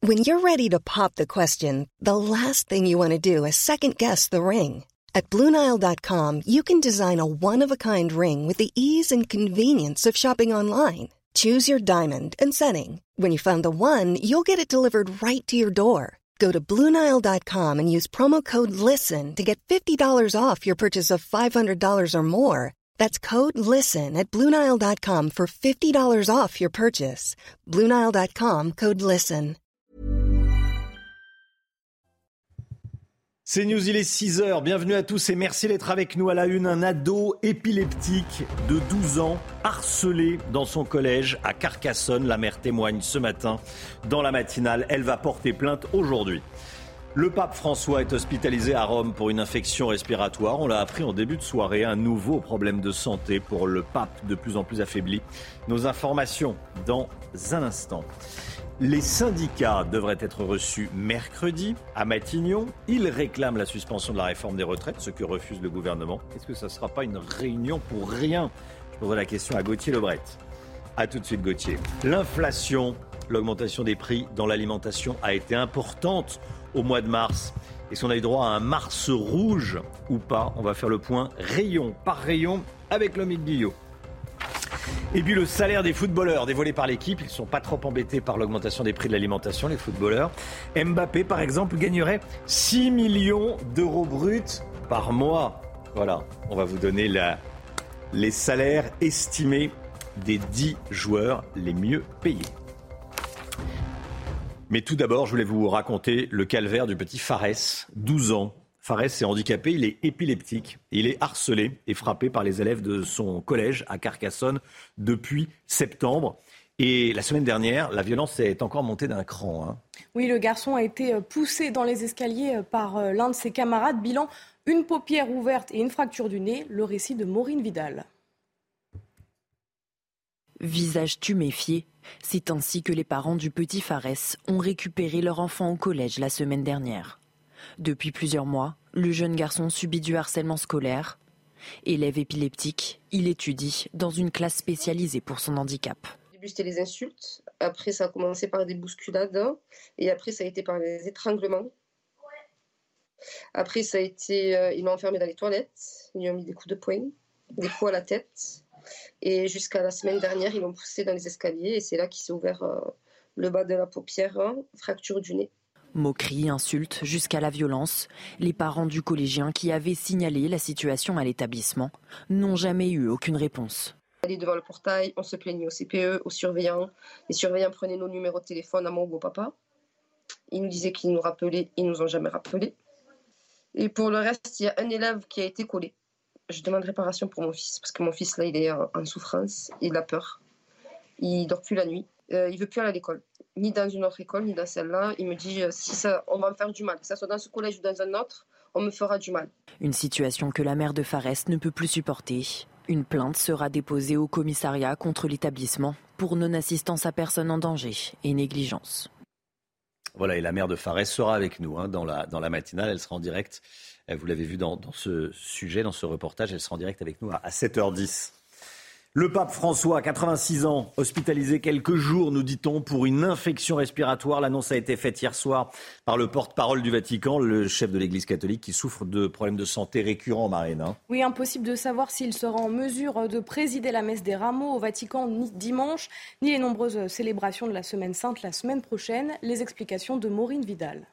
When you're ready to pop the question, the last thing you want to do is second-guess the ring. At BlueNile.com, you can design a one-of-a-kind ring with the ease and convenience of shopping online. Choose your diamond and setting. When you find the one, you'll get it delivered right to your door. Go to BlueNile.com and use promo code LISTEN to get $50 off your purchase of $500 or more. That's code LISTEN at BlueNile.com for $50 off your purchase. BlueNile.com, code LISTEN. C'est News, il est 6h, bienvenue à tous et merci d'être avec nous à la une. Un ado épileptique de 12 ans harcelé dans son collège à Carcassonne. La mère témoigne ce matin dans la matinale, elle va porter plainte aujourd'hui. Le pape François est hospitalisé à Rome pour une infection respiratoire. On l'a appris en début de soirée, un nouveau problème de santé pour le pape de plus en plus affaibli. Nos informations dans un instant. Les syndicats devraient être reçus mercredi à Matignon. Ils réclament la suspension de la réforme des retraites, ce que refuse le gouvernement. Est-ce que ça ne sera pas une réunion pour rien ? Je poserai la question à Gauthier Lebret. A tout de suite Gauthier. L'inflation, l'augmentation des prix dans l'alimentation a été importante au mois de mars. Est-ce qu'on a eu droit à un mars rouge ou pas ? On va faire le point rayon par rayon avec Lomique Guillot. Et puis le salaire des footballeurs dévoilé par l'équipe, ils ne sont pas trop embêtés par l'augmentation des prix de l'alimentation, les footballeurs. Mbappé, par exemple, gagnerait 6 millions d'euros bruts par mois. Voilà, on va vous donner les salaires estimés des 10 joueurs les mieux payés. Mais tout d'abord, je voulais vous raconter le calvaire du petit Fares, 12 ans. Fares est handicapé, il est épileptique, il est harcelé et frappé par les élèves de son collège à Carcassonne depuis septembre. Et la semaine dernière, la violence est encore montée d'un cran. Oui, le garçon a été poussé dans les escaliers par l'un de ses camarades. Bilan, une paupière ouverte et une fracture du nez. Le récit de Maureen Vidal. Visage tuméfié, c'est ainsi que les parents du petit Fares ont récupéré leur enfant au collège la semaine dernière. Depuis plusieurs mois, le jeune garçon subit du harcèlement scolaire. Élève épileptique, il étudie dans une classe spécialisée pour son handicap. Au début, c'était les insultes. Après, ça a commencé par des bousculades. Et après, ça a été par les étranglements. Après, ça a été... ils l'ont enfermé dans les toilettes. Ils lui ont mis des coups de poing, des coups à la tête. Et jusqu'à la semaine dernière, ils l'ont poussé dans les escaliers. Et c'est là qu'il s'est ouvert le bas de la paupière, fracture du nez. Moqueries, insultes, jusqu'à la violence. Les parents du collégien qui avaient signalé la situation à l'établissement n'ont jamais eu aucune réponse. On allait devant le portail, on se plaignait au CPE, aux surveillants. Les surveillants prenaient nos numéros de téléphone à mon beau-papa. Ils nous disaient qu'ils nous rappelaient, ils nous ont jamais rappelés. Et pour le reste, il y a un élève qui a été collé. Je demande réparation pour mon fils, parce que mon fils, là, il est en souffrance, il a peur. Il dort plus la nuit, il veut plus aller à l'école. Ni dans une autre école, ni dans celle-là. Il me dit, si ça, on va me faire du mal. Que ça soit dans ce collège ou dans un autre, on me fera du mal. Une situation que la mère de Fares ne peut plus supporter. Une plainte sera déposée au commissariat contre l'établissement pour non-assistance à personne en danger et négligence. Voilà, et la mère de Fares sera avec nous dans la matinale. Elle sera en direct. Vous l'avez vu dans ce sujet, dans ce reportage. Elle sera en direct avec nous à 7h10. Le pape François, 86 ans, hospitalisé quelques jours, nous dit-on, pour une infection respiratoire. L'annonce a été faite hier soir par le porte-parole du Vatican, le chef de l'Église catholique, qui souffre de problèmes de santé récurrents, Marine. Oui, impossible de savoir s'il sera en mesure de présider la messe des Rameaux au Vatican ni dimanche, ni les nombreuses célébrations de la Semaine Sainte la semaine prochaine. Les explications de Maureen Vidal.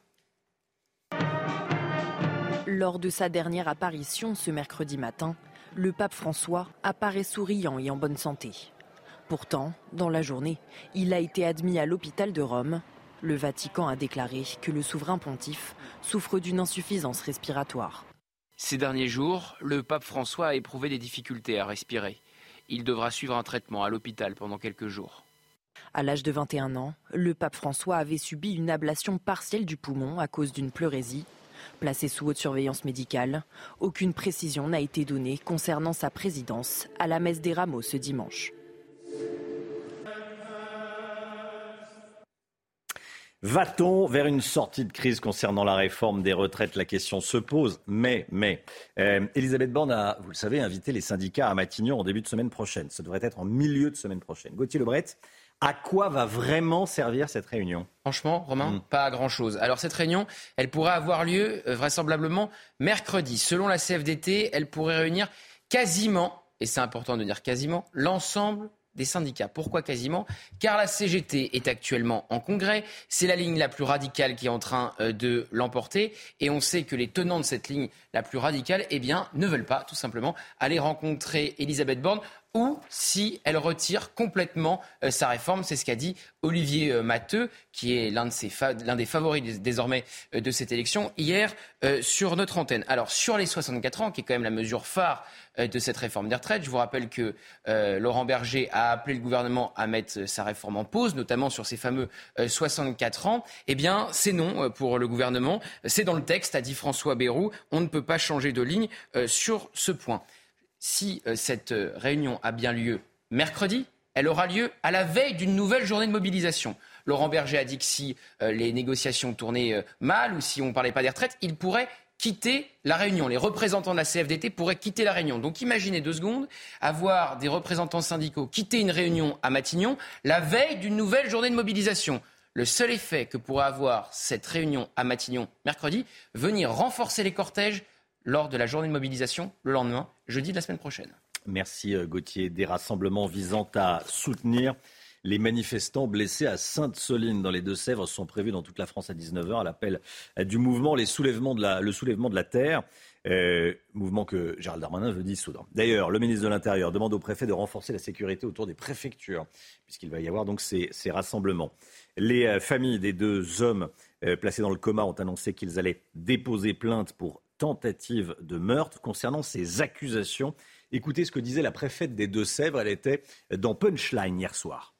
Lors de sa dernière apparition ce mercredi matin, le pape François apparaît souriant et en bonne santé. Pourtant, dans la journée, il a été admis à l'hôpital de Rome. Le Vatican a déclaré que le souverain pontife souffre d'une insuffisance respiratoire. Ces derniers jours, le pape François a éprouvé des difficultés à respirer. Il devra suivre un traitement à l'hôpital pendant quelques jours. À l'âge de 21 ans, le pape François avait subi une ablation partielle du poumon à cause d'une pleurésie. Placé sous haute surveillance médicale, aucune précision n'a été donnée concernant sa présidence à la messe des Rameaux ce dimanche. Va-t-on vers une sortie de crise concernant la réforme des retraites ? La question se pose. Mais Elisabeth Borne a, vous le savez, invité les syndicats à Matignon en début de semaine prochaine. Ça devrait être en milieu de semaine prochaine. Gauthier Lebret, À quoi va vraiment servir cette réunion ? Franchement, Romain, pas à grand-chose. Alors cette réunion, elle pourrait avoir lieu vraisemblablement mercredi. Selon la CFDT, elle pourrait réunir quasiment, et c'est important de dire quasiment, l'ensemble des syndicats. Pourquoi quasiment ? Car la CGT est actuellement en congrès. C'est la ligne la plus radicale qui est en train de l'emporter. Et on sait que les tenants de cette ligne la plus radicale, ne veulent pas, tout simplement, aller rencontrer Elisabeth Borne ou si elle retire complètement sa réforme. C'est ce qu'a dit Olivier Matteux, qui est l'un des favoris désormais de cette élection, hier sur notre antenne. Alors, sur les 64 ans, qui est quand même la mesure phare de cette réforme des retraites, je vous rappelle que Laurent Berger a appelé le gouvernement à mettre sa réforme en pause, notamment sur ces fameux 64 ans. Eh bien, c'est non pour le gouvernement. C'est dans le texte, a dit François Bayrou. On ne peut pas changer de ligne sur ce point. Si cette réunion a bien lieu mercredi, elle aura lieu à la veille d'une nouvelle journée de mobilisation. Laurent Berger a dit que si les négociations tournaient mal ou si on ne parlait pas des retraites, il pourrait quitter la réunion. Les représentants de la CFDT pourraient quitter la réunion. Donc imaginez 2 secondes, avoir des représentants syndicaux quitter une réunion à Matignon la veille d'une nouvelle journée de mobilisation. Le seul effet que pourrait avoir cette réunion à Matignon mercredi, venir renforcer les cortèges lors de la journée de mobilisation le lendemain, jeudi de la semaine prochaine. Merci Gauthier. Des rassemblements visant à soutenir les manifestants blessés à Sainte-Soline dans les Deux-Sèvres sont prévus dans toute la France à 19h à l'appel du mouvement le soulèvement de la terre, mouvement que Gérald Darmanin veut dissoudre. D'ailleurs, le ministre de l'Intérieur demande au préfet de renforcer la sécurité autour des préfectures puisqu'il va y avoir donc ces rassemblements. Les familles des 2 hommes placés dans le coma ont annoncé qu'ils allaient déposer plainte pour tentative de meurtre. Concernant ces accusations, écoutez ce que disait la préfète des Deux-Sèvres. Elle était dans Punchline hier soir.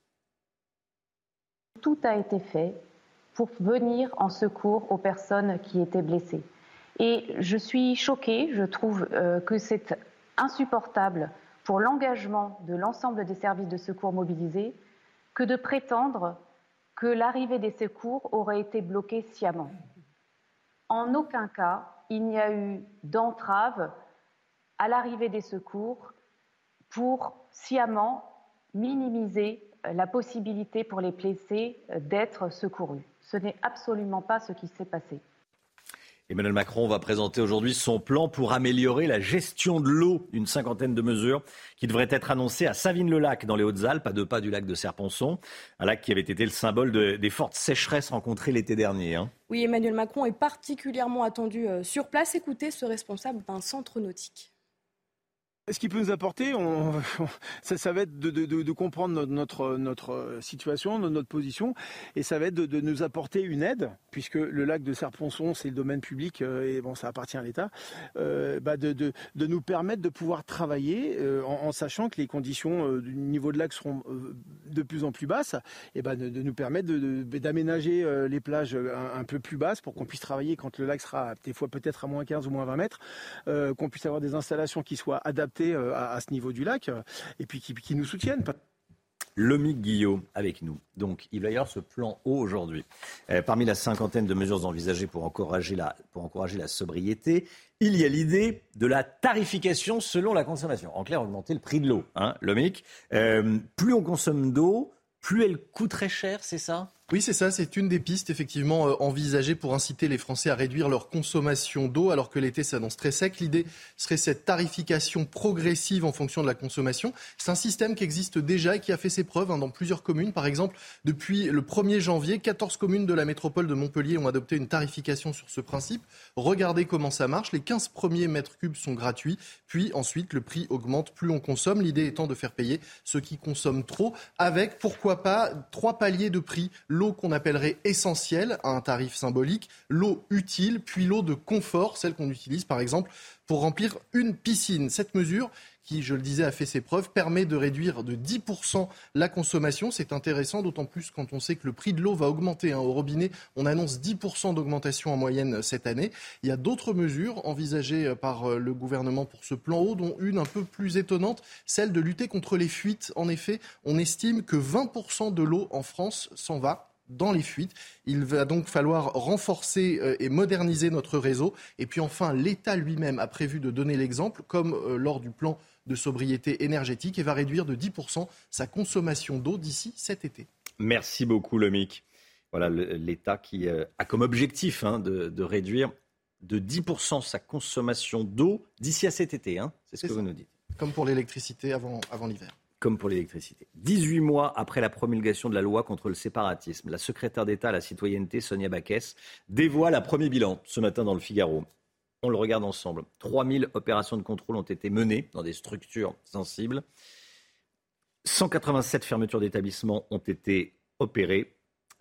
Tout a été fait pour venir en secours aux personnes qui étaient blessées. Et je suis choquée, je trouve que c'est insupportable pour l'engagement de l'ensemble des services de secours mobilisés que de prétendre que l'arrivée des secours aurait été bloquée sciemment. En aucun cas, il n'y a eu d'entrave à l'arrivée des secours pour sciemment minimiser la possibilité pour les blessés d'être secourus. Ce n'est absolument pas ce qui s'est passé. Emmanuel Macron va présenter aujourd'hui son plan pour améliorer la gestion de l'eau. Une 50aine de mesures qui devraient être annoncées à Savines-le-Lac dans les Hautes-Alpes, à 2 pas du lac de Serponçon. Un lac qui avait été le symbole des fortes sécheresses rencontrées l'été dernier. Oui, Emmanuel Macron est particulièrement attendu sur place. Écoutez ce responsable d'un centre nautique. Ce qu'il peut nous apporter, ça va être de comprendre notre situation, notre position, et ça va être de nous apporter une aide, puisque le lac de Serponçon, c'est le domaine public, et bon, ça appartient à l'État, de nous permettre de pouvoir travailler en sachant que les conditions du niveau de lac seront de plus en plus basses, et de nous permettre d'aménager les plages un peu plus basses pour qu'on puisse travailler quand le lac sera des fois peut-être à moins 15 ou moins 20 mètres, qu'on puisse avoir des installations qui soient adaptées à ce niveau du lac et puis qui nous soutiennent. Lomique Guillot avec nous. Donc, il va y avoir ce plan eau aujourd'hui. Parmi la 50aine de mesures envisagées pour encourager la sobriété, il y a l'idée de la tarification selon la consommation. En clair, augmenter le prix de l'eau. Lomique, plus on consomme d'eau, plus elle coûterait cher, c'est ça ? Oui, c'est ça. C'est une des pistes effectivement envisagées pour inciter les Français à réduire leur consommation d'eau alors que l'été s'annonce très sec. L'idée serait cette tarification progressive en fonction de la consommation. C'est un système qui existe déjà et qui a fait ses preuves dans plusieurs communes. Par exemple, depuis le 1er janvier, 14 communes de la métropole de Montpellier ont adopté une tarification sur ce principe. Regardez comment ça marche. Les 15 premiers mètres cubes sont gratuits. Puis ensuite, le prix augmente plus on consomme. L'idée étant de faire payer ceux qui consomment trop avec, pourquoi pas, 3 paliers de prix. L'eau qu'on appellerait essentielle à un tarif symbolique, l'eau utile, puis l'eau de confort, celle qu'on utilise par exemple pour remplir une piscine. Cette mesure, qui, je le disais, a fait ses preuves, permet de réduire de 10% la consommation. C'est intéressant, d'autant plus quand on sait que le prix de l'eau va augmenter. Au robinet, on annonce 10% d'augmentation en moyenne cette année. Il y a d'autres mesures envisagées par le gouvernement pour ce plan eau, dont une un peu plus étonnante, celle de lutter contre les fuites. En effet, on estime que 20% de l'eau en France s'en va dans les fuites. Il va donc falloir renforcer et moderniser notre réseau. Et puis enfin, l'État lui-même a prévu de donner l'exemple, comme lors du plan de sobriété énergétique, et va réduire de 10% sa consommation d'eau d'ici cet été. Merci beaucoup, Lomic. Voilà l'État qui a comme objectif de réduire de 10% sa consommation d'eau d'ici à cet été. C'est ce que vous nous dites. Comme pour l'électricité avant l'hiver. Comme pour l'électricité. 18 mois après la promulgation de la loi contre le séparatisme, la secrétaire d'État à la citoyenneté, Sonia Backès, dévoile un premier bilan ce matin dans le Figaro. On le regarde ensemble. 3000 opérations de contrôle ont été menées dans des structures sensibles. 187 fermetures d'établissements ont été opérées.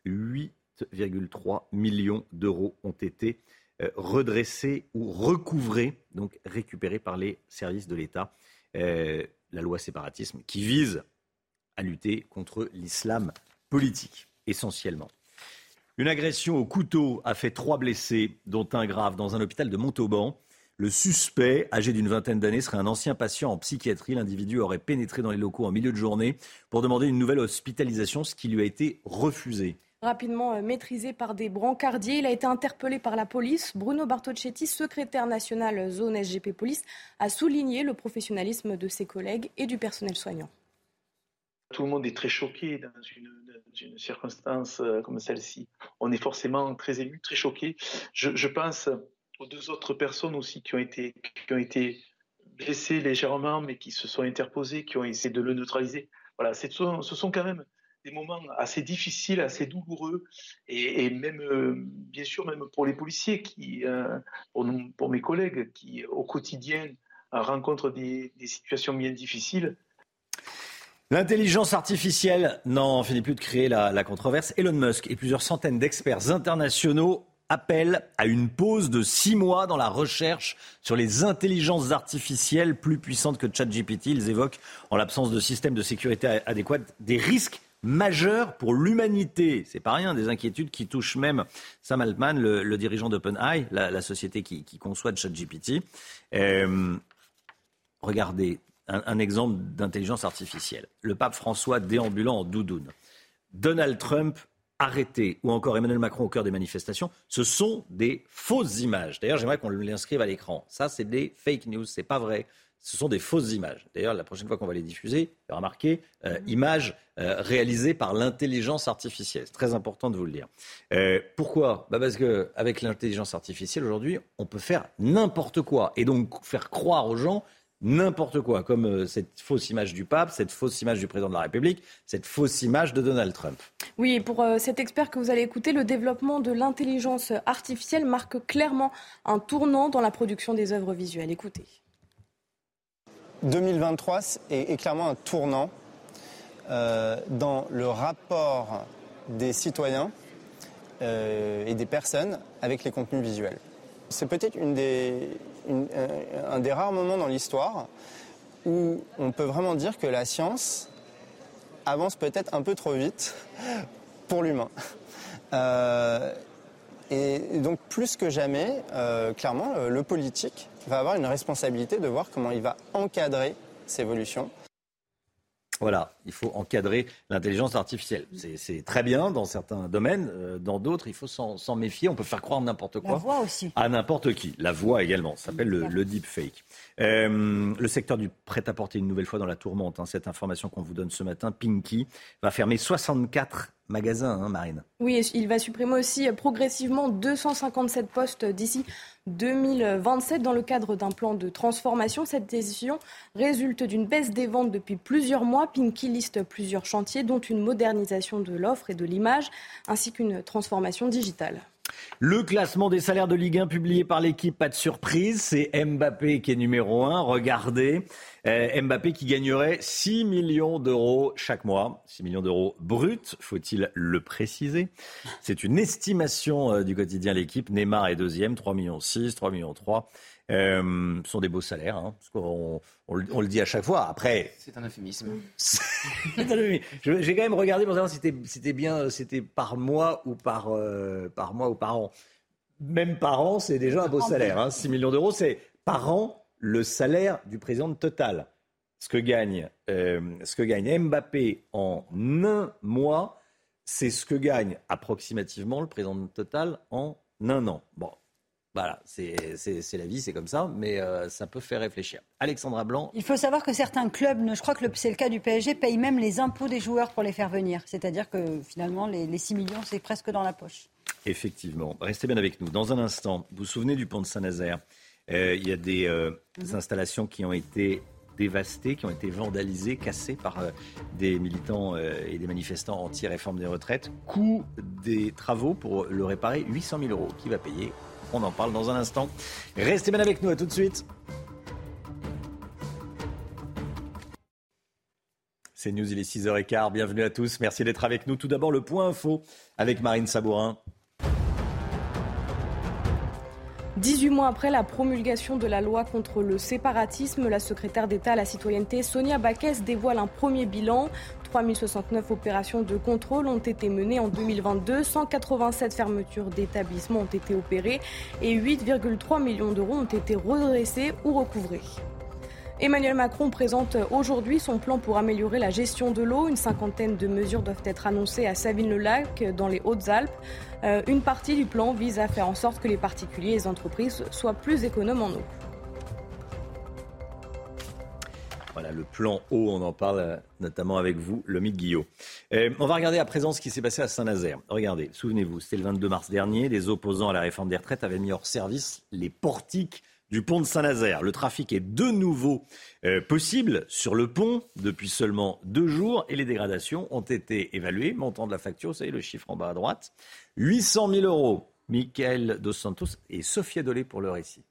8,3 millions d'euros ont été redressés ou recouvrés, donc récupérés par les services de l'État. La loi séparatisme qui vise à lutter contre l'islam politique, essentiellement. Une agression au couteau a fait 3 blessés, dont un grave, dans un hôpital de Montauban. Le suspect, âgé d'une vingtaine d'années, serait un ancien patient en psychiatrie. L'individu aurait pénétré dans les locaux en milieu de journée pour demander une nouvelle hospitalisation, ce qui lui a été refusé. Rapidement maîtrisé par des brancardiers, il a été interpellé par la police. Bruno Bartocchetti, secrétaire national zone SGP Police, a souligné le professionnalisme de ses collègues et du personnel soignant. Tout le monde est très choqué dans une circonstance comme celle-ci. On est forcément très ému, très choqué. Je pense aux 2 autres personnes aussi qui ont été blessées légèrement, mais qui se sont interposées, qui ont essayé de le neutraliser. Voilà, ce sont quand même des moments assez difficiles, assez douloureux, et même, bien sûr, même pour les policiers, pour mes collègues qui, au quotidien, rencontrent des situations bien difficiles. L'intelligence artificielle n'en finit plus de créer la controverse. Elon Musk et plusieurs centaines d'experts internationaux appellent à une pause de 6 mois dans la recherche sur les intelligences artificielles plus puissantes que ChatGPT. Ils évoquent, en l'absence de système de sécurité adéquat, des risques majeurs pour l'humanité. C'est pas rien, des inquiétudes qui touchent même Sam Altman, le dirigeant d'OpenAI, la société qui conçoit ChatGPT. Regardez un exemple d'intelligence artificielle. Le pape François déambulant en doudoune. Donald Trump arrêté, ou encore Emmanuel Macron au cœur des manifestations, ce sont des fausses images. D'ailleurs, j'aimerais qu'on l'inscrive à l'écran. Ça, c'est des fake news, c'est pas vrai. Ce sont des fausses images. D'ailleurs, la prochaine fois qu'on va les diffuser, il y aura marqué images réalisées par l'intelligence artificielle. C'est très important de vous le dire. Pourquoi ? Parce qu'avec l'intelligence artificielle, aujourd'hui, on peut faire n'importe quoi. Et donc, faire croire aux gens n'importe quoi, comme cette fausse image du pape, cette fausse image du président de la République, cette fausse image de Donald Trump. Oui, et pour cet expert que vous allez écouter, le développement de l'intelligence artificielle marque clairement un tournant dans la production des œuvres visuelles. Écoutez. 2023 est clairement un tournant dans le rapport des citoyens et des personnes avec les contenus visuels. C'est peut-être un des rares moments dans l'histoire où on peut vraiment dire que la science avance peut-être un peu trop vite pour l'humain. Et donc plus que jamais, clairement, le politique va avoir une responsabilité de voir comment il va encadrer ces évolutions. Voilà, il faut encadrer l'intelligence artificielle. C'est très bien dans certains domaines, dans d'autres, il faut s'en méfier. On peut faire croire n'importe quoi. La voix aussi. À n'importe qui. La voix également, ça s'appelle le deepfake. Le secteur du prêt-à-porter une nouvelle fois dans la tourmente. Cette information qu'on vous donne ce matin, Pinky va fermer 64 magasins, Marine. Oui, il va supprimer aussi progressivement 257 postes d'ici 2027 dans le cadre d'un plan de transformation. Cette décision résulte d'une baisse des ventes depuis plusieurs mois. Pinky liste plusieurs chantiers, dont une modernisation de l'offre et de l'image, ainsi qu'une transformation digitale. Le classement des salaires de Ligue 1 publié par l'équipe, pas de surprise, c'est Mbappé qui est numéro 1. Regardez, Mbappé qui gagnerait 6 millions d'euros chaque mois, 6 millions d'euros bruts, faut-il le préciser. C'est une estimation du quotidien L'équipe. Neymar est deuxième, 3,6 millions, 3,3 millions. Ce sont des beaux salaires, parce qu'on le dit à chaque fois. Après, c'est un euphémisme. J'ai quand même regardé pour savoir si c'était par mois ou par an. Même par an, c'est déjà un beau salaire. 6 millions d'euros, c'est par an le salaire du président de Total. Ce que gagne Mbappé en un mois, c'est ce que gagne approximativement le président de Total en un an. Bon. Voilà, c'est la vie, c'est comme ça, mais ça peut faire réfléchir. Alexandra Blanc. Il faut savoir que certains clubs, je crois que c'est le cas du PSG, payent même les impôts des joueurs pour les faire venir. C'est-à-dire que finalement, les 6 millions, c'est presque dans la poche. Effectivement. Restez bien avec nous. Dans un instant, vous vous souvenez du pont de Saint-Nazaire ? Il y a des installations qui ont été dévastées, qui ont été vandalisées, cassées par des militants et des manifestants anti-réforme des retraites. Coût des travaux pour le réparer, 800 000 €. Qui va payer ? On en parle dans un instant. Restez bien avec nous, à tout de suite. C'est News, il est 6h15. Bienvenue à tous. Merci d'être avec nous. Tout d'abord, le point info avec Marine Sabourin. 18 mois après la promulgation de la loi contre le séparatisme, la secrétaire d'État à la citoyenneté, Sonia Backès, dévoile un premier bilan. 3069 opérations de contrôle ont été menées en 2022, 187 fermetures d'établissements ont été opérées et 8,3 millions d'euros ont été redressés ou recouvrés. Emmanuel Macron présente aujourd'hui son plan pour améliorer la gestion de l'eau. Une cinquantaine de mesures doivent être annoncées à Savines-le-Lac, dans les Hautes-Alpes. Une partie du plan vise à faire en sorte que les particuliers et les entreprises soient plus économes en eau. Voilà, le plan eau, on en parle notamment avec vous, Lomique Guillot. On va regarder à présent ce qui s'est passé à Saint-Nazaire. Regardez, souvenez-vous, c'était le 22 mars dernier. Les opposants à la réforme des retraites avaient mis hors service les portiques du pont de Saint-Nazaire. Le trafic est de nouveau possible sur le pont depuis seulement 2 jours et les dégradations ont été évaluées. Montant de la facture, vous savez, le chiffre en bas à droite, 800 000 €. Michael Dos Santos et Sophia Dolé pour le récit.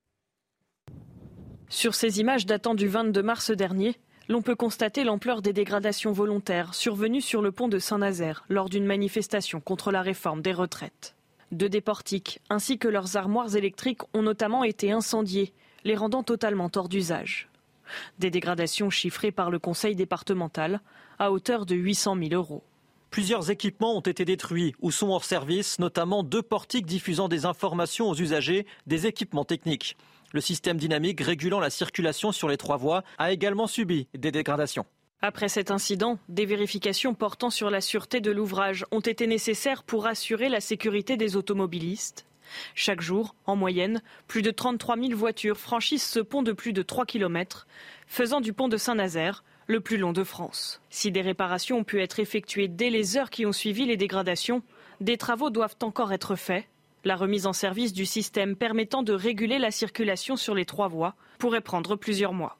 Sur ces images datant du 22 mars dernier, l'on peut constater l'ampleur des dégradations volontaires survenues sur le pont de Saint-Nazaire lors d'une manifestation contre la réforme des retraites. 2 des portiques ainsi que leurs armoires électriques ont notamment été incendiées, les rendant totalement hors d'usage. Des dégradations chiffrées par le conseil départemental à hauteur de 800 000 €. Plusieurs équipements ont été détruits ou sont hors service, notamment 2 portiques diffusant des informations aux usagers, des équipements techniques. Le système dynamique régulant la circulation sur les 3 voies a également subi des dégradations. Après cet incident, des vérifications portant sur la sûreté de l'ouvrage ont été nécessaires pour assurer la sécurité des automobilistes. Chaque jour, en moyenne, plus de 33 000 voitures franchissent ce pont de plus de 3 km, faisant du pont de Saint-Nazaire le plus long de France. Si des réparations ont pu être effectuées dès les heures qui ont suivi les dégradations, des travaux doivent encore être faits. La remise en service du système permettant de réguler la circulation sur les 3 voies pourrait prendre plusieurs mois.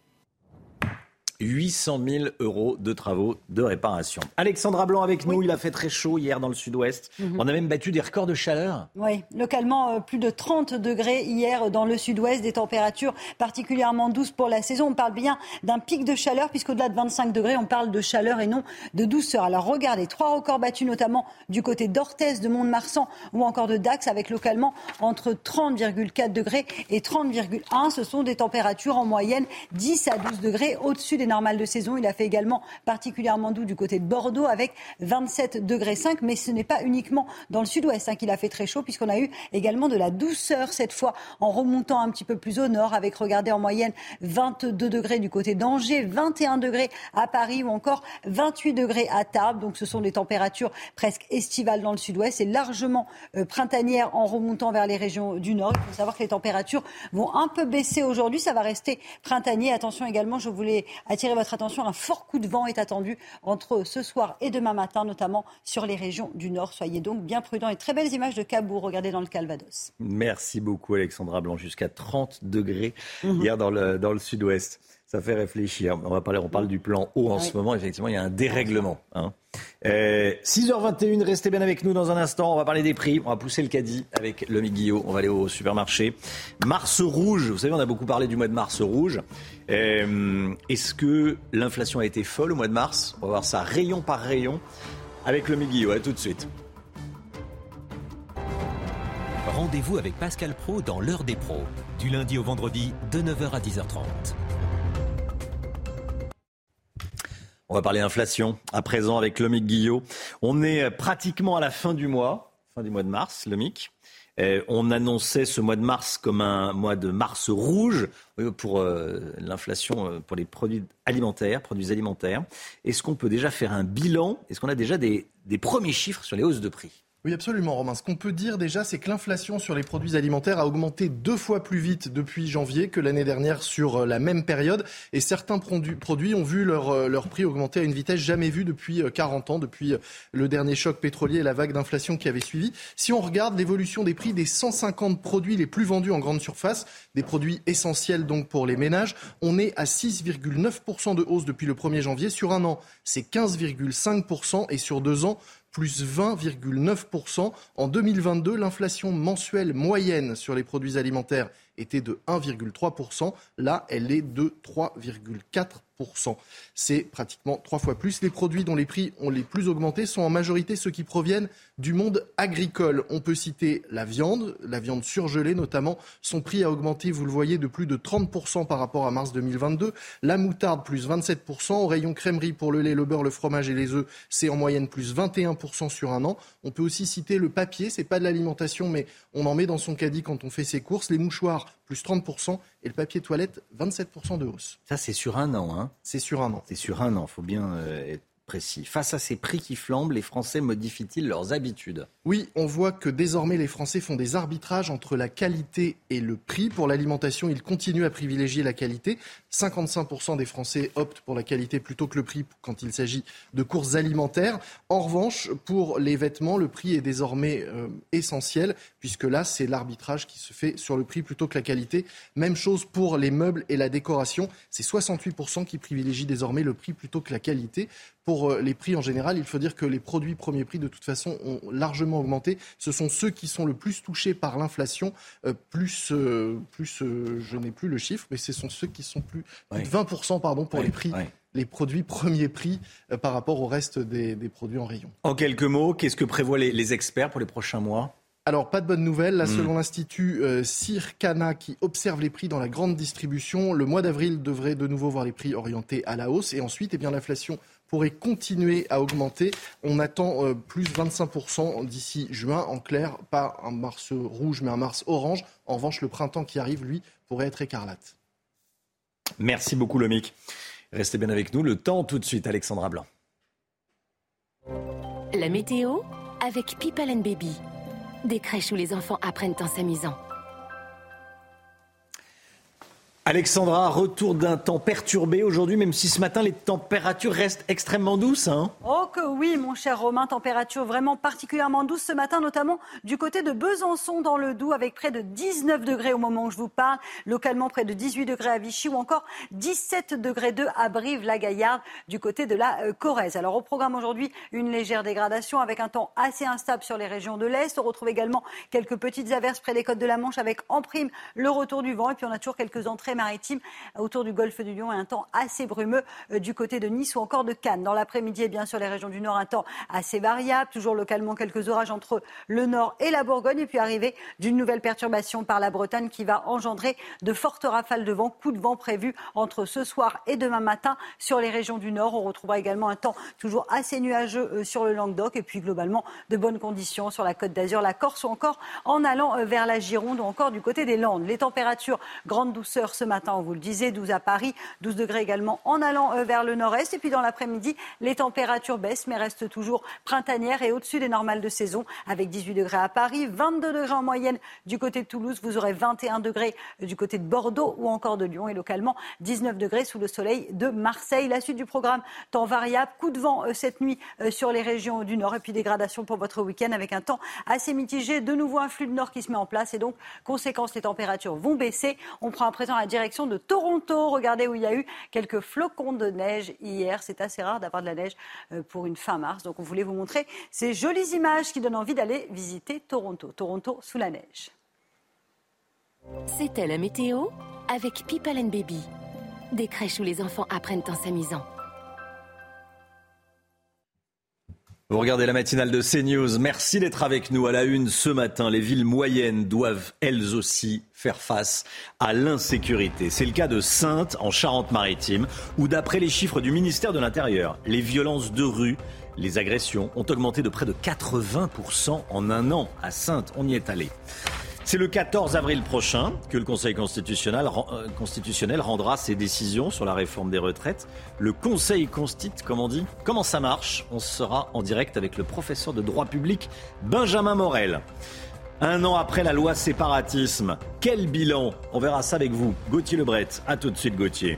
800 000 € de travaux de réparation. Alexandra Blanc avec nous, il a fait très chaud hier dans le sud-ouest. On a même battu des records de chaleur. Oui, localement plus de 30 degrés hier dans le sud-ouest, des températures particulièrement douces pour la saison. On parle bien d'un pic de chaleur puisqu'au-delà de 25 degrés, on parle de chaleur et non de douceur. Alors regardez, 3 records battus notamment du côté d'Orthez, de Mont-de-Marsan ou encore de Dax avec localement entre 30,4 degrés et 30,1. Ce sont des températures en moyenne 10 à 12 degrés au-dessus des normales de saison. Il a fait également particulièrement doux du côté de Bordeaux avec 27,5 degrés. Mais ce n'est pas uniquement dans le sud-ouest qu'il a fait très chaud puisqu'on a eu également de la douceur cette fois en remontant un petit peu plus au nord avec, regardez, en moyenne 22 degrés du côté d'Angers, 21 degrés à Paris ou encore 28 degrés à Tarbes. Donc ce sont des températures presque estivales dans le sud-ouest et largement printanières en remontant vers les régions du nord. Il faut savoir que les températures vont un peu baisser aujourd'hui. Ça va rester printanier. Attention également, je voulais attirer votre attention, un fort coup de vent est attendu entre ce soir et demain matin, notamment sur les régions du nord. Soyez donc bien prudents. Et très belles images de Cabourg, regardez dans le Calvados. Merci beaucoup Alexandra Blanc, jusqu'à 30 degrés hier dans le sud-ouest. Ça fait réfléchir. On parle du plan eau en ce moment. Effectivement, il y a un dérèglement. 6h21, restez bien avec nous dans un instant. On va parler des prix. On va pousser le caddie avec Lomique Guillot. On va aller au supermarché. Mars rouge. Vous savez, on a beaucoup parlé du mois de mars rouge. Est-ce que l'inflation a été folle au mois de mars ? On va voir ça rayon par rayon avec Lomique Guillot. À tout de suite. Rendez-vous avec Pascal Praud dans l'heure des pros. Du lundi au vendredi, de 9h à 10h30. On va parler inflation à présent avec Lomique Guillot. On est pratiquement à la fin du mois de mars, Lomique. On annonçait ce mois de mars comme un mois de mars rouge pour l'inflation pour les produits alimentaires. Est-ce qu'on peut déjà faire un bilan ? Est-ce qu'on a déjà des premiers chiffres sur les hausses de prix ? Oui, absolument, Romain. Ce qu'on peut dire déjà, c'est que l'inflation sur les produits alimentaires a augmenté 2 fois plus vite depuis janvier que l'année dernière sur la même période. Et certains produits ont vu leur prix augmenter à une vitesse jamais vue depuis 40 ans, depuis le dernier choc pétrolier et la vague d'inflation qui avait suivi. Si on regarde l'évolution des prix des 150 produits les plus vendus en grande surface, des produits essentiels donc pour les ménages, on est à 6,9% de hausse depuis le 1er janvier. Sur un an, c'est 15,5% et sur 2 ans, plus 20,9%. En 2022, l'inflation mensuelle moyenne sur les produits alimentaires était de 1,3%. Là, elle est de 3,4%. C'est pratiquement 3 fois plus. Les produits dont les prix ont les plus augmenté sont en majorité ceux qui proviennent du monde agricole. On peut citer la viande surgelée notamment. Son prix a augmenté, vous le voyez, de plus de 30% par rapport à mars 2022. La moutarde, plus 27%. Au rayon crèmerie pour le lait, le beurre, le fromage et les œufs, c'est en moyenne plus 21% sur un an. On peut aussi citer le papier. C'est pas de l'alimentation, mais on en met dans son caddie quand on fait ses courses. Les mouchoirs, plus 30%, et le papier toilette, 27% de hausse. Ça, c'est sur un an, hein ? C'est sur un an. C'est sur un an, il faut bien être précis. Face à ces prix qui flambent, les Français modifient-ils leurs habitudes ? Oui, on voit que désormais les Français font des arbitrages entre la qualité et le prix. Pour l'alimentation, ils continuent à privilégier la qualité. 55% des Français optent pour la qualité plutôt que le prix quand il s'agit de courses alimentaires. En revanche, pour les vêtements, le prix est désormais essentiel, puisque là, c'est l'arbitrage qui se fait sur le prix plutôt que la qualité. Même chose pour les meubles et la décoration. C'est 68% qui privilégient désormais le prix plutôt que la qualité. Pour les prix en général, il faut dire que les produits premier prix, de toute façon, ont largement augmenté. Ce sont ceux qui sont le plus touchés par l'inflation. Je n'ai plus le chiffre, mais ce sont ceux qui sont plus de 20% pour les prix. Les produits premier prix par rapport au reste des produits en rayon. En quelques mots, qu'est-ce que prévoient les experts pour les prochains mois ? Alors, pas de bonne nouvelle. Là, selon l'Institut Circana qui observe les prix dans la grande distribution, le mois d'avril devrait de nouveau voir les prix orientés à la hausse. Et ensuite, l'inflation pourrait continuer à augmenter. On attend plus 25% d'ici juin. En clair, pas un mars rouge, mais un mars orange. En revanche, le printemps qui arrive, lui, pourrait être écarlate. Merci beaucoup, Lomic. Restez bien avec nous. Le temps, tout de suite, Alexandra Blanc. La météo avec People & Baby. Des crèches où les enfants apprennent en s'amusant. Alexandra, retour d'un temps perturbé aujourd'hui, même si ce matin les températures restent extrêmement douces. Oh que oui, mon cher Romain, température vraiment particulièrement douce ce matin, notamment du côté de Besançon dans le Doubs, avec près de 19 degrés au moment où je vous parle, localement près de 18 degrés à Vichy ou encore 17 degrés 2 à Brive-la-Gaillarde du côté de la Corrèze. Alors au programme aujourd'hui, une légère dégradation avec un temps assez instable sur les régions de l'Est. On retrouve également quelques petites averses près des côtes de la Manche avec en prime le retour du vent et puis on a toujours quelques entrées maritimes autour du golfe du Lion et un temps assez brumeux du côté de Nice ou encore de Cannes. Dans l'après-midi, et bien sûr les régions du Nord, un temps assez variable, toujours localement quelques orages entre le Nord et la Bourgogne et puis arrivée d'une nouvelle perturbation par la Bretagne qui va engendrer de fortes rafales de vent, coups de vent prévus entre ce soir et demain matin sur les régions du Nord. On retrouvera également un temps toujours assez nuageux sur le Languedoc et puis globalement de bonnes conditions sur la Côte d'Azur, la Corse ou encore en allant vers la Gironde ou encore du côté des Landes. Les températures, grande douceur ce matin, on vous le disait, 12 à Paris, 12 degrés également en allant vers le nord-est. Et puis dans l'après-midi, les températures baissent mais restent toujours printanières et au-dessus des normales de saison avec 18 degrés à Paris, 22 degrés en moyenne du côté de Toulouse. Vous aurez 21 degrés du côté de Bordeaux ou encore de Lyon et localement 19 degrés sous le soleil de Marseille. La suite du programme, temps variable, coup de vent cette nuit sur les régions du nord et puis dégradation pour votre week-end avec un temps assez mitigé. De nouveau un flux de nord qui se met en place et donc conséquence, les températures vont baisser. On prend à présent la direction de Toronto. Regardez où il y a eu quelques flocons de neige hier. C'est assez rare d'avoir de la neige pour une fin mars. Donc on voulait vous montrer ces jolies images qui donnent envie d'aller visiter Toronto. Toronto sous la neige. C'était la météo avec People & Baby. Des crèches où les enfants apprennent en s'amusant. Vous regardez la matinale de CNews. Merci d'être avec nous à la une ce matin. Les villes moyennes doivent elles aussi faire face à l'insécurité. C'est le cas de Saintes en Charente-Maritime où d'après les chiffres du ministère de l'Intérieur, les violences de rue, les agressions ont augmenté de près de 80% en un an. À Saintes, on y est allé. C'est le 14 avril prochain que le Conseil constitutionnel rendra ses décisions sur la réforme des retraites. Le Conseil constitue, comme on dit. Comment ça marche ? On sera en direct avec le professeur de droit public Benjamin Morel. 1 an après la loi séparatisme, quel bilan ? On verra ça avec vous. Gauthier Lebret, à tout de suite Gauthier.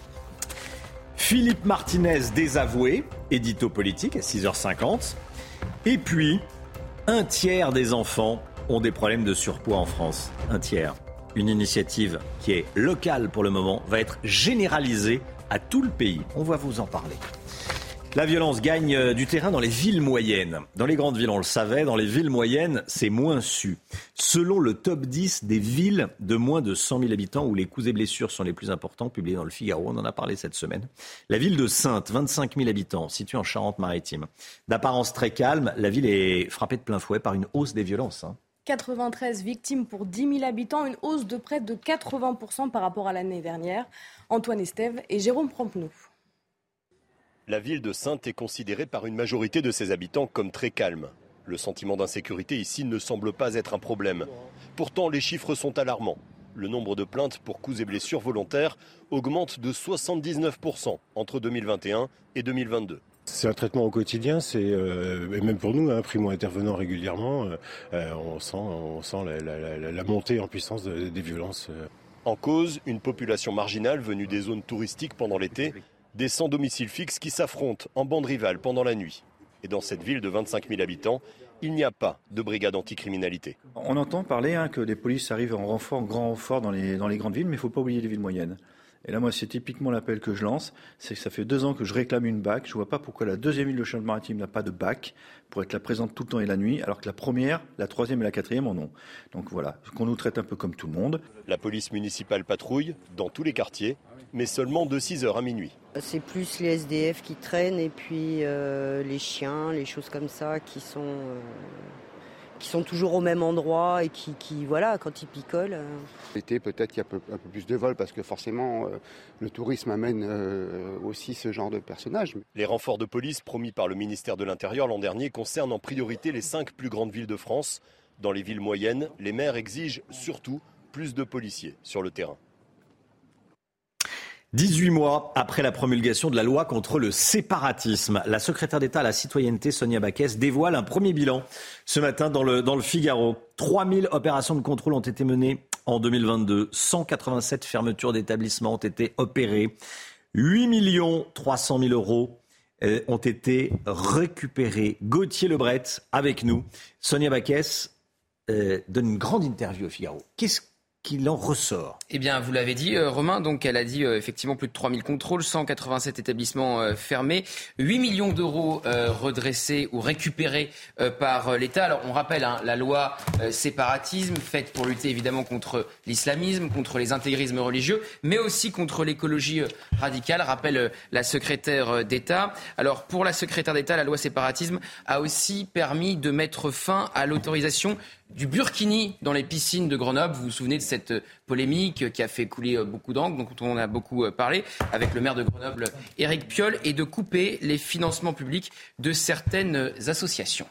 Philippe Martinez désavoué, édito politique à 6h50. Et puis, 1/3 des enfants ont des problèmes de surpoids en France. 1/3. Une initiative qui est locale pour le moment va être généralisée à tout le pays. On va vous en parler. La violence gagne du terrain dans les villes moyennes. Dans les grandes villes, on le savait, dans les villes moyennes, c'est moins su. Selon le top 10 des villes de moins de 100 000 habitants où les coups et blessures sont les plus importants, publié dans le Figaro, on en a parlé cette semaine. La ville de Saintes, 25 000 habitants, située en Charente-Maritime. D'apparence très calme, la ville est frappée de plein fouet par une hausse des violences. 93 victimes pour 10 000 habitants, une hausse de près de 80% par rapport à l'année dernière. Antoine Estève et Jérôme Prompneau. La ville de Saintes est considérée par une majorité de ses habitants comme très calme. Le sentiment d'insécurité ici ne semble pas être un problème. Pourtant, les chiffres sont alarmants. Le nombre de plaintes pour coups et blessures volontaires augmente de 79% entre 2021 et 2022. C'est un traitement au quotidien, et même pour nous, primo-intervenant régulièrement, on sent la montée en puissance des violences. En cause, une population marginale venue des zones touristiques pendant l'été, des sans domicile fixe qui s'affrontent en bande rivale pendant la nuit. Et dans cette ville de 25 000 habitants, il n'y a pas de brigade anticriminalité. On entend parler que les polices arrivent en grand renfort dans les grandes villes, mais il ne faut pas oublier les villes moyennes. Et là, moi, c'est typiquement l'appel que je lance. C'est que ça fait 2 ans que je réclame une BAC. Je ne vois pas pourquoi la deuxième ville de Charente-Maritime n'a pas de BAC pour être là présente tout le temps et la nuit, alors que la première, la troisième et la quatrième en ont. Donc voilà, qu'on nous traite un peu comme tout le monde. La police municipale patrouille dans tous les quartiers, mais seulement de 6h à minuit. C'est plus les SDF qui traînent et puis les chiens, les choses comme ça qui sont toujours au même endroit et qui voilà, quand ils picolent. L'été, peut-être qu'il y a un peu plus de vols parce que forcément, le tourisme amène aussi ce genre de personnages. Les renforts de police promis par le ministère de l'Intérieur l'an dernier concernent en priorité les 5 plus grandes villes de France. Dans les villes moyennes, les maires exigent surtout plus de policiers sur le terrain. 18 mois après la promulgation de la loi contre le séparatisme, la secrétaire d'État à la citoyenneté, Sonia Backès, dévoile un premier bilan ce matin dans le Figaro. 3000 opérations de contrôle ont été menées en 2022. 187 fermetures d'établissements ont été opérées. 8 300 000 euros ont été récupérés. Gauthier Lebret avec nous. Sonia Backès donne une grande interview au Figaro. Qu'est-ce qu'il en ressort? Eh bien, vous l'avez dit, Romain, donc elle a dit effectivement plus de 3000 contrôles, 187 établissements fermés, 8 millions d'euros redressés ou récupérés par l'État. Alors, on rappelle la loi séparatisme, faite pour lutter évidemment contre l'islamisme, contre les intégrismes religieux, mais aussi contre l'écologie radicale, rappelle la secrétaire d'État. Alors, pour la secrétaire d'État, la loi séparatisme a aussi permis de mettre fin à l'autorisation du burkini dans les piscines de Grenoble. Vous vous souvenez de cette polémique qui a fait couler beaucoup d'encre, dont on a beaucoup parlé, avec le maire de Grenoble, Éric Piolle, et de couper les financements publics de certaines associations.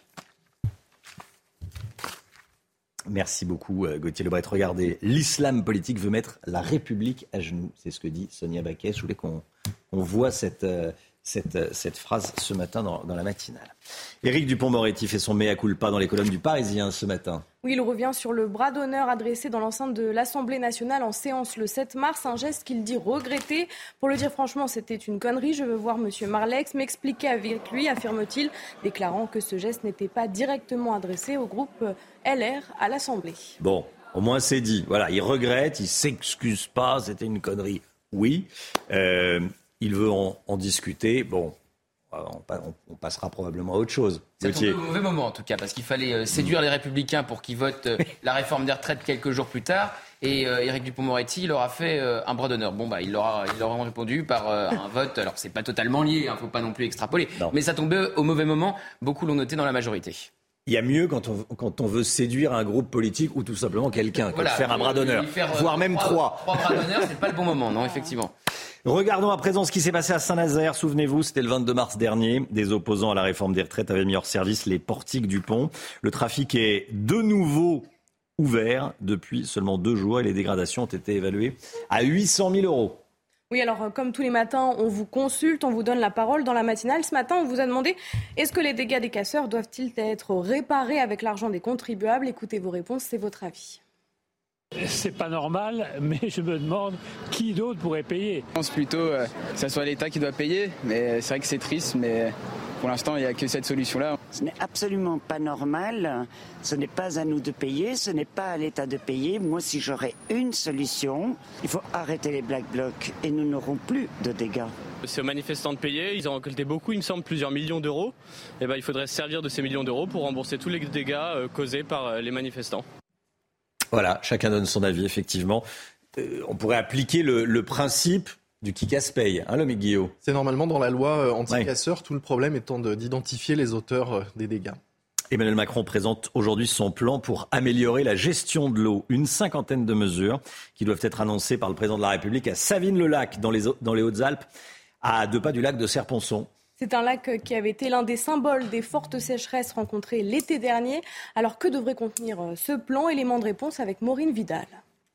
Merci beaucoup Gauthier Lebret. Regardez, l'islam politique veut mettre la République à genoux. C'est ce que dit Sonia Backès. Je voulais qu'on voit cette phrase ce matin dans la matinale. Éric Dupond-Moretti fait son mea culpa dans les colonnes du Parisien ce matin. Oui, il revient sur le bras d'honneur adressé dans l'enceinte de l'Assemblée nationale en séance le 7 mars. Un geste qu'il dit regretter. Pour le dire franchement, c'était une connerie. Je veux voir M. Marlex m'expliquer avec lui, affirme-t-il, déclarant que ce geste n'était pas directement adressé au groupe LR à l'Assemblée. Bon, au moins c'est dit. Voilà, il regrette, il s'excuse pas, c'était une connerie. Oui. Il veut en discuter. Bon, on passera probablement à autre chose. Ça tombait au mauvais moment en tout cas, parce qu'il fallait séduire les Républicains pour qu'ils votent la réforme des retraites quelques jours plus tard. Et Éric Dupond-Moretti, il leur a fait un bras d'honneur. Bon, il leur a répondu par un vote. Alors, c'est pas totalement lié, faut pas non plus extrapoler. Non. Mais ça tombait au mauvais moment. Beaucoup l'ont noté dans la majorité. Il y a mieux quand on veut séduire un groupe politique ou tout simplement quelqu'un, que de faire un bras d'honneur, voire même 3. 3 bras d'honneur, c'est pas le bon moment, non, effectivement. Regardons à présent ce qui s'est passé à Saint-Nazaire. Souvenez-vous, c'était le 22 mars dernier. Des opposants à la réforme des retraites avaient mis hors service les portiques du pont. Le trafic est de nouveau ouvert depuis seulement 2 jours et les dégradations ont été évaluées à 800 000 €. Oui, alors comme tous les matins, on vous consulte, on vous donne la parole dans la matinale. Ce matin, on vous a demandé, est-ce que les dégâts des casseurs doivent-ils être réparés avec l'argent des contribuables ? Écoutez vos réponses, c'est votre avis. C'est pas normal, mais je me demande qui d'autre pourrait payer. Je pense plutôt que ce soit l'État qui doit payer, mais c'est vrai que c'est triste, mais pour l'instant, il n'y a que cette solution-là. Ce n'est absolument pas normal, ce n'est pas à nous de payer, ce n'est pas à l'État de payer. Moi, si j'aurais une solution, il faut arrêter les Black Blocs et nous n'aurons plus de dégâts. C'est aux manifestants de payer, ils ont récolté beaucoup, il me semble plusieurs millions d'euros. Et il faudrait se servir de ces millions d'euros pour rembourser tous les dégâts causés par les manifestants. Voilà, chacun donne son avis, effectivement. On pourrait appliquer le principe du qui casse paye, le Guillaume. C'est normalement dans la loi anti-casseurs, tout le problème étant d'identifier les auteurs des dégâts. Emmanuel Macron présente aujourd'hui son plan pour améliorer la gestion de l'eau. Une 50aine de mesures qui doivent être annoncées par le président de la République à Savines-le-Lac, dans les Hautes-Alpes, à 2 pas du lac de Serponçon. C'est un lac qui avait été l'un des symboles des fortes sécheresses rencontrées l'été dernier. Alors que devrait contenir ce plan ? Élément de réponse avec Maureen Vidal.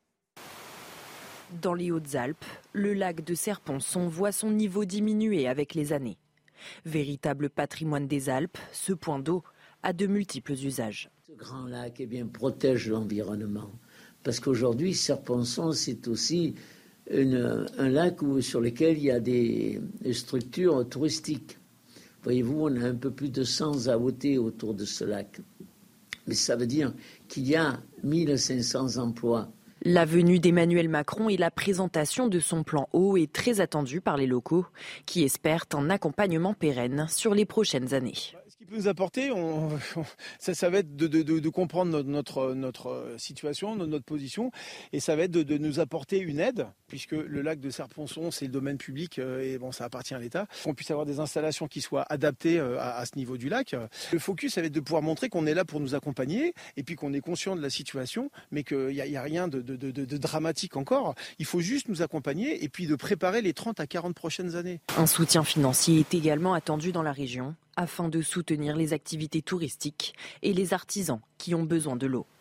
Dans les Hautes-Alpes, le lac de Serponçon voit son niveau diminuer avec les années. Véritable patrimoine des Alpes, ce point d'eau a de multiples usages. Ce grand lac protège l'environnement. Parce qu'aujourd'hui, Serponçon, c'est aussi un lac sur lequel il y a des structures touristiques. Voyez-vous, on a un peu plus de 100 AOT autour de ce lac. Mais ça veut dire qu'il y a 1500 emplois. La venue d'Emmanuel Macron et la présentation de son plan eau est très attendue par les locaux qui espèrent un accompagnement pérenne sur les prochaines années. Ce qui peut nous apporter, ça va être de comprendre notre situation, notre position, et ça va être de nous apporter une aide, puisque le lac de Serponçon, c'est le domaine public et ça appartient à l'État, qu'on puisse avoir des installations qui soient adaptées à ce niveau du lac. Le focus, ça va être de pouvoir montrer qu'on est là pour nous accompagner, et puis qu'on est conscient de la situation, mais qu'il n'y a rien de dramatique encore. Il faut juste nous accompagner, et puis de préparer les 30 à 40 prochaines années. Un soutien financier est également attendu dans la région, afin de soutenir les activités touristiques et les artisans qui ont besoin de l'eau.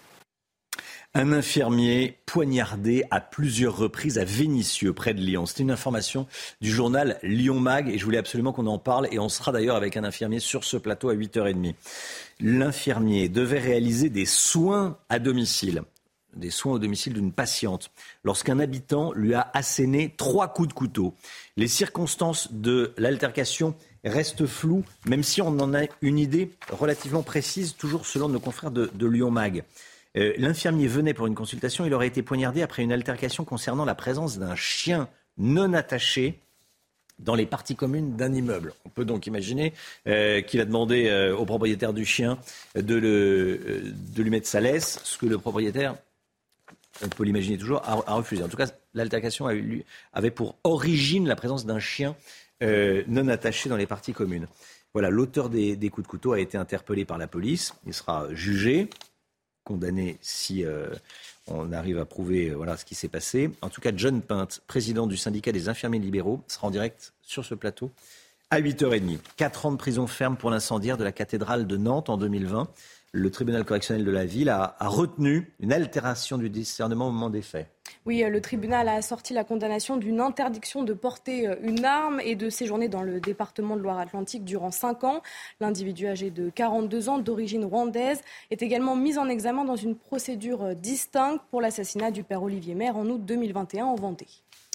Un infirmier poignardé à plusieurs reprises à Vénissieux, près de Lyon. C'était une information du journal Lyon Mag et je voulais absolument qu'on en parle. Et on sera d'ailleurs avec un infirmier sur ce plateau à 8h30. L'infirmier devait réaliser des soins à domicile. Des soins au domicile d'une patiente, lorsqu'un habitant lui a asséné 3 coups de couteau. Les circonstances de l'altercation restent floues, même si on en a une idée relativement précise, toujours selon nos confrères de Lyon Mag. L'infirmier venait pour une consultation, il aurait été poignardé après une altercation concernant la présence d'un chien non attaché dans les parties communes d'un immeuble. On peut donc imaginer qu'il a demandé au propriétaire du chien de lui mettre sa laisse, ce que le propriétaire, on peut l'imaginer toujours, a refusé. En tout cas, l'altercation avait pour origine la présence d'un chien non attaché dans les parties communes. Voilà, l'auteur des coups de couteau a été interpellé par la police. Il sera jugé, condamné si on arrive à prouver ce qui s'est passé. En tout cas, John Pinte, président du syndicat des infirmiers libéraux, sera en direct sur ce plateau à 8h30. 4 ans de prison ferme pour l'incendiaire de la cathédrale de Nantes en 2020. Le tribunal correctionnel de la ville a retenu une altération du discernement au moment des faits. Oui, le tribunal a assorti la condamnation d'une interdiction de porter une arme et de séjourner dans le département de Loire-Atlantique durant 5 ans. L'individu âgé de 42 ans, d'origine rwandaise, est également mis en examen dans une procédure distincte pour l'assassinat du père Olivier Maire en août 2021 en Vendée.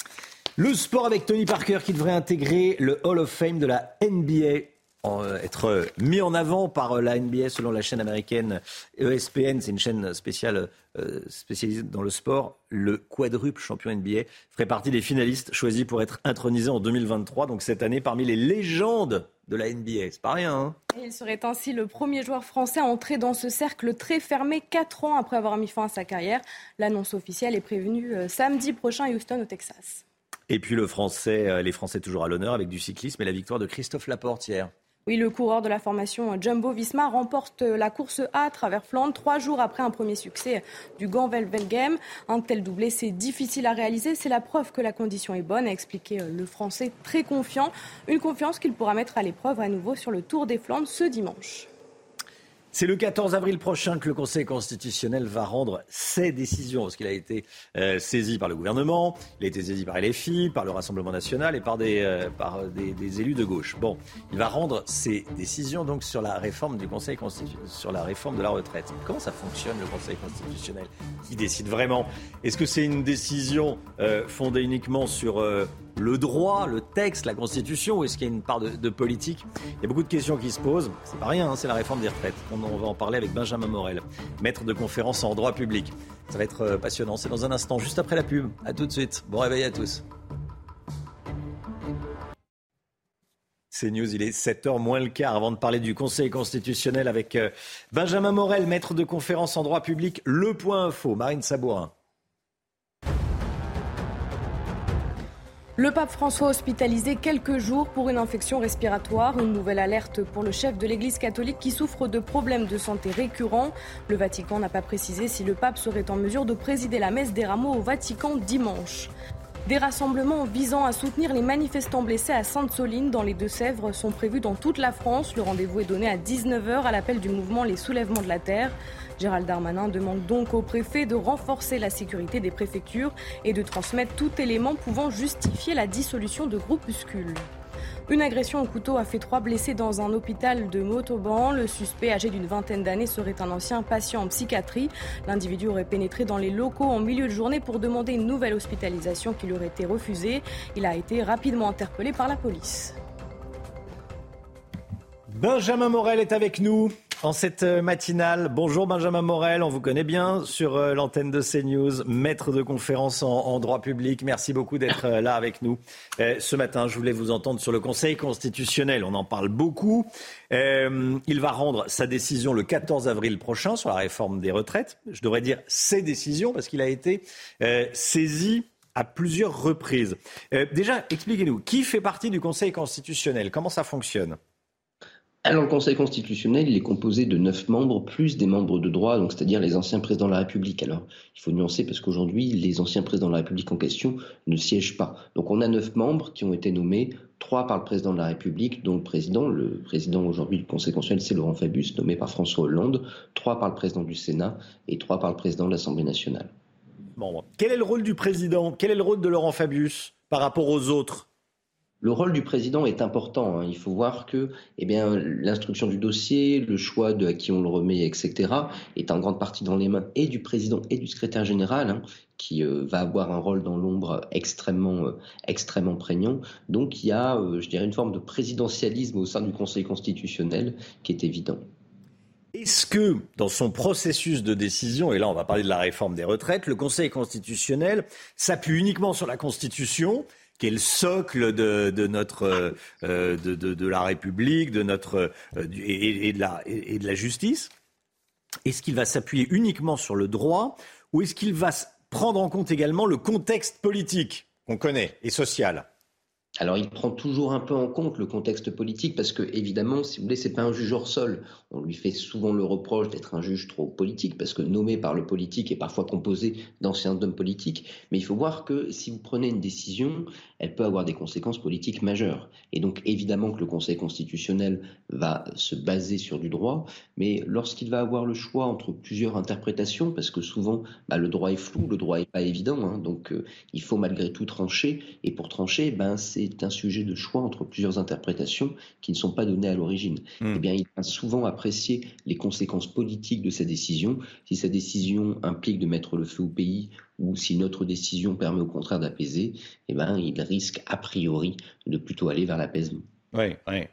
Le sport avec Tony Parker qui devrait intégrer le Hall of Fame de la NBA. Être mis en avant par la NBA selon la chaîne américaine ESPN, c'est une chaîne spéciale spécialisée dans le sport. Le quadruple champion NBA ferait partie des finalistes choisis pour être intronisé en 2023, donc cette année parmi les légendes de la NBA. C'est pas rien, hein. Et il serait ainsi le premier joueur français à entrer dans ce cercle très fermé 4 ans après avoir mis fin à sa carrière. L'annonce officielle est prévenue samedi prochain à Houston, au Texas. Et puis les Français toujours à l'honneur avec du cyclisme et la victoire de Christophe Laporte hier. Oui, le coureur de la formation Jumbo-Visma remporte la course A à travers Flandre 3 jours après un premier succès du Gand-Wevelgem. Un tel doublé, c'est difficile à réaliser. C'est la preuve que la condition est bonne, a expliqué le Français très confiant. Une confiance qu'il pourra mettre à l'épreuve à nouveau sur le Tour des Flandres ce dimanche. C'est le 14 avril prochain que le Conseil constitutionnel va rendre ses décisions, parce qu'il a été saisi par le gouvernement, il a été saisi par LFI, par le Rassemblement national et par des élus de gauche. Bon, il va rendre ses décisions donc sur la réforme du Conseil constitutionnel, sur la réforme de la retraite. Comment ça fonctionne le Conseil constitutionnel? Qui décide vraiment? Est-ce que c'est une décision fondée uniquement sur le droit, le texte, la Constitution, ou est-ce qu'il y a une part de politique? Il y a beaucoup de questions qui se posent. C'est pas rien, c'est la réforme des retraites. On va en parler avec Benjamin Morel, maître de conférence en droit public. Ça va être passionnant. C'est dans un instant, juste après la pub. À tout de suite. Bon réveil à tous. C'est News, il est 7h moins le quart. Avant de parler du Conseil constitutionnel avec Benjamin Morel, maître de conférence en droit public, Le Point Info, Marine Sabourin. Le pape François hospitalisé quelques jours pour une infection respiratoire. Une nouvelle alerte pour le chef de l'Église catholique qui souffre de problèmes de santé récurrents. Le Vatican n'a pas précisé si le pape serait en mesure de présider la messe des rameaux au Vatican dimanche. Des rassemblements visant à soutenir les manifestants blessés à Sainte-Soline dans les Deux-Sèvres sont prévus dans toute la France. Le rendez-vous est donné à 19h à l'appel du mouvement Les Soulèvements de la Terre. Gérald Darmanin demande donc au préfet de renforcer la sécurité des préfectures et de transmettre tout élément pouvant justifier la dissolution de groupuscules. Une agression au couteau a fait 3 blessés dans un hôpital de Montauban. Le suspect, âgé d'une vingtaine d'années, serait un ancien patient en psychiatrie. L'individu aurait pénétré dans les locaux en milieu de journée pour demander une nouvelle hospitalisation qui lui aurait été refusée. Il a été rapidement interpellé par la police. Benjamin Morel est avec nous en cette matinale. Bonjour Benjamin Morel, on vous connaît bien sur l'antenne de CNews, maître de conférence en droit public. Merci beaucoup d'être là avec nous. Ce matin, je voulais vous entendre sur le Conseil constitutionnel. On en parle beaucoup. Il va rendre sa décision le 14 avril prochain sur la réforme des retraites. Je devrais dire ses décisions parce qu'il a été saisi à plusieurs reprises. Déjà, expliquez-nous, qui fait partie du Conseil constitutionnel? Comment ça fonctionne? Alors le Conseil constitutionnel, il est composé de 9 membres, plus des membres de droit, donc c'est-à-dire les anciens présidents de la République. Alors il faut nuancer parce qu'aujourd'hui, les anciens présidents de la République en question ne siègent pas. Donc on a 9 membres qui ont été nommés, 3 par le président de la République, dont le président aujourd'hui du Conseil constitutionnel, c'est Laurent Fabius, nommé par François Hollande, 3 par le président du Sénat et 3 par le président de l'Assemblée nationale. Bon, quel est le rôle du président? Quel est le rôle de Laurent Fabius par rapport aux autres? Le rôle du président est important. Il faut voir que l'instruction du dossier, le choix de à qui on le remet, etc., est en grande partie dans les mains et du président et du secrétaire général, qui va avoir un rôle dans l'ombre extrêmement prégnant. Donc il y a, je dirais, une forme de présidentialisme au sein du Conseil constitutionnel qui est évident. Est-ce que, dans son processus de décision, et là on va parler de la réforme des retraites, le Conseil constitutionnel s'appuie uniquement sur la Constitution, qui est le socle de notre de la République, de notre et de la justice? Est-ce qu'il va s'appuyer uniquement sur le droit, ou est-ce qu'il va prendre en compte également le contexte politique qu'on connaît et social? Alors, il prend toujours un peu en compte le contexte politique parce que, évidemment, si vous voulez, c'est pas un juge hors sol. On lui fait souvent le reproche d'être un juge trop politique parce que nommé par le politique est parfois composé d'anciens hommes politiques. Mais il faut voir que si vous prenez une décision, elle peut avoir des conséquences politiques majeures. Et donc, évidemment que le Conseil constitutionnel va se baser sur du droit, mais lorsqu'il va avoir le choix entre plusieurs interprétations, parce que souvent, le droit est flou, le droit n'est pas évident, donc il faut malgré tout trancher. Et pour trancher, c'est un sujet de choix entre plusieurs interprétations qui ne sont pas données à l'origine. Eh bien, il va souvent apprécier les conséquences politiques de sa décision. Si sa décision implique de mettre le feu au pays ou si notre décision permet au contraire d'apaiser, il risque a priori de plutôt aller vers l'apaisement. Oui.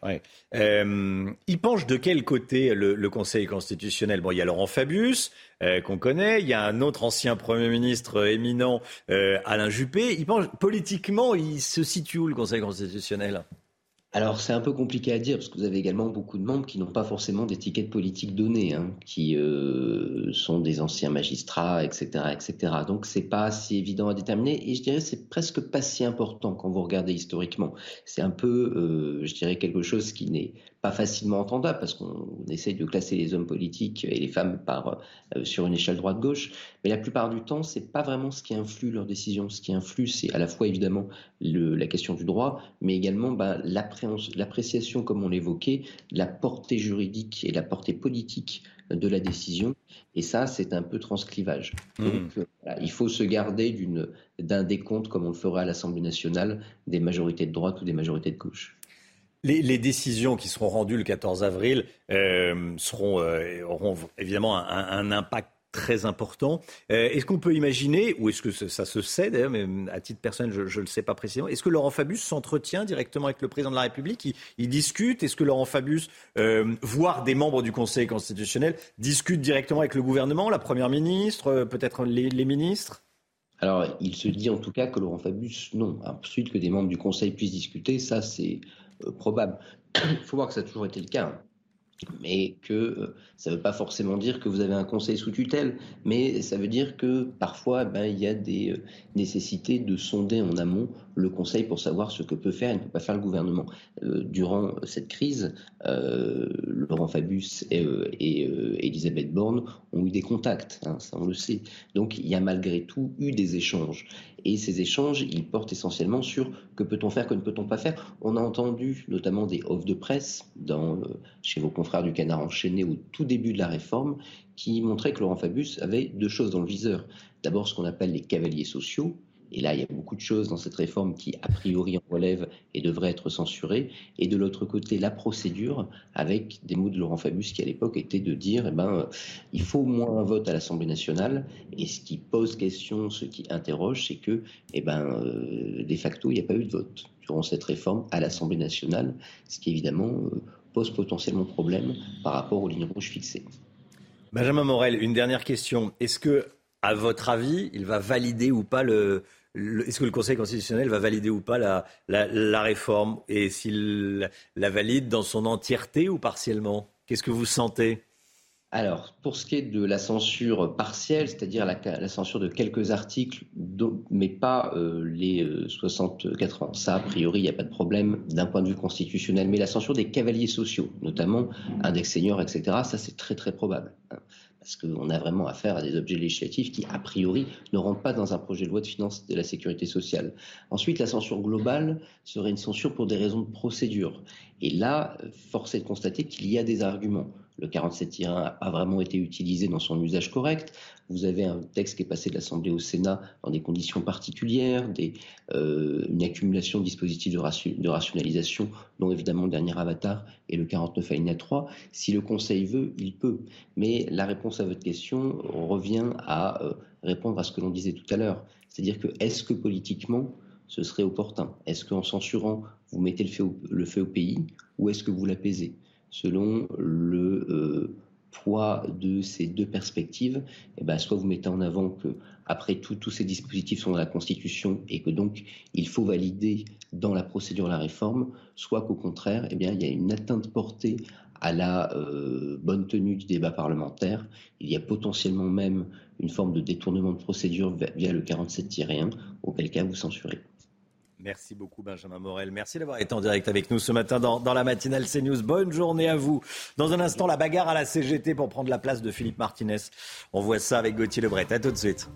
Il penche de quel côté le Conseil constitutionnel? Bon, il y a Laurent Fabius, qu'on connaît, il y a un autre ancien Premier ministre éminent, Alain Juppé. Il penche politiquement, il se situe où le Conseil constitutionnel? Alors c'est un peu compliqué à dire parce que vous avez également beaucoup de membres qui n'ont pas forcément d'étiquette politique donnée, qui sont des anciens magistrats, etc., etc. Donc c'est pas si évident à déterminer et je dirais c'est presque pas si important quand vous regardez historiquement. C'est un peu, je dirais quelque chose qui n'est pas facilement entendable parce qu'on essaye de classer les hommes politiques et les femmes sur une échelle droite-gauche, mais la plupart du temps c'est pas vraiment ce qui influe leurs décisions. Ce qui influe c'est à la fois évidemment la question du droit, mais également l'appréciation, comme on l'évoquait, de la portée juridique et la portée politique de la décision. Et ça, c'est un peu transclivage. Donc, voilà, il faut se garder d'un décompte, comme on le fera à l'Assemblée nationale, des majorités de droite ou des majorités de gauche. Les décisions qui seront rendues le 14 avril auront évidemment un impact très important. Est-ce qu'on peut imaginer, ou est-ce que ça se sait d'ailleurs, mais à titre personnel, je ne le sais pas précisément, est-ce que Laurent Fabius s'entretient directement avec le président de la République ? Il discute ? Est-ce que Laurent Fabius, voire des membres du Conseil constitutionnel, discutent directement avec le gouvernement, la Première ministre, peut-être les ministres ? Alors, il se dit en tout cas que Laurent Fabius, non. Ensuite, que des membres du Conseil puissent discuter, ça c'est probable. Il faut voir que ça a toujours été le cas. Mais que ça ne veut pas forcément dire que vous avez un conseil sous tutelle, mais ça veut dire que parfois il y a des nécessités de sonder en amont le conseil pour savoir ce que peut faire et ne peut pas faire le gouvernement. Durant cette crise, Laurent Fabius et Elisabeth Borne ont eu des contacts, ça on le sait. Donc il y a malgré tout eu des échanges. Et ces échanges, ils portent essentiellement sur que peut-on faire, que ne peut-on pas faire. On a entendu notamment des offres de presse chez vos confrères du Canard enchaîné au tout début de la réforme qui montraient que Laurent Fabius avait deux choses dans le viseur. D'abord ce qu'on appelle les cavaliers sociaux. Et là, il y a beaucoup de choses dans cette réforme qui, a priori, en relèvent et devraient être censurées. Et de l'autre côté, la procédure, avec des mots de Laurent Fabius qui, à l'époque, étaient de dire il faut au moins un vote à l'Assemblée nationale. Et ce qui pose question, ce qui interroge, c'est que, de facto, il n'y a pas eu de vote durant cette réforme à l'Assemblée nationale, ce qui, évidemment, pose potentiellement problème par rapport aux lignes rouges fixées. Benjamin Morel, une dernière question. Est-ce que, à votre avis, il va valider ou pas est-ce que le Conseil constitutionnel va valider ou pas la réforme ? Et s'il la valide dans son entièreté ou partiellement ? Qu'est-ce que vous sentez ? Alors, pour ce qui est de la censure partielle, c'est-à-dire la censure de quelques articles, mais pas les 64 ans, ça, a priori, il n'y a pas de problème d'un point de vue constitutionnel. Mais la censure des cavaliers sociaux, notamment index senior, etc., ça, c'est très, très probable. Parce qu'on a vraiment affaire à des objets législatifs qui, a priori, ne rentrent pas dans un projet de loi de finances de la sécurité sociale. Ensuite, la censure globale serait une censure pour des raisons de procédure. Et là, force est de constater qu'il y a des arguments. Le 47-1 n'a pas vraiment été utilisé dans son usage correct. Vous avez un texte qui est passé de l'Assemblée au Sénat dans des conditions particulières, une accumulation de dispositifs de rationalisation, dont évidemment le dernier avatar est le 49 alinéa 3. Si le Conseil veut, il peut. Mais la réponse à votre question revient à répondre à ce que l'on disait tout à l'heure. C'est-à-dire que est-ce que politiquement, ce serait opportun ? Est-ce qu'en censurant, vous mettez le feu au pays ou est-ce que vous l'apaisez ? Selon le poids de ces deux perspectives, soit vous mettez en avant que, après tout, tous ces dispositifs sont dans la Constitution et que donc il faut valider dans la procédure la réforme, soit qu'au contraire, il y a une atteinte portée à la bonne tenue du débat parlementaire. Il y a potentiellement même une forme de détournement de procédure via le 47-1, auquel cas vous censurez. Merci beaucoup Benjamin Morel. Merci d'avoir été en direct avec nous ce matin dans la matinale CNews. Bonne journée à vous. Dans un instant, la bagarre à la CGT pour prendre la place de Philippe Martinez. On voit ça avec Gauthier Lebret. À tout de suite.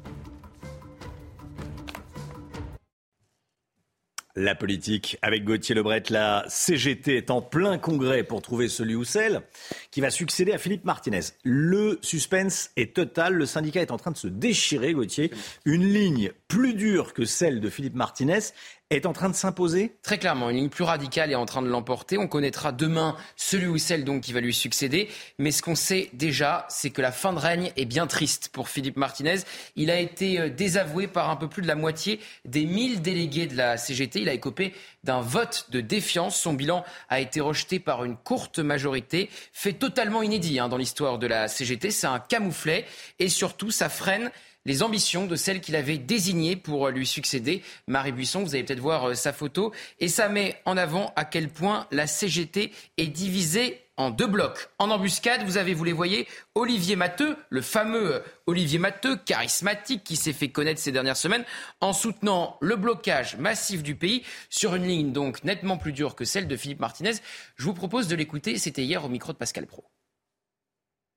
La politique avec Gauthier Lebret. La CGT est en plein congrès pour trouver celui ou celle qui va succéder à Philippe Martinez. Le suspense est total. Le syndicat est en train de se déchirer, Gauthier. Une ligne plus dure que celle de Philippe Martinez est en train de s'imposer ? Très clairement, une ligne plus radicale est en train de l'emporter. On connaîtra demain celui ou celle donc qui va lui succéder. Mais ce qu'on sait déjà, c'est que la fin de règne est bien triste pour Philippe Martinez. Il a été désavoué par un peu plus de la moitié des 1000 délégués de la CGT. Il a écopé d'un vote de défiance. Son bilan a été rejeté par une courte majorité. Fait totalement inédit dans l'histoire de la CGT. C'est un camouflet et surtout, ça freine les ambitions de celle qu'il avait désignée pour lui succéder. Marie Buisson, vous allez peut-être voir sa photo. Et ça met en avant à quel point la CGT est divisée en deux blocs. En embuscade, vous les voyez, Olivier Matteux, le fameux Olivier Matteux, charismatique, qui s'est fait connaître ces dernières semaines, en soutenant le blocage massif du pays sur une ligne donc nettement plus dure que celle de Philippe Martinez. Je vous propose de l'écouter, c'était hier au micro de Pascal Praud.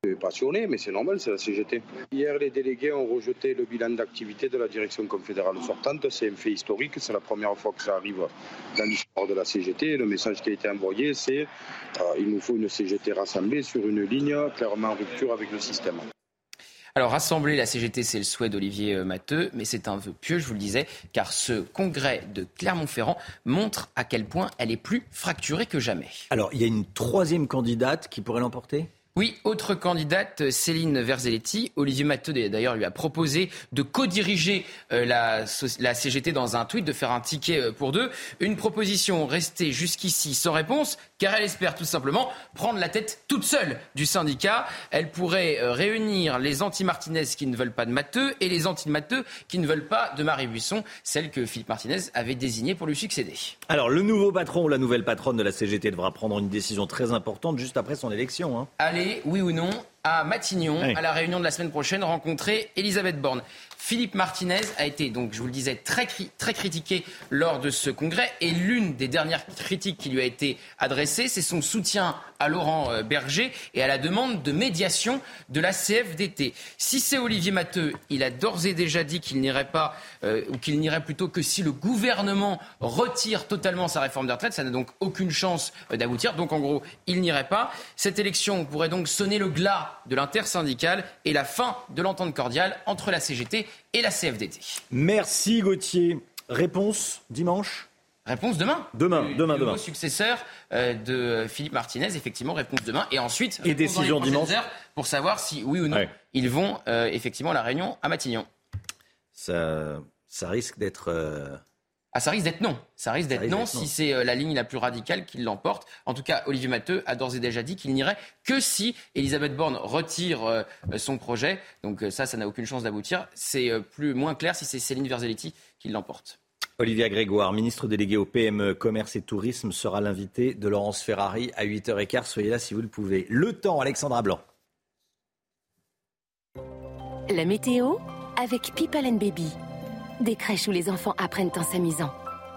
Passionné, mais c'est normal, c'est la CGT. Hier, les délégués ont rejeté le bilan d'activité de la direction confédérale sortante. C'est un fait historique, c'est la première fois que ça arrive dans l'histoire de la CGT. Le message qui a été envoyé, c'est il nous faut une CGT rassemblée sur une ligne clairement en rupture avec le système. Alors, rassembler la CGT, c'est le souhait d'Olivier Matteux, mais c'est un vœu pieux, je vous le disais, car ce congrès de Clermont-Ferrand montre à quel point elle est plus fracturée que jamais. Alors, il y a une troisième candidate qui pourrait l'emporter ? Oui, autre candidate, Céline Verzelletti. Olivier Matteux, d'ailleurs, lui a proposé de co-diriger la CGT dans un tweet, de faire un ticket pour deux. Une proposition restée jusqu'ici sans réponse, car elle espère tout simplement prendre la tête toute seule du syndicat. Elle pourrait réunir les anti-Martinez qui ne veulent pas de Matteux et les anti-Matteux qui ne veulent pas de Marie Buisson, celle que Philippe Martinez avait désignée pour lui succéder. Alors, le nouveau patron ou la nouvelle patronne de la CGT devra prendre une décision très importante juste après son élection. Hein. Allez, oui ou non, à Matignon, oui. À la réunion de la semaine prochaine, rencontrer Elisabeth Borne. Philippe Martinez a été, donc je vous le disais, très critiqué lors de ce congrès. Et l'une des dernières critiques qui lui a été adressée, c'est son soutien à Laurent Berger et à la demande de médiation de la CFDT. Si c'est Olivier Matteux, il a d'ores et déjà dit qu'il n'irait pas, ou qu'il n'irait plutôt que si le gouvernement retire totalement sa réforme des retraites. Ça n'a donc aucune chance d'aboutir. Donc en gros, il n'irait pas. Cette élection pourrait donc sonner le glas de l'intersyndicale et la fin de l'entente cordiale entre la CGT et la CFDT. Merci Gauthier. Réponse dimanche ? Réponse demain. Demain. Le successeur de Philippe Martinez, effectivement, réponse demain. Et ensuite, et décision dimanche pour savoir si, oui ou non, ils vont effectivement à la réunion à Matignon. Ça risque d'être... ça risque d'être non. Ça risque d'être non si c'est la ligne la plus radicale qui l'emporte. En tout cas, Olivier Matteux a d'ores et déjà dit qu'il n'irait que si Elisabeth Borne retire son projet. Donc ça n'a aucune chance d'aboutir. C'est moins clair si c'est Céline Verzelletti qui l'emporte. Olivia Grégoire, ministre déléguée au PME, Commerce et Tourisme, sera l'invité de Laurence Ferrari à 8h15. Soyez là si vous le pouvez. Le temps, Alexandra Blanc. La météo avec People & Baby. Des crèches où les enfants apprennent en s'amusant.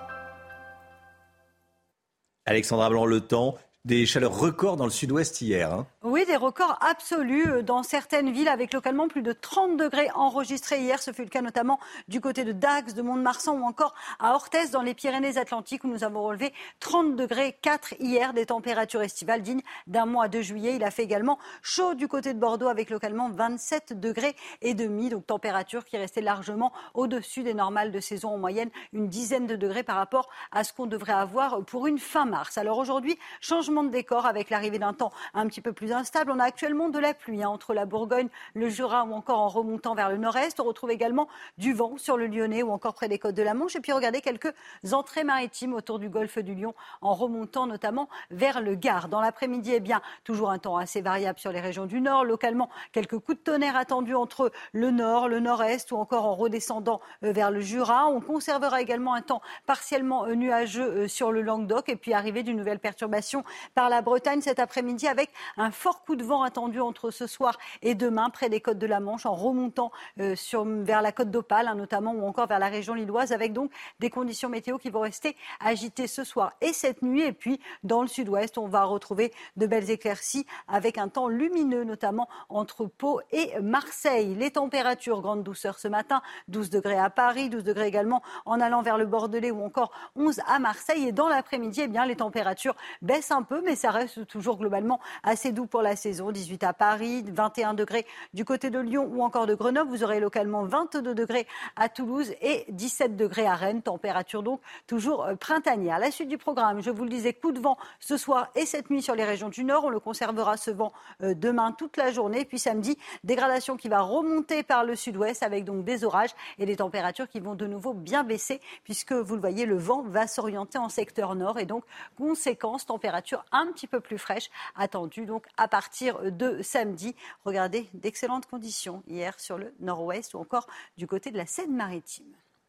Alexandra Blanc, le temps. Des chaleurs records dans le sud-ouest hier. Hein. Oui, des records absolus dans certaines villes avec localement plus de 30 degrés enregistrés hier. Ce fut le cas notamment du côté de Dax, de Mont-de-Marsan ou encore à Orthez dans les Pyrénées-Atlantiques où nous avons relevé 30 degrés 4 hier, des températures estivales dignes d'un mois de juillet. Il a fait également chaud du côté de Bordeaux avec localement 27 degrés et demi, donc température qui restait largement au-dessus des normales de saison en moyenne, une dizaine de degrés par rapport à ce qu'on devrait avoir pour une fin mars. Alors aujourd'hui, changement de décor avec l'arrivée d'un temps un petit peu plus instable. On a actuellement de la pluie entre la Bourgogne, le Jura ou encore en remontant vers le nord-est. On retrouve également du vent sur le Lyonnais ou encore près des côtes de la Manche. Et puis regardez quelques entrées maritimes autour du golfe du Lion en remontant notamment vers le Gard. Dans l'après-midi, toujours un temps assez variable sur les régions du nord. Localement, quelques coups de tonnerre attendus entre le nord, le nord-est ou encore en redescendant vers le Jura. On conservera également un temps partiellement nuageux sur le Languedoc et puis arrivée d'une nouvelle perturbation par la Bretagne cet après-midi avec un fort coup de vent attendu entre ce soir et demain près des côtes de la Manche en remontant vers la côte d'Opale notamment ou encore vers la région lilloise avec donc des conditions météo qui vont rester agitées ce soir et cette nuit. Et puis dans le sud-ouest, on va retrouver de belles éclaircies avec un temps lumineux notamment entre Pau et Marseille. Les températures, grande douceur ce matin, 12 degrés à Paris, 12 degrés également en allant vers le Bordelais ou encore 11 à Marseille. Et dans l'après-midi, les températures baissent un peu, mais ça reste toujours globalement assez doux pour la saison. 18 à Paris, 21 degrés du côté de Lyon ou encore de Grenoble. Vous aurez localement 22 degrés à Toulouse et 17 degrés à Rennes. Température donc toujours printanière. La suite du programme, je vous le disais, coup de vent ce soir et cette nuit sur les régions du Nord. On le conservera ce vent demain toute la journée. Puis samedi, dégradation qui va remonter par le sud-ouest avec donc des orages et des températures qui vont de nouveau bien baisser puisque vous le voyez, le vent va s'orienter en secteur nord et donc conséquence, température un petit peu plus fraîche attendue donc à partir de samedi. Regardez, d'excellentes conditions hier sur le nord-ouest ou encore du côté de la Seine-Maritime.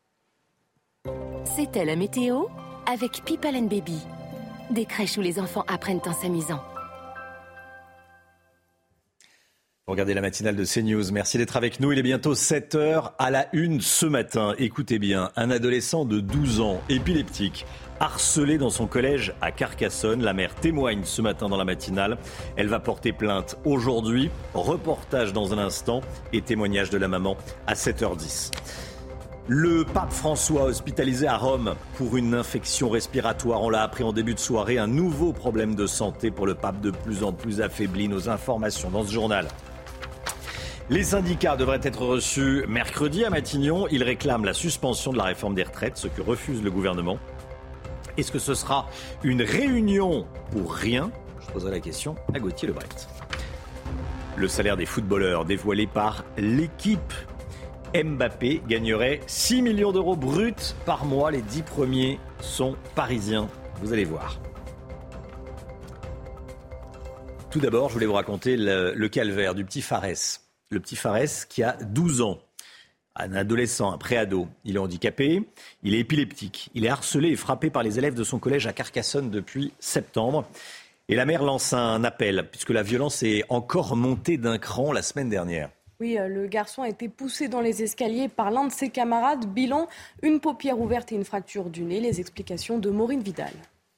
C'était la météo avec People & Baby. Des crèches où les enfants apprennent en s'amusant. Regardez la matinale de CNews. Merci d'être avec nous. Il est bientôt 7h à la une ce matin. Écoutez bien, un adolescent de 12 ans, épileptique, harcelé dans son collège à Carcassonne. La mère témoigne ce matin dans la matinale. Elle va porter plainte aujourd'hui. Reportage dans un instant et témoignage de la maman à 7h10. Le pape François hospitalisé à Rome pour une infection respiratoire. On l'a appris en début de soirée. Un nouveau problème de santé pour le pape de plus en plus affaibli. Nos informations dans ce journal. Les syndicats devraient être reçus mercredi à Matignon. Ils réclament la suspension de la réforme des retraites, ce que refuse le gouvernement. Est-ce que ce sera une réunion pour rien ? Je poserai la question à Gauthier Lebret. Le salaire des footballeurs dévoilé par l'équipe. Mbappé gagnerait 6 millions d'euros bruts par mois. Les 10 premiers sont parisiens. Vous allez voir. Tout d'abord, je voulais vous raconter le calvaire du petit Farès. Le petit Farès qui a 12 ans, un adolescent, un préado. Il est handicapé, il est épileptique. Il est harcelé et frappé par les élèves de son collège à Carcassonne depuis septembre. Et la mère lance un appel, puisque la violence est encore montée d'un cran la semaine dernière. Oui, le garçon a été poussé dans les escaliers par l'un de ses camarades. Bilan, une paupière ouverte et une fracture du nez. Les explications de Maureen Vidal.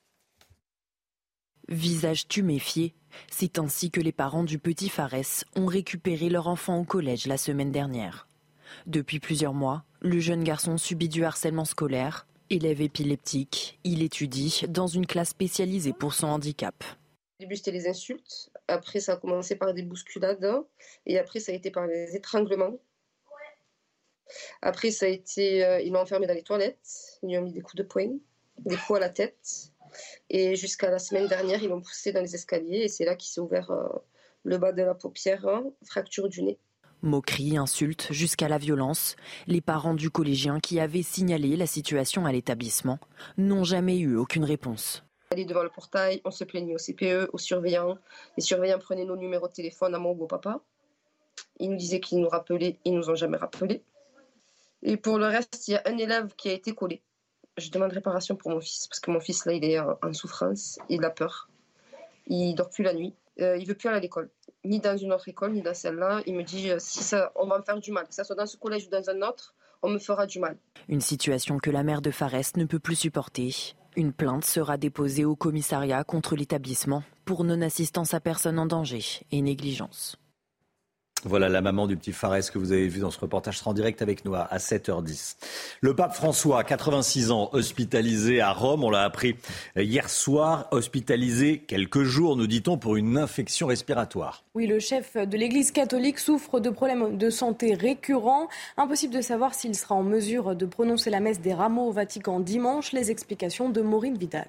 Visage tuméfié, c'est ainsi que les parents du petit Farès ont récupéré leur enfant au collège la semaine dernière. Depuis plusieurs mois, le jeune garçon subit du harcèlement scolaire. Élève épileptique, il étudie dans une classe spécialisée pour son handicap. Au début, c'était les insultes. Après, ça a commencé par des bousculades. Et après, ça a été par les étranglements. Après, ça a été... ils l'ont enfermé dans les toilettes. Ils lui ont mis des coups de poing, des coups à la tête. Et jusqu'à la semaine dernière, ils l'ont poussé dans les escaliers. Et c'est là qu'il s'est ouvert le bas de la paupière, fracture du nez. Moqueries, insultes, jusqu'à la violence. Les parents du collégien qui avaient signalé la situation à l'établissement n'ont jamais eu aucune réponse. On allait devant le portail, on se plaignait au CPE, aux surveillants. Les surveillants prenaient nos numéros de téléphone à mon beau-papa. Ils nous disaient qu'ils nous rappelaient, ils nous ont jamais rappelés. Et pour le reste, il y a un élève qui a été collé. Je demande réparation pour mon fils, parce que mon fils, là, il est en souffrance, il a peur. Il dort plus la nuit, il veut plus aller à l'école. Ni dans une autre école, ni dans celle-là. Il me dit, si ça, on va me faire du mal, que ça soit dans ce collège ou dans un autre, on me fera du mal. Une situation que la mère de Farès ne peut plus supporter. Une plainte sera déposée au commissariat contre l'établissement pour non-assistance à personne en danger et négligence. Voilà la maman du petit Farès que vous avez vu dans ce reportage. Sera en direct avec nous à 7h10. Le pape François, 86 ans, hospitalisé à Rome. On l'a appris hier soir. Hospitalisé quelques jours, nous dit-on, pour une infection respiratoire. Oui, le chef de l'Église catholique souffre de problèmes de santé récurrents. Impossible de savoir s'il sera en mesure de prononcer la messe des Rameaux au Vatican dimanche. Les explications de Maureen Vidal.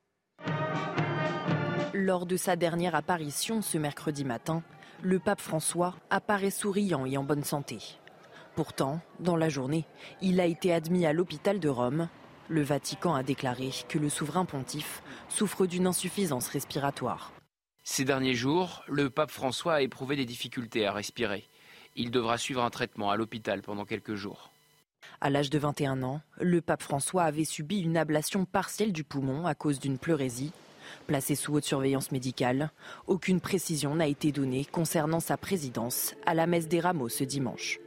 Lors de sa dernière apparition ce mercredi matin, le pape François apparaît souriant et en bonne santé. Pourtant, dans la journée, il a été admis à l'hôpital de Rome. Le Vatican a déclaré que le souverain pontife souffre d'une insuffisance respiratoire. Ces derniers jours, le pape François a éprouvé des difficultés à respirer. Il devra suivre un traitement à l'hôpital pendant quelques jours. À l'âge de 21 ans, le pape François avait subi une ablation partielle du poumon à cause d'une pleurésie. Placé sous haute surveillance médicale, aucune précision n'a été donnée concernant sa présidence à la messe des Rameaux ce dimanche.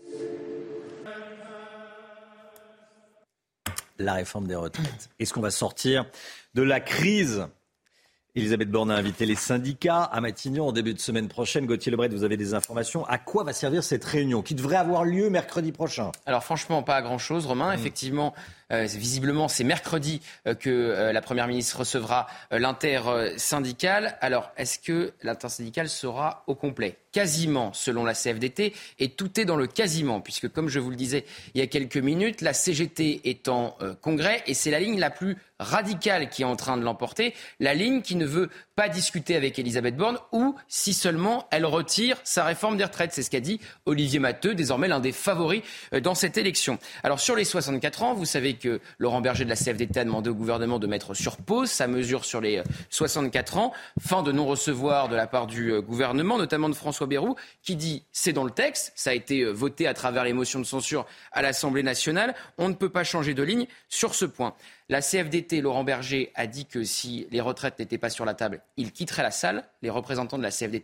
La réforme des retraites. Est-ce qu'on va sortir de la crise ? Elisabeth Borne a invité les syndicats à Matignon en début de semaine prochaine. Gauthier Lebret, vous avez des informations. À quoi va servir cette réunion qui devrait avoir lieu mercredi prochain ? Alors franchement, pas à grand-chose, Romain. Effectivement, visiblement, c'est mercredi que la Première ministre recevra l'intersyndicale. Alors, est-ce que l'intersyndicale sera au complet ? Quasiment, selon la CFDT, et tout est dans le quasiment, puisque comme je vous le disais il y a quelques minutes, la CGT est en congrès, et c'est la ligne la plus radicale qui est en train de l'emporter, la ligne qui ne veut pas discuter avec Elisabeth Borne, ou si seulement elle retire sa réforme des retraites. C'est ce qu'a dit Olivier Matteux, désormais l'un des favoris dans cette élection. Alors sur les 64 ans, vous savez que Laurent Berger de la CFDT a demandé au gouvernement de mettre sur pause sa mesure sur les 64 ans. Fin de non-recevoir de la part du gouvernement, notamment de François Bayrou, qui dit c'est dans le texte, ça a été voté à travers les motions de censure à l'Assemblée nationale, on ne peut pas changer de ligne sur ce point. La CFDT, Laurent Berger, a dit que si les retraites n'étaient pas sur la table, il quitterait la salle. Les représentants de la CFDT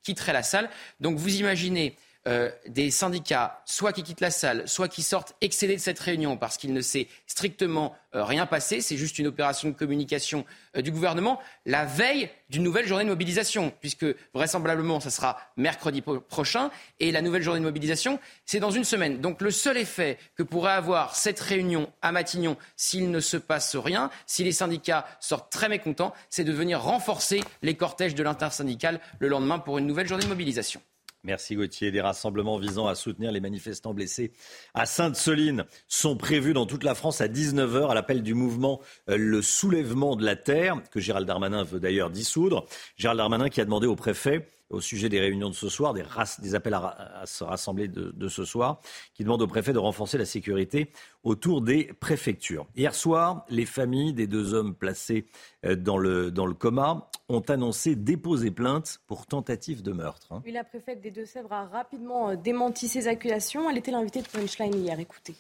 quitteraient la salle. Donc vous imaginez des syndicats, soit qui quittent la salle, soit qui sortent excédés de cette réunion parce qu'il ne s'est strictement rien passé. C'est juste une opération de communication du gouvernement, la veille d'une nouvelle journée de mobilisation, puisque vraisemblablement, ça sera mercredi prochain, et la nouvelle journée de mobilisation, c'est dans une semaine. Donc le seul effet que pourrait avoir cette réunion à Matignon, s'il ne se passe rien, si les syndicats sortent très mécontents, c'est de venir renforcer les cortèges de l'intersyndicale le lendemain pour une nouvelle journée de mobilisation. Merci Gauthier. Des rassemblements visant à soutenir les manifestants blessés à Sainte-Soline sont prévus dans toute la France à 19h à l'appel du mouvement Le Soulèvement de la Terre, que Gérald Darmanin veut d'ailleurs dissoudre. Gérald Darmanin qui a demandé au préfet, au sujet des réunions de ce soir, des appels à se rassembler de ce soir, qui demande au préfet de renforcer la sécurité autour des préfectures. Hier soir, les familles des 2 hommes placés dans le coma ont annoncé déposer plainte pour tentative de meurtre. Oui, la préfète des Deux-Sèvres a rapidement démenti ces accusations. Elle était l'invitée de Punchline hier. Écoutez.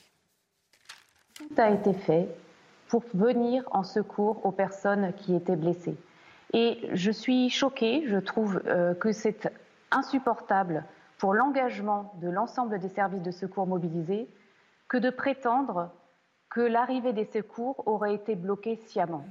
Tout a été fait pour venir en secours aux personnes qui étaient blessées. Et je suis choquée, je trouve que c'est insupportable pour l'engagement de l'ensemble des services de secours mobilisés que de prétendre que l'arrivée des secours aurait été bloquée sciemment.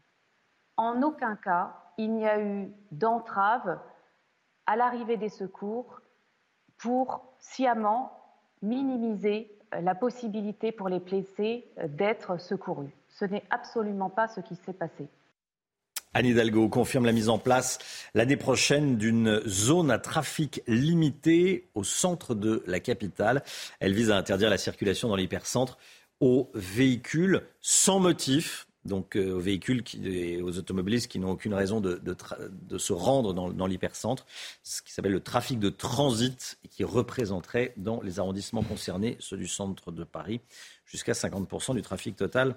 En aucun cas, il n'y a eu d'entrave à l'arrivée des secours pour sciemment minimiser la possibilité pour les blessés d'être secourus. Ce n'est absolument pas ce qui s'est passé. Anne Hidalgo confirme la mise en place l'année prochaine d'une zone à trafic limité au centre de la capitale. Elle vise à interdire la circulation dans l'hypercentre aux véhicules sans motif, donc aux véhicules et aux automobilistes qui n'ont aucune raison de se rendre dans l'hypercentre, ce qui s'appelle le trafic de transit et qui représenterait dans les arrondissements concernés, ceux du centre de Paris, jusqu'à 50% du trafic total.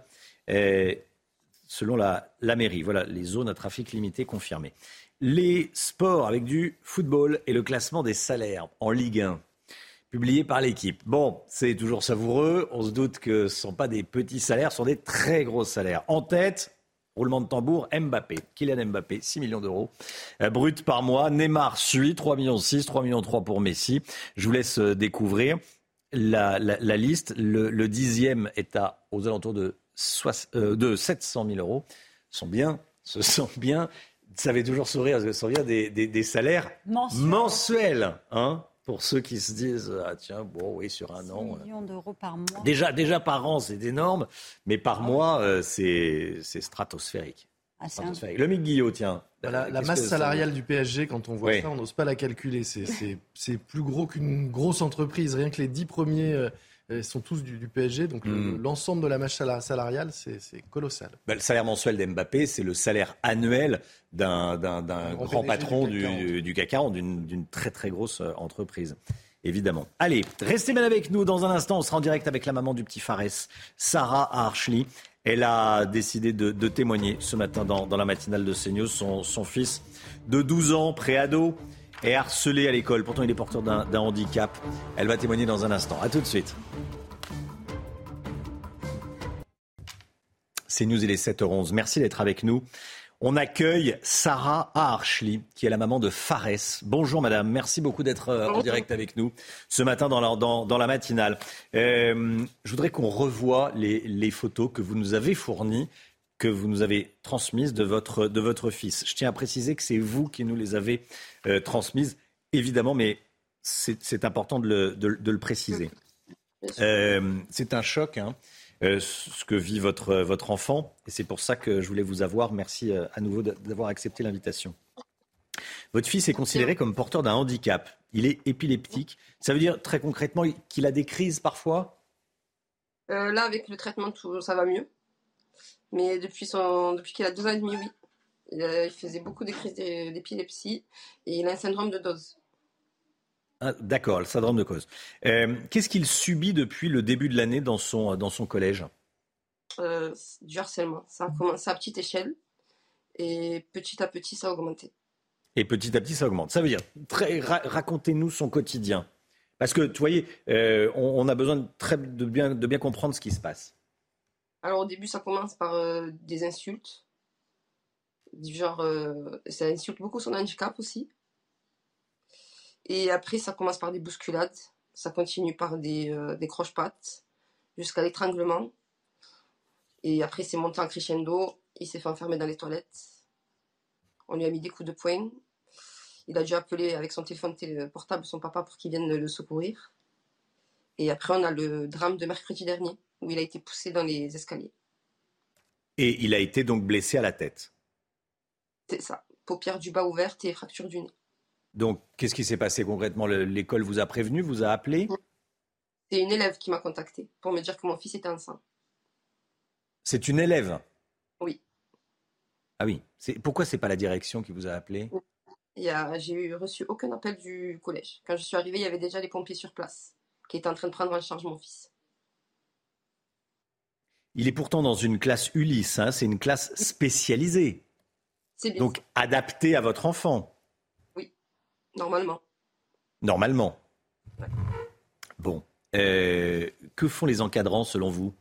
Selon la mairie. Voilà, les zones à trafic limité confirmées. Les sports avec du football et le classement des salaires en Ligue 1, publié par l'équipe. Bon, c'est toujours savoureux. On se doute que ce ne sont pas des petits salaires, ce sont des très gros salaires. En tête, roulement de tambour, Mbappé. Kylian Mbappé, 6 millions d'euros brut par mois. Neymar suit, 3,6 millions, 3,3 millions pour Messi. Je vous laisse découvrir la liste. Le 10e est aux alentours de 700 000 euros. Ce sont bien, ça fait toujours sourire, ce sont bien des salaires mensuels, hein, pour ceux qui se disent tiens, bon, oui, sur un an. 6 millions d'euros par mois. Déjà par an, c'est énorme, mais par mois, c'est stratosphérique. Le Mick Guillot, tiens. La masse salariale du PSG, quand on voit ça, on n'ose pas la calculer. C'est plus gros qu'une grosse entreprise. Rien que les 10 premiers sont tous du PSG, donc l'ensemble de la masse salariale, c'est colossal. Le salaire mensuel d'Mbappé, c'est le salaire annuel d'un grand patron du CAC 40, d'une très très grosse entreprise, évidemment. Allez, restez bien avec nous. Dans un instant, on sera en direct avec la maman du petit Fares, Sarah à Archely. Elle a décidé de témoigner ce matin dans la matinale de CNews. Son fils de 12 ans, préado, est harcelé à l'école. Pourtant, il est porteur d'un handicap. Elle va témoigner dans un instant. A tout de suite. CNews, il est 7h11. Merci d'être avec nous. On accueille Sarah à Archely, qui est la maman de Fares. Bonjour madame, merci beaucoup d'être en direct avec nous ce matin dans la matinale. Je voudrais qu'on revoie les photos que vous nous avez fournies, que vous nous avez transmises de votre fils. Je tiens à préciser que c'est vous qui nous les avez transmises, évidemment, mais c'est important de le préciser. C'est un choc, hein. Ce que vit votre enfant. Et c'est pour ça que je voulais vous avoir. Merci à nouveau d'avoir accepté l'invitation. Votre fils est considéré comme porteur d'un handicap. Il est épileptique. Ça veut dire très concrètement qu'il a des crises parfois ? Là, avec le traitement, ça va mieux. Mais depuis qu'il a 2 ans et demi, oui. Il faisait beaucoup de crises d'épilepsie. Et il a un syndrome de Dose. Ah, d'accord, le syndrome de Cause. Qu'est-ce qu'il subit depuis le début de l'année dans son collège ? Du harcèlement. Ça a commencé à petite échelle et petit à petit, ça a augmenté. Et petit à petit, ça augmente. Ça veut dire, racontez-nous son quotidien. Parce que, tu voyez, on a besoin de bien comprendre ce qui se passe. Alors, au début, ça commence par des insultes. Du genre, ça insulte beaucoup son handicap aussi. Et après, ça commence par des bousculades. Ça continue par des croche-pattes jusqu'à l'étranglement. Et après, c'est monté en crescendo. Il s'est fait enfermer dans les toilettes. On lui a mis des coups de poing. Il a dû appeler avec son téléphone portable son papa pour qu'il vienne le secourir. Et après, on a le drame de mercredi dernier, où il a été poussé dans les escaliers. Et il a été donc blessé à la tête. C'est ça. Paupières du bas ouvertes et fracture du nez. Donc, qu'est-ce qui s'est passé concrètement? L'école vous a prévenu, vous a appelé? C'est une élève qui m'a contacté pour me dire que mon fils était enceint. C'est une élève? Oui. Ah oui. Pourquoi c'est pas la direction qui vous a appelé? J'ai reçu aucun appel du collège. Quand je suis arrivée, il y avait déjà les pompiers sur place qui étaient en train de prendre en charge mon fils. Il est pourtant dans une classe Ulysse, hein, c'est une classe spécialisée. C'est bien. Donc adaptée à votre enfant. Oui, normalement. Normalement. Ouais. Bon. Que font les encadrants selon vous?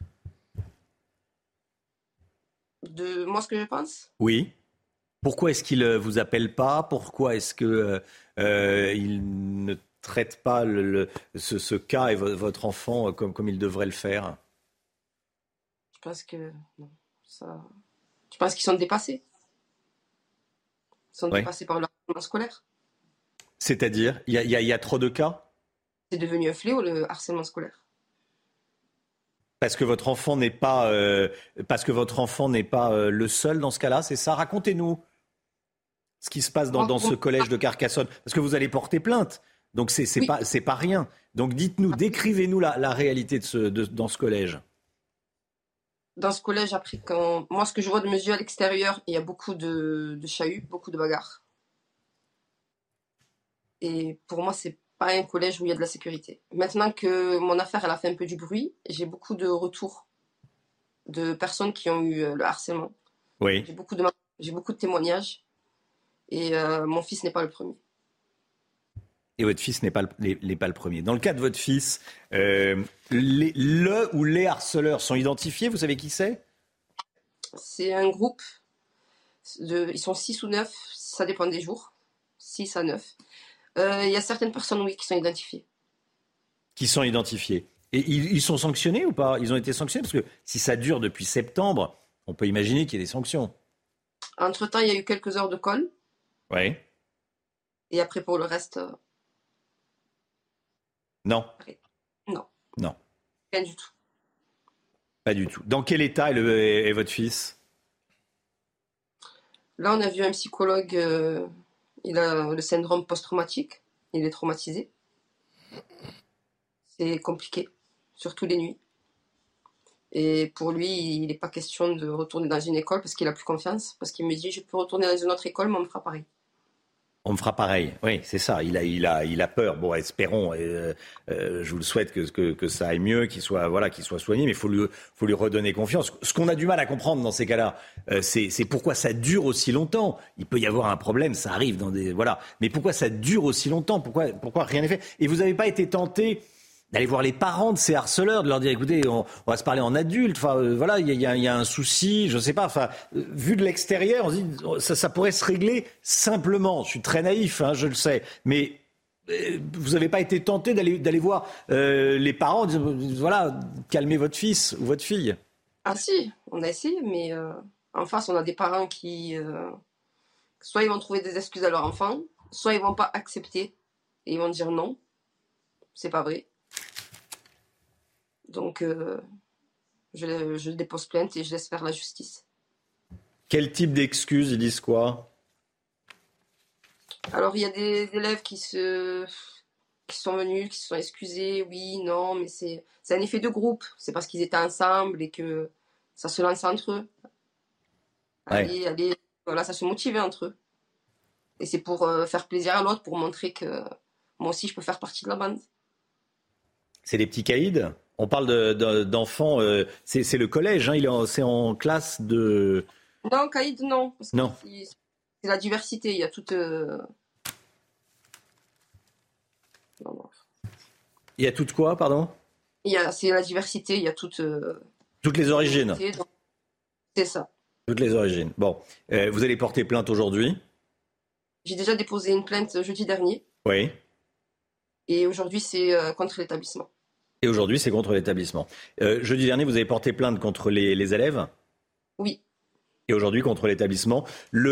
De moi, ce que je pense? Oui. Pourquoi est-ce qu'ils ne vous appellent pas? Pourquoi est-ce qu'ils ne traitent pas ce cas et votre enfant comme ils devraient le faire? Je pense que je pense qu'ils sont dépassés. Ils sont dépassés par le harcèlement scolaire. C'est-à-dire, il y a trop de cas? C'est devenu un fléau, le harcèlement scolaire. Parce que votre enfant n'est pas, le seul dans ce cas-là, c'est ça? Racontez-nous ce qui se passe dans ce collège de Carcassonne. Parce que vous allez porter plainte, donc c'est pas rien. Donc dites-nous, décrivez-nous la réalité dans ce collège. Dans ce collège, après, moi, ce que je vois de mes yeux à l'extérieur, il y a beaucoup de chahuts, beaucoup de bagarres. Et pour moi, c'est pas un collège où il y a de la sécurité. Maintenant que mon affaire, elle a fait un peu du bruit, j'ai beaucoup de retours de personnes qui ont eu le harcèlement. Oui. J'ai beaucoup de témoignages. Et mon fils n'est pas le premier. Et votre fils n'est pas le premier. Dans le cas de votre fils, le ou les harceleurs sont identifiés? Vous savez qui c'est? C'est un groupe. Ils sont 6 ou 9, ça dépend des jours. 6 à 9. Il y a certaines personnes, oui, qui sont identifiées. Qui sont identifiées. Et ils sont sanctionnés ou pas? Ils ont été sanctionnés? Parce que si ça dure depuis septembre, on peut imaginer qu'il y ait des sanctions. Entre-temps, il y a eu quelques heures de colle. Oui. Et après, pour le reste... Non. Non. Non. Rien du tout. Pas du tout. Dans quel état est votre fils? Là, on a vu un psychologue. Il a le syndrome post-traumatique. Il est traumatisé. C'est compliqué, surtout les nuits. Et pour lui, il n'est pas question de retourner dans une école parce qu'il n'a plus confiance. Parce qu'il me dit, je peux retourner dans une autre école, mais on me fera pareil. On me fera pareil, oui, c'est ça. Il a peur. Bon, espérons. Je vous le souhaite que ça aille mieux, qu'il soit soigné, mais il faut lui redonner confiance. Ce qu'on a du mal à comprendre dans ces cas-là, c'est pourquoi ça dure aussi longtemps. Il peut y avoir un problème, ça arrive mais pourquoi ça dure aussi longtemps? Pourquoi rien n'est fait? Et vous n'avez pas été tenté d'aller voir les parents de ces harceleurs, de leur dire, écoutez, on va se parler en adulte, il y a un souci, je sais pas, vu de l'extérieur, on se dit, ça pourrait se régler simplement. Je suis très naïf, je le sais, mais vous n'avez pas été tenté d'aller voir les parents, calmez votre fils ou votre fille? Ah si, on a essayé, mais en face, on a des parents qui, soit ils vont trouver des excuses à leur enfant, soit ils vont pas accepter, et ils vont dire non, c'est pas vrai. Donc, je dépose plainte et je laisse faire la justice. Quel type d'excuses? Ils disent quoi? Alors, il y a des élèves qui sont venus, qui se sont excusés. Oui, non, mais c'est un effet de groupe. C'est parce qu'ils étaient ensemble et que ça se lance entre eux. Allez, voilà, ça se motivait entre eux. Et c'est pour faire plaisir à l'autre, pour montrer que moi aussi, je peux faire partie de la bande. C'est des petits caïds? On parle d'enfants, c'est le collège, c'est en classe de... Non, caïd, non. Parce que non. C'est la diversité, il y a toute... Non. Il y a toute quoi, pardon? C'est la diversité, il y a toutes les origines. C'est ça. Toutes les origines. Bon, vous allez porter plainte aujourd'hui? J'ai déjà déposé une plainte jeudi dernier. Oui. Et aujourd'hui, c'est contre l'établissement. Et aujourd'hui, c'est contre l'établissement. Jeudi dernier, vous avez porté plainte contre les élèves ? Oui. Et aujourd'hui, contre l'établissement.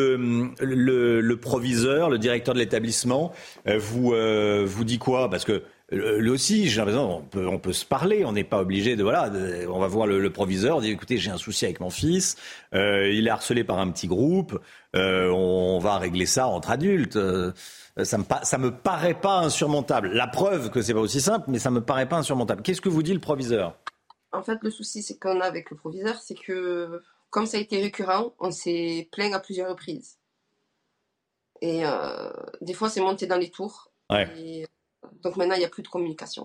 Le proviseur, le directeur de l'établissement, vous dit quoi ? Parce que lui aussi, j'ai l'impression, on peut se parler. On n'est pas obligé de... Voilà, on va voir le proviseur, on dit, écoutez, j'ai un souci avec mon fils. Il est harcelé par un petit groupe. On va régler ça entre adultes. Ça me paraît pas insurmontable. La preuve que c'est pas aussi simple, mais ça me paraît pas insurmontable. Qu'est-ce que vous dit le proviseur ? En fait, le souci c'est qu'on a avec le proviseur, c'est que comme ça a été récurrent, on s'est plaint à plusieurs reprises. Et des fois, c'est monté dans les tours. Ouais. Et, donc maintenant, il n'y a plus de communication.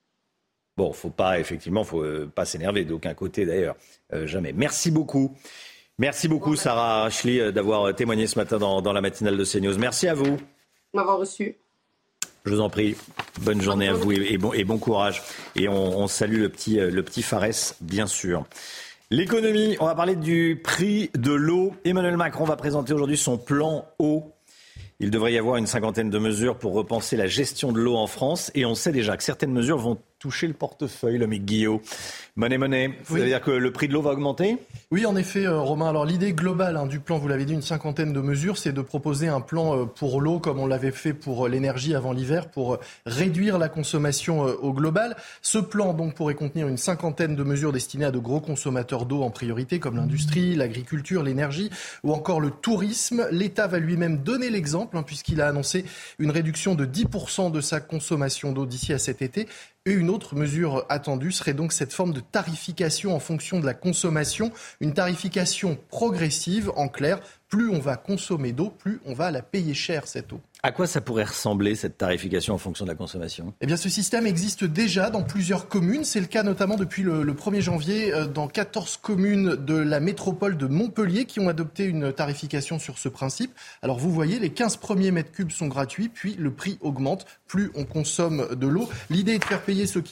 Bon, faut pas s'énerver d'aucun côté d'ailleurs, jamais. Merci beaucoup. Merci beaucoup, Sarah Ashley, d'avoir témoigné ce matin dans la matinale de CNews. Merci à vous. M'avoir reçu. Je vous en prie. Bonne journée à vous et bon courage. Et on salue le petit Farès, bien sûr. L'économie, on va parler du prix de l'eau. Emmanuel Macron va présenter aujourd'hui son plan eau. Il devrait y avoir une 50aine de mesures pour repenser la gestion de l'eau en France. Et on sait déjà que certaines mesures vont toucher le portefeuille, le Mick Guillot. Monnaie, ça veut dire que le prix de l'eau va augmenter ? Oui, en effet, Romain. Alors l'idée globale du plan, vous l'avez dit, une 50aine de mesures, c'est de proposer un plan pour l'eau, comme on l'avait fait pour l'énergie avant l'hiver, pour réduire la consommation au global. Ce plan donc pourrait contenir une 50aine de mesures destinées à de gros consommateurs d'eau en priorité, comme l'industrie, l'agriculture, l'énergie ou encore le tourisme. L'État va lui-même donner l'exemple, puisqu'il a annoncé une réduction de 10% de sa consommation d'eau d'ici à cet été. Et une autre mesure attendue serait donc cette forme de tarification en fonction de la consommation, une tarification progressive, en clair. Plus on va consommer d'eau, plus on va la payer cher, cette eau. À quoi ça pourrait ressembler, cette tarification en fonction de la consommation ? Eh bien, ce système existe déjà dans plusieurs communes. C'est le cas notamment depuis le 1er janvier dans 14 communes de la métropole de Montpellier qui ont adopté une tarification sur ce principe. Alors, vous voyez, les 15 premiers mètres cubes sont gratuits, puis le prix augmente plus on consomme de l'eau. L'idée est de faire payer ceux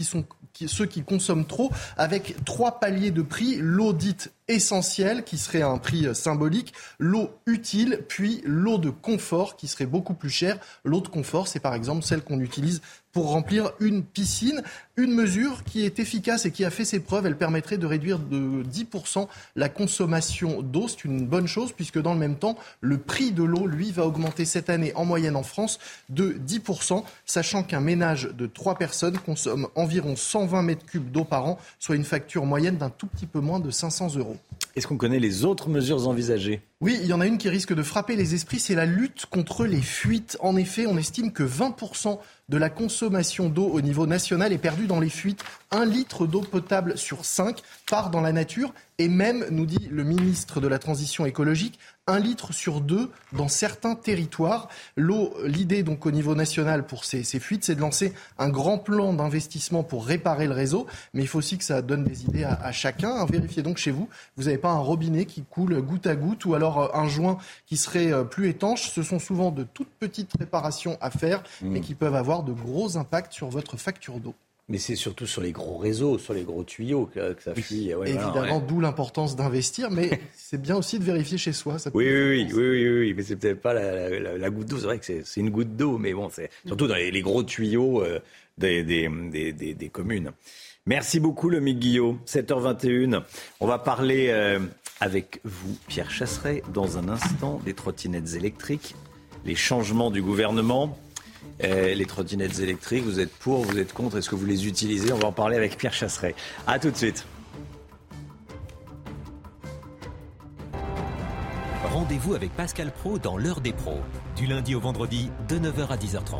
qui consomment trop avec 3 paliers de prix. L'eau dite essentielle, qui serait à un prix symbolique, l'eau utile, puis l'eau de confort, qui serait beaucoup plus chère. L'eau de confort, c'est par exemple celle qu'on utilise pour remplir une piscine. Une mesure qui est efficace et qui a fait ses preuves. Elle permettrait de réduire de 10% la consommation d'eau. C'est une bonne chose puisque dans le même temps, le prix de l'eau, lui, va augmenter cette année en moyenne en France de 10%, sachant qu'un ménage de 3 personnes consomme environ 120 mètres cubes d'eau par an, soit une facture moyenne d'un tout petit peu moins de 500 €. Est-ce qu'on connaît les autres mesures envisagées ? Oui, il y en a une qui risque de frapper les esprits, c'est la lutte contre les fuites. En effet, on estime que 20% de la consommation d'eau au niveau national est perdue dans les fuites. 1 litre d'eau potable sur 5 part dans la nature et même, nous dit le ministre de la Transition écologique, 1 litre sur 2 dans certains territoires. L'idée donc au niveau national pour ces fuites, c'est de lancer un grand plan d'investissement pour réparer le réseau. Mais il faut aussi que ça donne des idées à chacun. Vérifiez donc chez vous, vous n'avez pas un robinet qui coule goutte à goutte ou alors un joint qui serait plus étanche. Ce sont souvent de toutes petites réparations à faire, mais qui peuvent avoir de gros impacts sur votre facture d'eau. Mais c'est surtout sur les gros réseaux, sur les gros tuyaux que ça fuit. Ouais, évidemment, d'où l'importance d'investir, mais c'est bien aussi de vérifier chez soi. Ça oui, mais c'est peut-être pas la goutte d'eau. C'est vrai que c'est une goutte d'eau, mais bon, c'est surtout dans les gros tuyaux des communes. Merci beaucoup, le Mick Guillot. 7h21. On va parler avec vous, Pierre Chasseret, dans un instant, des trottinettes électriques, les changements du gouvernement. Les trottinettes électriques, vous êtes pour, vous êtes contre, est-ce que vous les utilisez ? On va en parler avec Pierre Chasseret. A tout de suite. Rendez-vous avec Pascal Praud dans l'heure des pros, du lundi au vendredi de 9h à 10h30.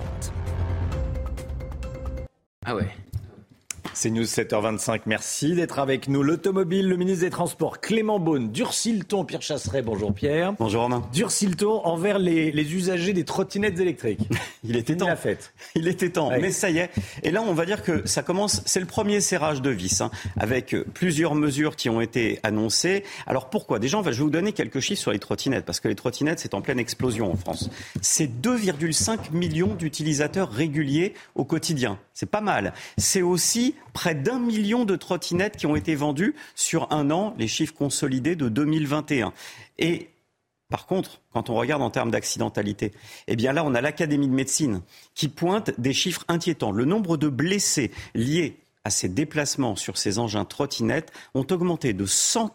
Ah ouais. C'est News 7h25, merci d'être avec nous. L'automobile, le ministre des Transports, Clément Beaune, durcit le ton. Pierre Chasseret, bonjour Pierre. Bonjour Romain. Durcit le ton envers les usagers des trottinettes électriques. Il était temps. Il était temps, ouais. Mais ça y est. Et là, on va dire que ça commence, c'est le premier serrage de vis, avec plusieurs mesures qui ont été annoncées. Alors pourquoi ? Déjà, je vais vous donner quelques chiffres sur les trottinettes, parce que les trottinettes, c'est en pleine explosion en France. C'est 2,5 millions d'utilisateurs réguliers au quotidien. C'est pas mal. C'est aussi près d'1 million de trottinettes qui ont été vendues sur un an, les chiffres consolidés de 2021. Et Par contre, quand on regarde en termes d'accidentalité, eh bien là, on a l'Académie de médecine qui pointe des chiffres inquiétants. Le nombre de blessés liés à ces déplacements sur ces engins trottinettes ont augmenté de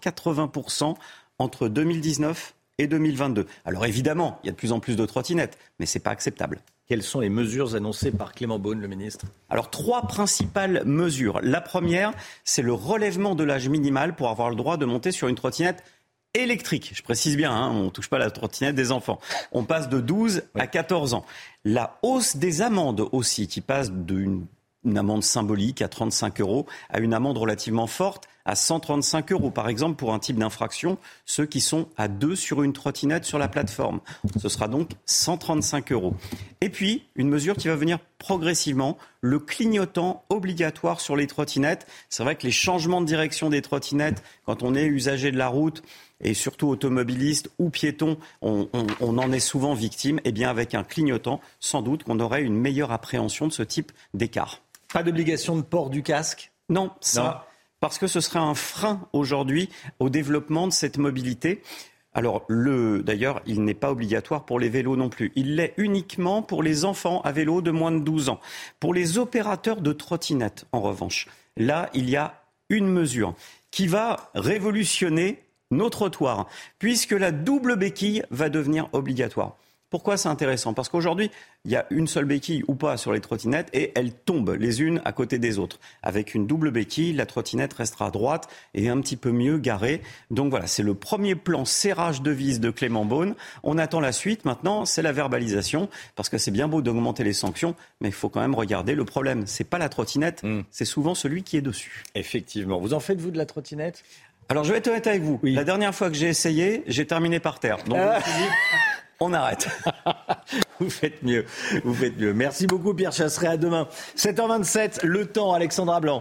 180% entre 2019 et 2022. Alors évidemment, il y a de plus en plus de trottinettes, mais ce n'est pas acceptable. Quelles sont les mesures annoncées par Clément Beaune, le ministre ? Alors, 3 principales mesures. La première, c'est le relèvement de l'âge minimal pour avoir le droit de monter sur une trottinette électrique. Je précise bien, on ne touche pas la trottinette des enfants. On passe de 12 à 14 ans. La hausse des amendes aussi, qui passe d'une amende symbolique à 35 € à une amende relativement forte à 135 €. Par exemple, pour un type d'infraction, ceux qui sont à 2 sur une trottinette sur la plateforme. Ce sera donc 135 €. Et puis, une mesure qui va venir progressivement, le clignotant obligatoire sur les trottinettes. C'est vrai que les changements de direction des trottinettes, quand on est usager de la route, et surtout automobiliste ou piéton, on en est souvent victime. Et bien avec un clignotant, sans doute qu'on aurait une meilleure appréhension de ce type d'écart. Pas d'obligation de port du casque ? Non, parce que ce serait un frein aujourd'hui au développement de cette mobilité. Alors, d'ailleurs, il n'est pas obligatoire pour les vélos non plus. Il l'est uniquement pour les enfants à vélo de moins de 12 ans. Pour les opérateurs de trottinettes, en revanche, là, il y a une mesure qui va révolutionner nos trottoirs, puisque la double béquille va devenir obligatoire. Pourquoi c'est intéressant ? Parce qu'aujourd'hui, il y a une seule béquille ou pas sur les trottinettes et elles tombent les unes à côté des autres. Avec une double béquille, la trottinette restera droite et un petit peu mieux garée. Donc voilà, c'est le premier plan serrage de vis de Clément Beaune. On attend la suite. Maintenant, c'est la verbalisation, parce que c'est bien beau d'augmenter les sanctions, mais il faut quand même regarder. Le problème, c'est pas la trottinette, c'est souvent celui qui est dessus. Effectivement. Vous en faites, vous, de la trottinette ? Alors, je vais être honnête avec vous. Oui. La dernière fois que j'ai essayé, j'ai terminé par terre. Donc, je me suis dit, on arrête. Vous faites mieux. Merci beaucoup, Pierre Chasseret. À demain. 7h27, le temps, Alexandra Blanc.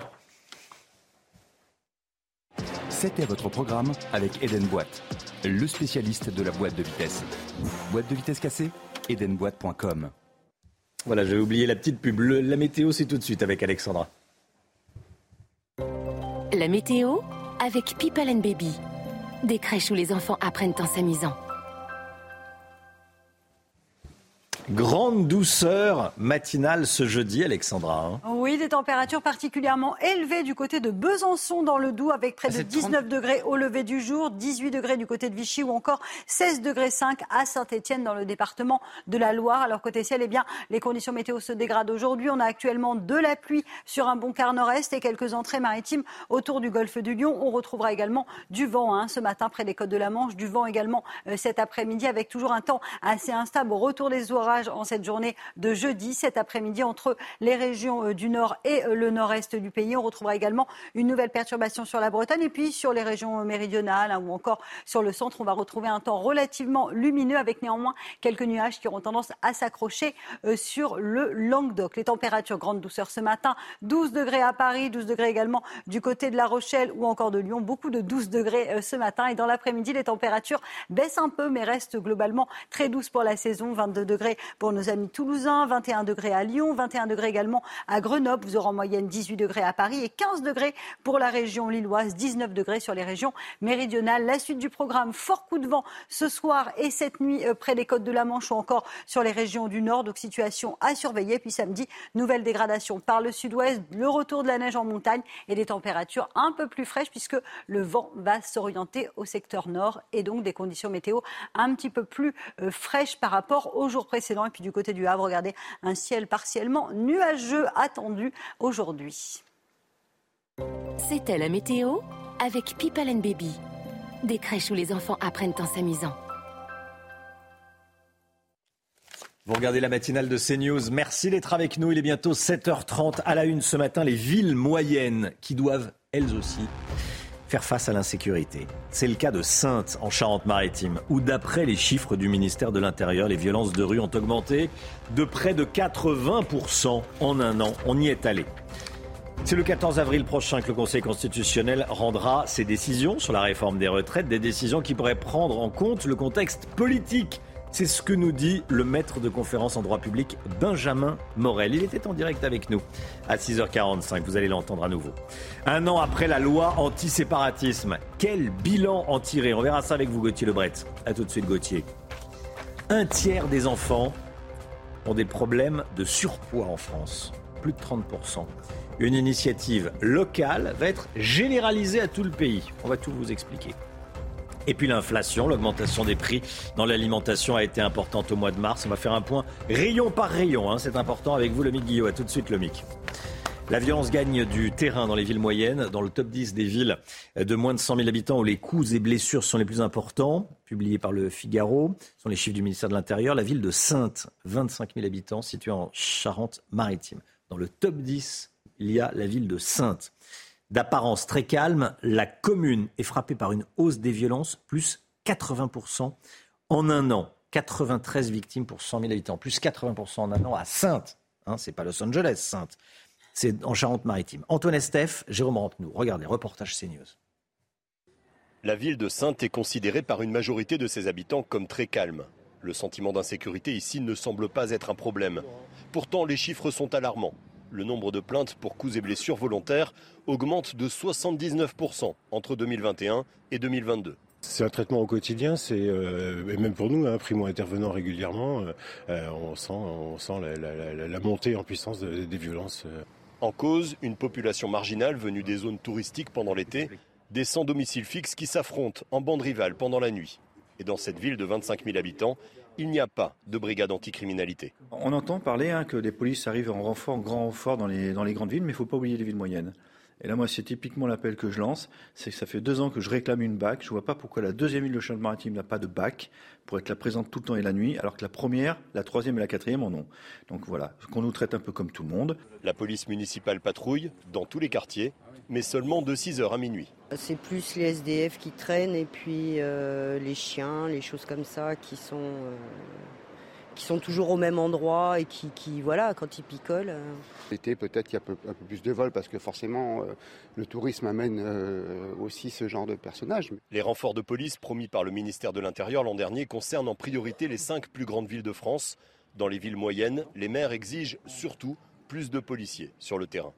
C'était votre programme avec Eden Boîte, le spécialiste de la boîte de vitesse. Boîte de vitesse cassée ? Edenboîte.com. Voilà, j'avais oublié la petite pub. La météo, c'est tout de suite avec Alexandra. La météo avec People & Baby. Des crèches où les enfants apprennent en s'amusant. Grande douceur matinale ce jeudi, Alexandra. Oui, des températures particulièrement élevées du côté de Besançon dans le Doubs, avec près de 19 degrés au lever du jour, 18 degrés du côté de Vichy ou encore 16 degrés 5 à Saint-Étienne dans le département de la Loire. Alors côté ciel, eh bien, les conditions météo se dégradent aujourd'hui. On a actuellement de la pluie sur un bon quart nord-est et quelques entrées maritimes autour du golfe du Lion. On retrouvera également du vent ce matin près des côtes de la Manche, du vent également cet après-midi avec toujours un temps assez instable au retour des orages en cette journée de jeudi. Cet après-midi, entre les régions du nord et le nord-est du pays, on retrouvera également une nouvelle perturbation sur la Bretagne. Et puis sur les régions méridionales ou encore sur le centre, on va retrouver un temps relativement lumineux avec néanmoins quelques nuages qui auront tendance à s'accrocher sur le Languedoc. Les températures, grande douceur ce matin, 12 degrés à Paris, 12 degrés également du côté de La Rochelle ou encore de Lyon. Beaucoup de 12 degrés ce matin. Et dans l'après-midi, les températures baissent un peu mais restent globalement très douces pour la saison. 22 degrés pour nos amis toulousains, 21 degrés à Lyon, 21 degrés également à Grenoble. Vous aurez en moyenne 18 degrés à Paris et 15 degrés pour la région lilloise, 19 degrés sur les régions méridionales. La suite du programme, fort coup de vent ce soir et cette nuit près des côtes de la Manche ou encore sur les régions du nord. Donc situation à surveiller. Puis samedi, nouvelle dégradation par le sud-ouest, le retour de la neige en montagne et des températures un peu plus fraîches puisque le vent va s'orienter au secteur nord et donc des conditions météo un petit peu plus fraîches par rapport aux jours précédents. Et puis du côté du Havre, regardez, un ciel partiellement nuageux attendu aujourd'hui. C'était la météo avec People & Baby. Des crèches où les enfants apprennent en s'amusant. Vous regardez la matinale de CNews. Merci d'être avec nous. Il est bientôt 7h30. À la une ce matin, les villes moyennes qui doivent, elles aussi, faire face à l'insécurité. C'est le cas de Saintes, en Charente-Maritime, où d'après les chiffres du ministère de l'Intérieur, les violences de rue ont augmenté de près de 80% en un an. On y est allé. C'est le 14 avril prochain que le Conseil constitutionnel rendra ses décisions sur la réforme des retraites, des décisions qui pourraient prendre en compte le contexte politique. C'est ce que nous dit le maître de conférence en droit public, Benjamin Morel. Il était en direct avec nous à 6h45. Vous allez l'entendre à nouveau. 1 an après la loi anti-séparatisme, quel bilan en tirer? On verra ça avec vous, Gauthier Lebret. A tout de suite, Gauthier. 1/3 des enfants ont des problèmes de surpoids en France. Plus de 30%. Une initiative locale va être généralisée à tout le pays. On va tout vous expliquer. Et puis l'inflation, l'augmentation des prix dans l'alimentation a été importante au mois de mars. On va faire un point rayon par rayon. C'est important avec vous, Lomic Guillot. À tout de suite, Lomic. La violence gagne du terrain dans les villes moyennes. Dans le top 10 des villes de moins de 100 000 habitants où les coups et blessures sont les plus importants, publié par le Figaro, ce sont les chiffres du ministère de l'Intérieur. La ville de Saintes, 25 000 habitants, située en Charente-Maritime. Dans le top 10, il y a la ville de Saintes. D'apparence très calme, la commune est frappée par une hausse des violences, plus 80% en un an. 93 victimes pour 100 000 habitants, plus 80% en un an à Saintes. C'est pas Los Angeles, Saintes. C'est en Charente-Maritime. Antoine Estève, Jérôme Rampenou. Regardez, reportage CNews. La ville de Saintes est considérée par une majorité de ses habitants comme très calme. Le sentiment d'insécurité ici ne semble pas être un problème. Pourtant, les chiffres sont alarmants. Le nombre de plaintes pour coups et blessures volontaires augmente de 79% entre 2021 et 2022. C'est un traitement au quotidien, et même pour nous, primo-intervenant régulièrement, on sent la montée en puissance des violences. En cause, une population marginale venue des zones touristiques pendant l'été, des sans-domicile fixe qui s'affrontent en bande rivale pendant la nuit. Et dans cette ville de 25 000 habitants, il n'y a pas de brigade anticriminalité. On entend parler que les polices arrivent en renfort, grand renfort dans les grandes villes, mais il ne faut pas oublier les villes moyennes. Et là, moi, c'est typiquement l'appel que je lance, c'est que ça fait 2 ans que je réclame une BAC. Je ne vois pas pourquoi la deuxième ville de Charente-Maritime n'a pas de BAC pour être là présente tout le temps et la nuit, alors que la première, la troisième et la quatrième en ont. Donc voilà, qu'on nous traite un peu comme tout le monde. La police municipale patrouille dans tous les quartiers, mais seulement de 6h à minuit. C'est plus les SDF qui traînent et puis les chiens, les choses comme ça qui sont toujours au même endroit et qui voilà, quand ils picolent. L'été, peut-être qu'il y a un peu plus de vols parce que forcément, le tourisme amène aussi ce genre de personnages. Les renforts de police promis par le ministère de l'Intérieur l'an dernier concernent en priorité les 5 plus grandes villes de France. Dans les villes moyennes, les maires exigent surtout plus de policiers sur le terrain.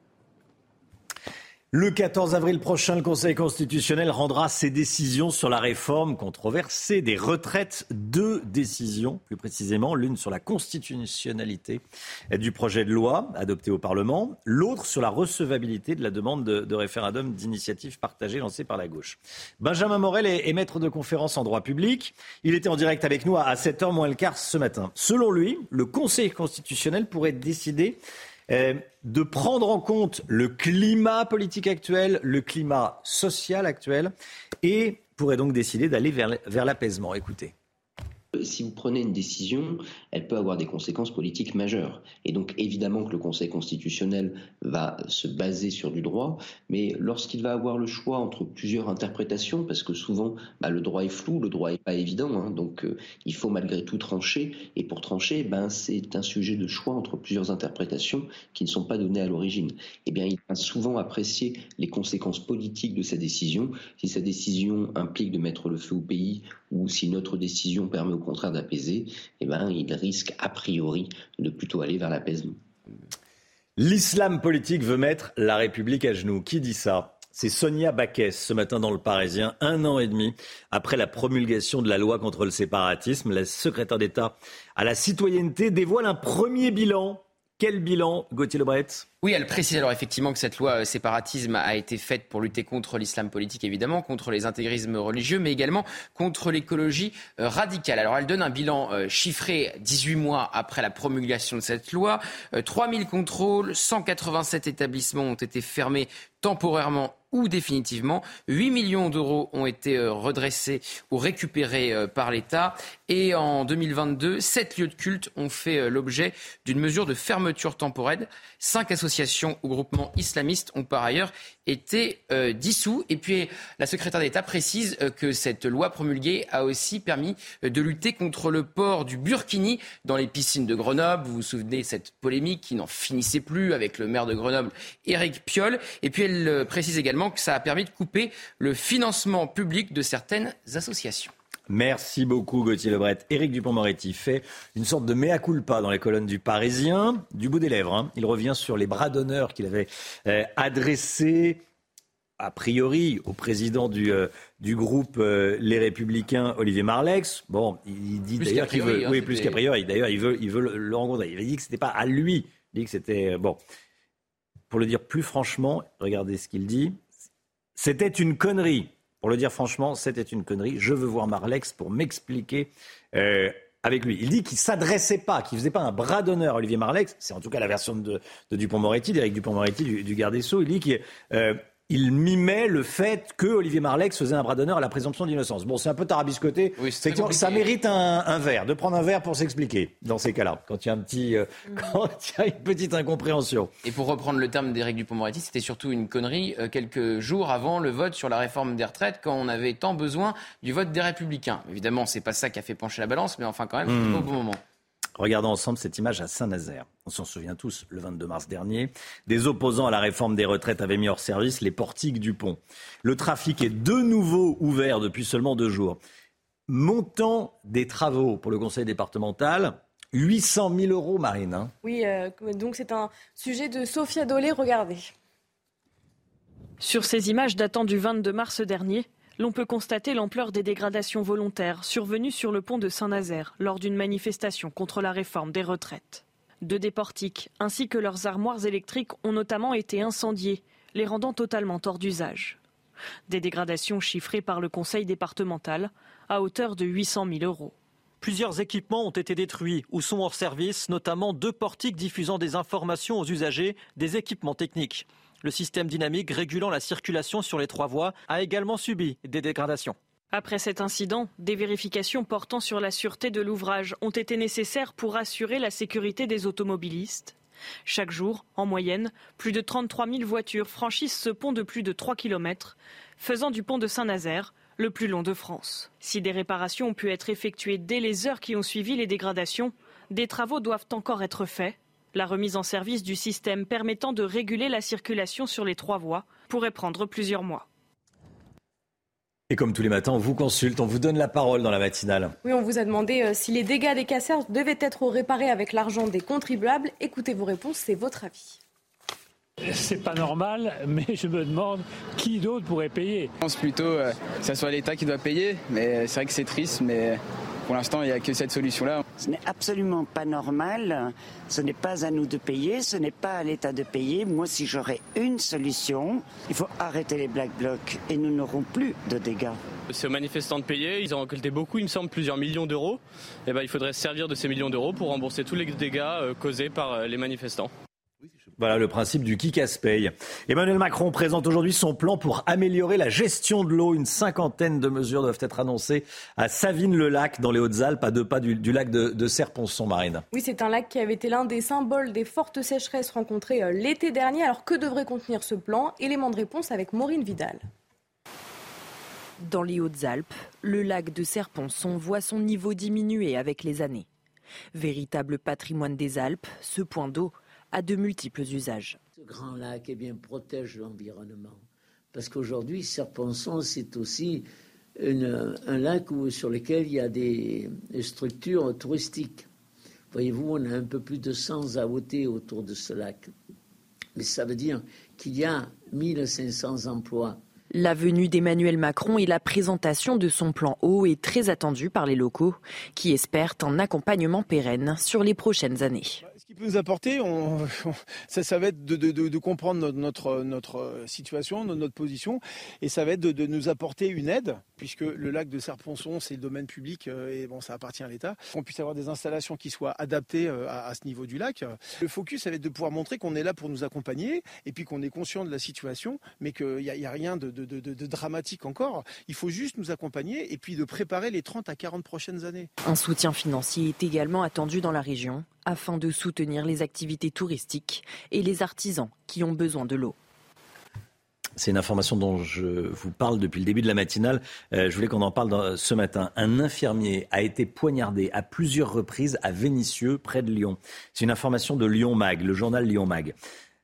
Le 14 avril prochain, le Conseil constitutionnel rendra ses décisions sur la réforme controversée des retraites. 2 décisions, plus précisément, l'une sur la constitutionnalité du projet de loi adopté au Parlement, l'autre sur la recevabilité de la demande de référendum d'initiative partagée lancée par la gauche. Benjamin Morel est maître de conférence en droit public. Il était en direct avec nous à 7h moins le quart ce matin. Selon lui, le Conseil constitutionnel pourrait décider de prendre en compte le climat politique actuel, le climat social actuel, et pourrait donc décider d'aller vers l'apaisement. Écoutez. Si vous prenez une décision, elle peut avoir des conséquences politiques majeures. Et donc évidemment que le Conseil constitutionnel va se baser sur du droit, mais lorsqu'il va avoir le choix entre plusieurs interprétations, parce que souvent le droit est flou, le droit n'est pas évident, donc il faut malgré tout trancher. Et pour trancher, c'est un sujet de choix entre plusieurs interprétations qui ne sont pas données à l'origine. Eh bien, il va souvent apprécier les conséquences politiques de sa décision. Si sa décision implique de mettre le feu au pays ou si notre décision permet au contraire d'apaiser, il risque a priori de plutôt aller vers l'apaisement. L'islam politique veut mettre la République à genoux. Qui dit ça ? C'est Sonia Baquès, ce matin dans Le Parisien, 1 an et demi après la promulgation de la loi contre le séparatisme. La secrétaire d'État à la citoyenneté dévoile un premier bilan. Quel bilan, Gauthier Lebret ? Oui, elle précise alors effectivement que cette loi séparatisme a été faite pour lutter contre l'islam politique, évidemment, contre les intégrismes religieux, mais également contre l'écologie radicale. Alors elle donne un bilan chiffré 18 mois après la promulgation de cette loi. 3000 contrôles, 187 établissements ont été fermés temporairement ou définitivement. 8 millions d'euros ont été redressés ou récupérés par l'État. Et en 2022, 7 lieux de culte ont fait l'objet d'une mesure de fermeture temporaire. 5 associations ou groupements islamistes ont par ailleurs été dissous. Et puis la secrétaire d'État précise que cette loi promulguée a aussi permis de lutter contre le port du burkini dans les piscines de Grenoble. Vous vous souvenez de cette polémique qui n'en finissait plus avec le maire de Grenoble, Éric Piolle. Et puis elle précise également que ça a permis de couper le financement public de certaines associations. Merci beaucoup Gauthier Lebret. Éric Dupond-Moretti fait une sorte de mea culpa dans les colonnes du Parisien, du bout des lèvres. Il revient sur les bras d'honneur qu'il avait adressés a priori au président du groupe Les Républicains, Olivier Marleix. Bon, il dit d'ailleurs qu'il veut, plus qu'a priori. D'ailleurs, il veut le rencontrer. Il a dit que c'était pas à lui. Il dit que c'était bon. Pour le dire plus franchement, regardez ce qu'il dit. C'était une connerie. Pour le dire franchement, c'était une connerie. Je veux voir Marleix pour m'expliquer avec lui. Il dit qu'il ne s'adressait pas, qu'il ne faisait pas un bras d'honneur à Olivier Marleix. C'est en tout cas la version de Dupond-Moretti, d'Éric Dupond-Moretti, du garde des Sceaux. Il dit qu'il mimait le fait que Olivier Marleix faisait un bras d'honneur à la présomption d'innocence. Bon, c'est un peu tarabiscoté. Oui, ça mérite un verre, de prendre un verre pour s'expliquer dans ces cas-là, quand il y a une petite incompréhension. Et pour reprendre le terme d'Éric Dupond-Moretti, c'était surtout une connerie quelques jours avant le vote sur la réforme des retraites, quand on avait tant besoin du vote des Républicains. Évidemment, c'est pas ça qui a fait pencher la balance, mais enfin quand même, c'était pas au bon moment. Regardons ensemble cette image à Saint-Nazaire. On s'en souvient tous, le 22 mars dernier. Des opposants à la réforme des retraites avaient mis hors service les portiques du pont. Le trafic est de nouveau ouvert depuis seulement 2 jours. Montant des travaux pour le conseil départemental, 800 000 €, Marine. Oui, donc c'est un sujet de Sophia Dolé. Regardez. Sur ces images datant du 22 mars dernier, l'on peut constater l'ampleur des dégradations volontaires survenues sur le pont de Saint-Nazaire lors d'une manifestation contre la réforme des retraites. 2 des portiques ainsi que leurs armoires électriques ont notamment été incendiées, les rendant totalement hors d'usage. Des dégradations chiffrées par le conseil départemental à hauteur de 800 000 €. Plusieurs équipements ont été détruits ou sont hors service, notamment 2 portiques diffusant des informations aux usagers, des équipements techniques. Le système dynamique régulant la circulation sur les 3 voies a également subi des dégradations. Après cet incident, des vérifications portant sur la sûreté de l'ouvrage ont été nécessaires pour assurer la sécurité des automobilistes. Chaque jour, en moyenne, plus de 33 000 voitures franchissent ce pont de plus de 3 km, faisant du pont de Saint-Nazaire le plus long de France. Si des réparations ont pu être effectuées dès les heures qui ont suivi les dégradations, des travaux doivent encore être faits. La remise en service du système permettant de réguler la circulation sur les 3 voies pourrait prendre plusieurs mois. Et comme tous les matins, on vous consulte, on vous donne la parole dans la matinale. Oui, on vous a demandé si les dégâts des casseurs devaient être réparés avec l'argent des contribuables. Écoutez vos réponses, c'est votre avis. C'est pas normal, mais je me demande qui d'autre pourrait payer. Je pense plutôt que ce soit l'État qui doit payer, mais c'est vrai que c'est triste, mais pour l'instant, il n'y a que cette solution-là. Ce n'est absolument pas normal, ce n'est pas à nous de payer, ce n'est pas à l'État de payer. Moi, si j'aurais une solution, il faut arrêter les Black Blocs et nous n'aurons plus de dégâts. C'est aux manifestants de payer, ils ont récolté beaucoup, il me semble, plusieurs millions d'euros. Et il faudrait se servir de ces millions d'euros pour rembourser tous les dégâts causés par les manifestants. Voilà le principe du qui casse paye. Emmanuel Macron présente aujourd'hui son plan pour améliorer la gestion de l'eau. Une 50aine de mesures doivent être annoncées à Savines-le-Lac, dans les Hautes-Alpes, à 2 pas du lac de Serponçon, Marine. Oui, c'est un lac qui avait été l'un des symboles des fortes sécheresses rencontrées l'été dernier. Alors que devrait contenir ce plan ? Élément de réponse avec Maureen Vidal. Dans les Hautes-Alpes, le lac de Serponçon voit son niveau diminuer avec les années. Véritable patrimoine des Alpes, ce point d'eau a de multiples usages. Ce grand lac protège l'environnement. Parce qu'aujourd'hui, Serponçon, c'est aussi un lac sur lequel il y a des structures touristiques. Voyez-vous, on a un peu plus de 100 AOT autour de ce lac. Mais ça veut dire qu'il y a 1500 emplois. La venue d'Emmanuel Macron et la présentation de son plan eau est très attendue par les locaux, qui espèrent un accompagnement pérenne sur les prochaines années. Ce qui peut nous apporter, ça va être de comprendre notre situation, notre position, et ça va être de nous apporter une aide, puisque le lac de Serponçon, c'est le domaine public, et bon, ça appartient à l'État, qu'on puisse avoir des installations qui soient adaptées à ce niveau du lac. Le focus, ça va être de pouvoir montrer qu'on est là pour nous accompagner, et puis qu'on est conscient de la situation, mais qu'il n'y a rien de dramatique encore. Il faut juste nous accompagner, et puis de préparer les 30 à 40 prochaines années. Un soutien financier est également attendu dans la région, afin de soutenir les activités touristiques et les artisans qui ont besoin de l'eau. C'est une information dont je vous parle depuis le début de la matinale. Je voulais qu'on en parle ce matin. Un infirmier a été poignardé à plusieurs reprises à Vénissieux, près de Lyon. C'est une information de Lyon Mag, le journal Lyon Mag.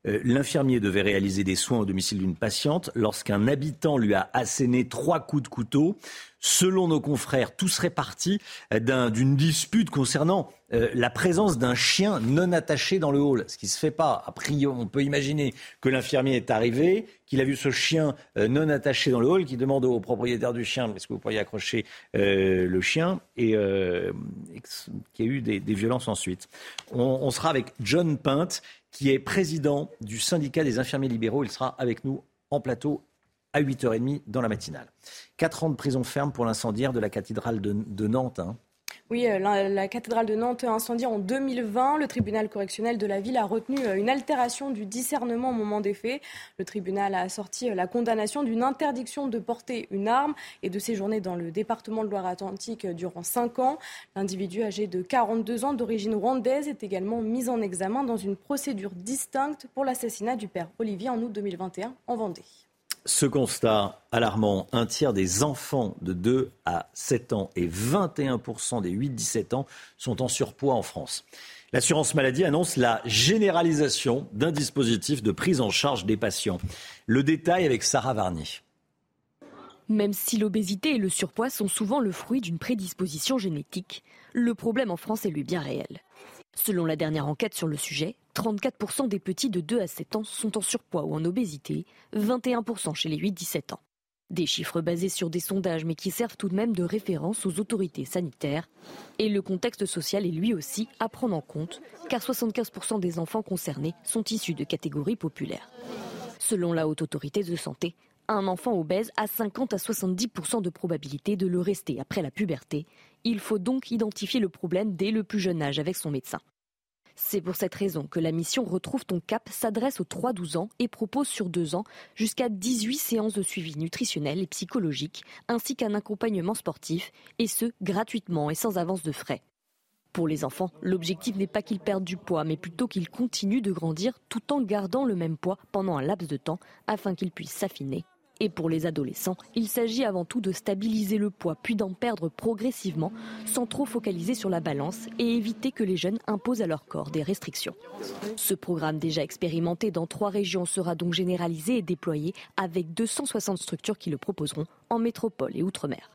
L'infirmier devait réaliser des soins au domicile d'une patiente lorsqu'un habitant lui a asséné 3 coups de couteau. Selon nos confrères, tout serait parti d'une dispute concernant la présence d'un chien non attaché dans le hall. Ce qui ne se fait pas. A priori, on peut imaginer que l'infirmier est arrivé, qu'il a vu ce chien non attaché dans le hall, qui demande au propriétaire du chien « est-ce que vous pourriez accrocher le chien ?» et qu'il y a eu des violences ensuite. On sera avec John Pinte, qui est président du syndicat des infirmiers libéraux. Il sera avec nous en plateau à 8h30 dans la matinale. 4 ans de prison ferme pour l'incendiaire de la cathédrale de Nantes. Oui, la cathédrale de Nantes incendiée en 2020. Le tribunal correctionnel de la ville a retenu une altération du discernement au moment des faits. Le tribunal a assorti la condamnation d'une interdiction de porter une arme et de séjourner dans le département de Loire-Atlantique durant 5 ans. L'individu âgé de 42 ans d'origine rwandaise est également mis en examen dans une procédure distincte pour l'assassinat du père Olivier en août 2021 en Vendée. Ce constat alarmant, un tiers des enfants de 2 à 7 ans et 21% des 8-17 ans sont en surpoids en France. L'assurance maladie annonce la généralisation d'un dispositif de prise en charge des patients. Le détail avec Sarah Varnier. Même si l'obésité et le surpoids sont souvent le fruit d'une prédisposition génétique, le problème en France est lui bien réel. Selon la dernière enquête sur le sujet, 34% des petits de 2 à 7 ans sont en surpoids ou en obésité, 21% chez les 8-17 ans. Des chiffres basés sur des sondages mais qui servent tout de même de référence aux autorités sanitaires. Et le contexte social est lui aussi à prendre en compte, car 75% des enfants concernés sont issus de catégories populaires. Selon la Haute Autorité de Santé, un enfant obèse a 50 à 70% de probabilité de le rester après la puberté. Il faut donc identifier le problème dès le plus jeune âge avec son médecin. C'est pour cette raison que la mission Retrouve ton cap s'adresse aux 3-12 ans et propose sur 2 ans jusqu'à 18 séances de suivi nutritionnel et psychologique, ainsi qu'un accompagnement sportif, et ce, gratuitement et sans avance de frais. Pour les enfants, l'objectif n'est pas qu'ils perdent du poids, mais plutôt qu'ils continuent de grandir tout en gardant le même poids pendant un laps de temps, afin qu'ils puissent s'affiner. Et pour les adolescents, il s'agit avant tout de stabiliser le poids puis d'en perdre progressivement sans trop focaliser sur la balance et éviter que les jeunes imposent à leur corps des restrictions. Ce programme déjà expérimenté dans 3 régions sera donc généralisé et déployé avec 260 structures qui le proposeront en métropole et outre-mer.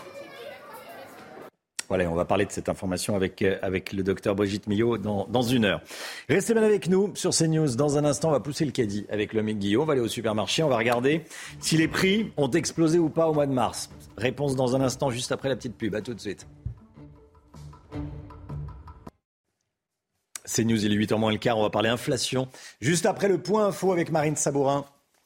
Voilà, on va parler de cette information avec le docteur Brigitte Millot dans 1 heure. Restez bien avec nous sur CNews. Dans un instant, on va pousser le caddie avec Lomique Guillot. On va aller au supermarché, on va regarder si les prix ont explosé ou pas au mois de mars. Réponse dans un instant, juste après la petite pub. À tout de suite. CNews, il est 8h moins le quart. On va parler inflation. Juste après le point info avec Marine Sabourin.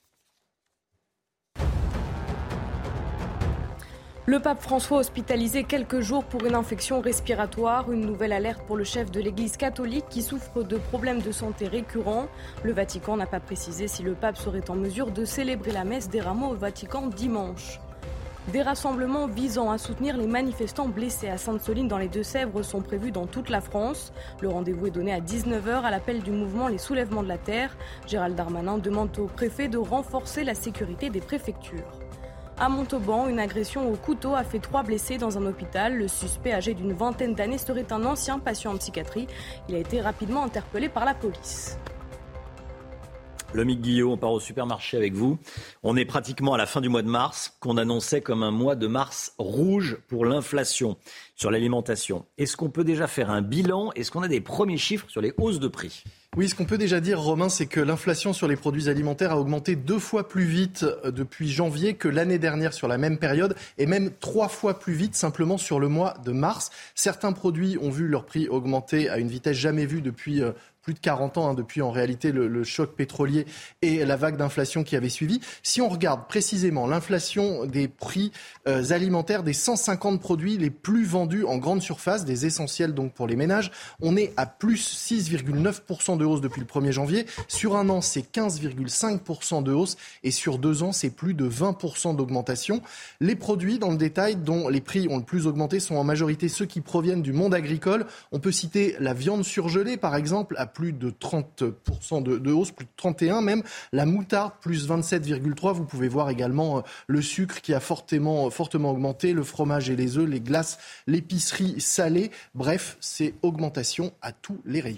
Le pape François hospitalisé quelques jours pour une infection respiratoire. Une nouvelle alerte pour le chef de l'Église catholique qui souffre de problèmes de santé récurrents. Le Vatican n'a pas précisé si le pape serait en mesure de célébrer la messe des rameaux au Vatican dimanche. Des rassemblements visant à soutenir les manifestants blessés à Sainte-Soline dans les Deux-Sèvres sont prévus dans toute la France. Le rendez-vous est donné à 19h à l'appel du mouvement Les Soulèvements de la Terre. Gérald Darmanin demande au préfet de renforcer la sécurité des préfectures. À Montauban, une agression au couteau a fait 3 blessés dans un hôpital. Le suspect, âgé d'une vingtaine d'années, serait un ancien patient en psychiatrie. Il a été rapidement interpellé par la police. Lomique Guillot, on part au supermarché avec vous. On est pratiquement à la fin du mois de mars, qu'on annonçait comme un mois de mars rouge pour l'inflation sur l'alimentation. Est-ce qu'on peut déjà faire un bilan ? Est-ce qu'on a des premiers chiffres sur les hausses de prix ? Oui, ce qu'on peut déjà dire, Romain, c'est que l'inflation sur les produits alimentaires a augmenté 2 fois plus vite depuis janvier que l'année dernière sur la même période, et même 3 fois plus vite simplement sur le mois de mars. Certains produits ont vu leur prix augmenter à une vitesse jamais vue depuis plus de 40 ans, depuis en réalité le choc pétrolier et la vague d'inflation qui avait suivi. Si on regarde précisément l'inflation des prix alimentaires des 150 produits les plus vendus en grande surface, des essentiels donc pour les ménages, on est à plus 6,9% de hausse depuis le 1er janvier. Sur un an, c'est 15,5% de hausse et sur 2 ans, c'est plus de 20% d'augmentation. Les produits, dans le détail, dont les prix ont le plus augmenté sont en majorité ceux qui proviennent du monde agricole. On peut citer la viande surgelée, par exemple, à plus de 30% de hausse, plus de 31% même. La moutarde, plus 27,3%. Vous pouvez voir également le sucre qui a fortement augmenté, le fromage et les œufs, les glaces, l'épicerie salée. Bref, c'est augmentation à tous les rayons.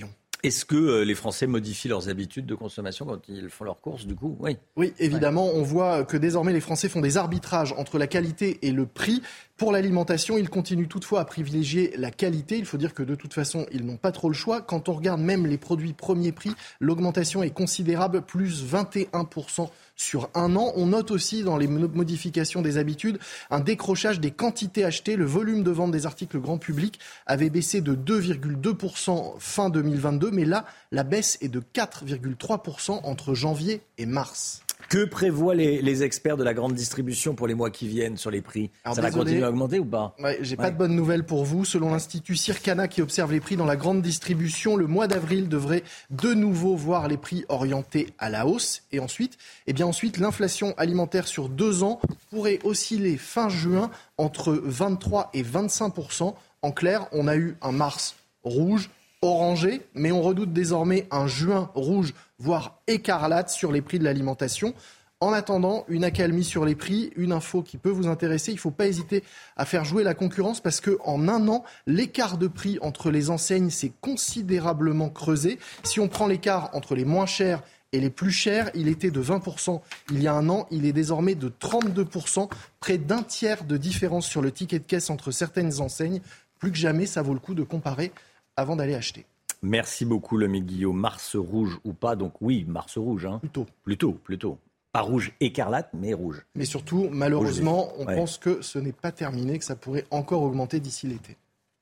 Est-ce que les Français modifient leurs habitudes de consommation quand ils font leurs courses, du coup ? Oui, évidemment. On voit que désormais, les Français font des arbitrages entre la qualité et le prix. Pour l'alimentation, ils continuent toutefois à privilégier la qualité. Il faut dire que de toute façon, ils n'ont pas trop le choix. Quand on regarde même les produits premier prix, l'augmentation est considérable, plus 21% sur un an. On note aussi dans les modifications des habitudes un décrochage des quantités achetées. Le volume de vente des articles grand public avait baissé de 2,2% fin 2022, mais là, la baisse est de 4,3% entre janvier et mars. Que prévoient les experts de la grande distribution pour les mois qui viennent sur les prix ? Ça va continuer à augmenter ou pas ? J'ai pas de bonnes nouvelles pour vous. Selon l'Institut Circana qui observe les prix dans la grande distribution, le mois d'avril devrait de nouveau voir les prix orientés à la hausse. Et ensuite, l'inflation alimentaire sur 2 ans pourrait osciller fin juin entre 23 et 25%. En clair, on a eu un mars rouge, orangé, mais on redoute désormais un juin rouge, voire écarlate sur les prix de l'alimentation. En attendant, une accalmie sur les prix, une info qui peut vous intéresser. Il ne faut pas hésiter à faire jouer la concurrence parce qu'en un an, l'écart de prix entre les enseignes s'est considérablement creusé. Si on prend l'écart entre les moins chers et les plus chers, il était de 20% il y a un an. Il est désormais de 32%, près d'un tiers de différence sur le ticket de caisse entre certaines enseignes. Plus que jamais, ça vaut le coup de comparer avant d'aller acheter. Merci beaucoup, Lomique Guillaume. Mars rouge ou pas ? Donc oui, Mars rouge. Plutôt. Pas rouge écarlate, mais rouge. Mais surtout, malheureusement, on pense que ce n'est pas terminé, que ça pourrait encore augmenter d'ici l'été.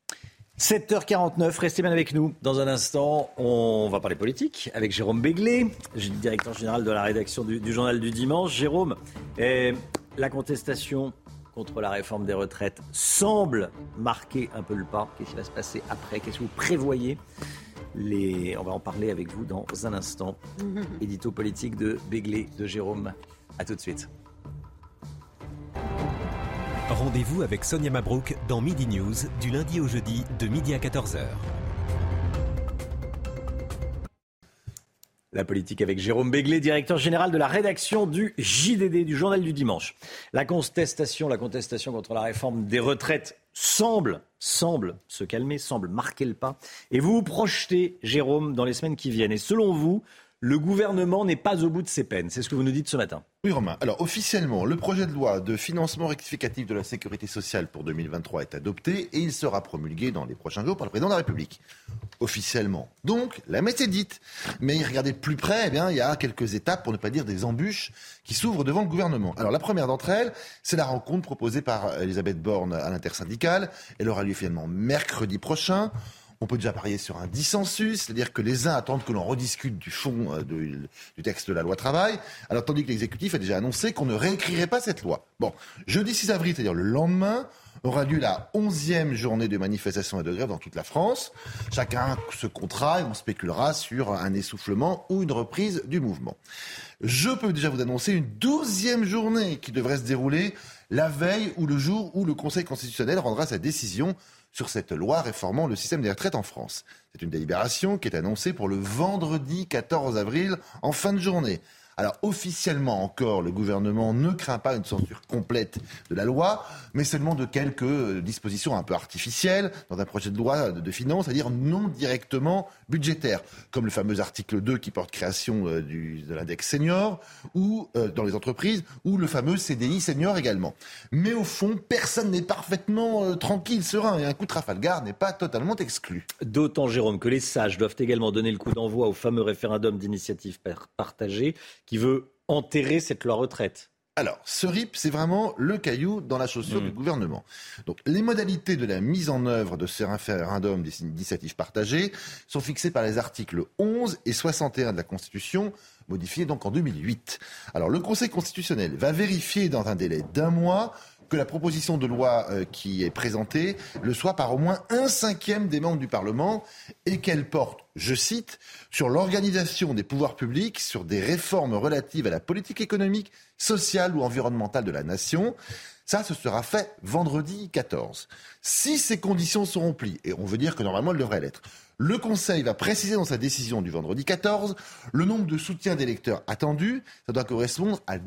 7h49, restez bien avec nous. Dans un instant, on va parler politique avec Jérôme Béglé, directeur général de la rédaction du Journal du Dimanche. Jérôme, la contestation contre la réforme des retraites semble marquer un peu le pas. Qu'est-ce qui va se passer après ? Qu'est-ce que vous prévoyez ? On va en parler avec vous dans un instant. Édito politique de Béglé, de Jérôme. À tout de suite. Rendez-vous avec Sonia Mabrouk dans Midi News, du lundi au jeudi, de midi à 14h. La politique avec Jérôme Béglé, directeur général de la rédaction du JDD, du Journal du Dimanche. La contestation contre la réforme des retraites semble se calmer, semble marquer le pas. Et vous vous projetez, Jérôme, dans les semaines qui viennent. Et selon vous, le gouvernement n'est pas au bout de ses peines. C'est ce que vous nous dites ce matin. Oui, Romain. Alors, officiellement, le projet de loi de financement rectificatif de la sécurité sociale pour 2023 est adopté et il sera promulgué dans les prochains jours par le président de la République. Officiellement. Donc, la messe est dite. Mais regardez de plus près, il y a quelques étapes, pour ne pas dire des embûches, qui s'ouvrent devant le gouvernement. Alors, la première d'entre elles, c'est la rencontre proposée par Elisabeth Borne à l'intersyndicale. Elle aura lieu finalement mercredi prochain. On peut déjà parier sur un dissensus, c'est-à-dire que les uns attendent que l'on rediscute du fond du texte de la loi travail, alors tandis que l'exécutif a déjà annoncé qu'on ne réécrirait pas cette loi. Bon, jeudi 6 avril, c'est-à-dire le lendemain, aura lieu la 11e journée de manifestation et de grève dans toute la France. Chacun se comptera et on spéculera sur un essoufflement ou une reprise du mouvement. Je peux déjà vous annoncer une 12e journée qui devrait se dérouler la veille ou le jour où le Conseil constitutionnel rendra sa décision sur cette loi réformant le système des retraites en France. C'est une délibération qui est annoncée pour le vendredi 14 avril en fin de journée. Alors officiellement encore, le gouvernement ne craint pas une censure complète de la loi, mais seulement de quelques dispositions un peu artificielles dans un projet de loi de finances, c'est-à-dire non directement budgétaire, comme le fameux article 2 qui porte création de l'index senior, ou dans les entreprises, ou le fameux CDI senior également. Mais au fond, personne n'est parfaitement tranquille, serein, et un coup de Trafalgar n'est pas totalement exclu. D'autant, Jérôme, que les sages doivent également donner le coup d'envoi au fameux référendum d'initiative partagée qui veut enterrer cette loi retraite. Alors, ce RIP, c'est vraiment le caillou dans la chaussure du gouvernement. Donc, les modalités de la mise en œuvre de ce référendum d'initiative partagée sont fixées par les articles 11 et 61 de la Constitution, modifiés donc en 2008. Alors, le Conseil constitutionnel va vérifier dans un délai d'1 mois que la proposition de loi qui est présentée le soit par au moins 1/5 des membres du Parlement et qu'elle porte, je cite, sur l'organisation des pouvoirs publics, sur des réformes relatives à la politique économique, sociale ou environnementale de la nation. Ça, ce sera fait vendredi 14. Si ces conditions sont remplies, et on veut dire que normalement elles devraient l'être, le Conseil va préciser dans sa décision du vendredi 14 le nombre de soutiens d'électeurs attendus. Ça doit correspondre à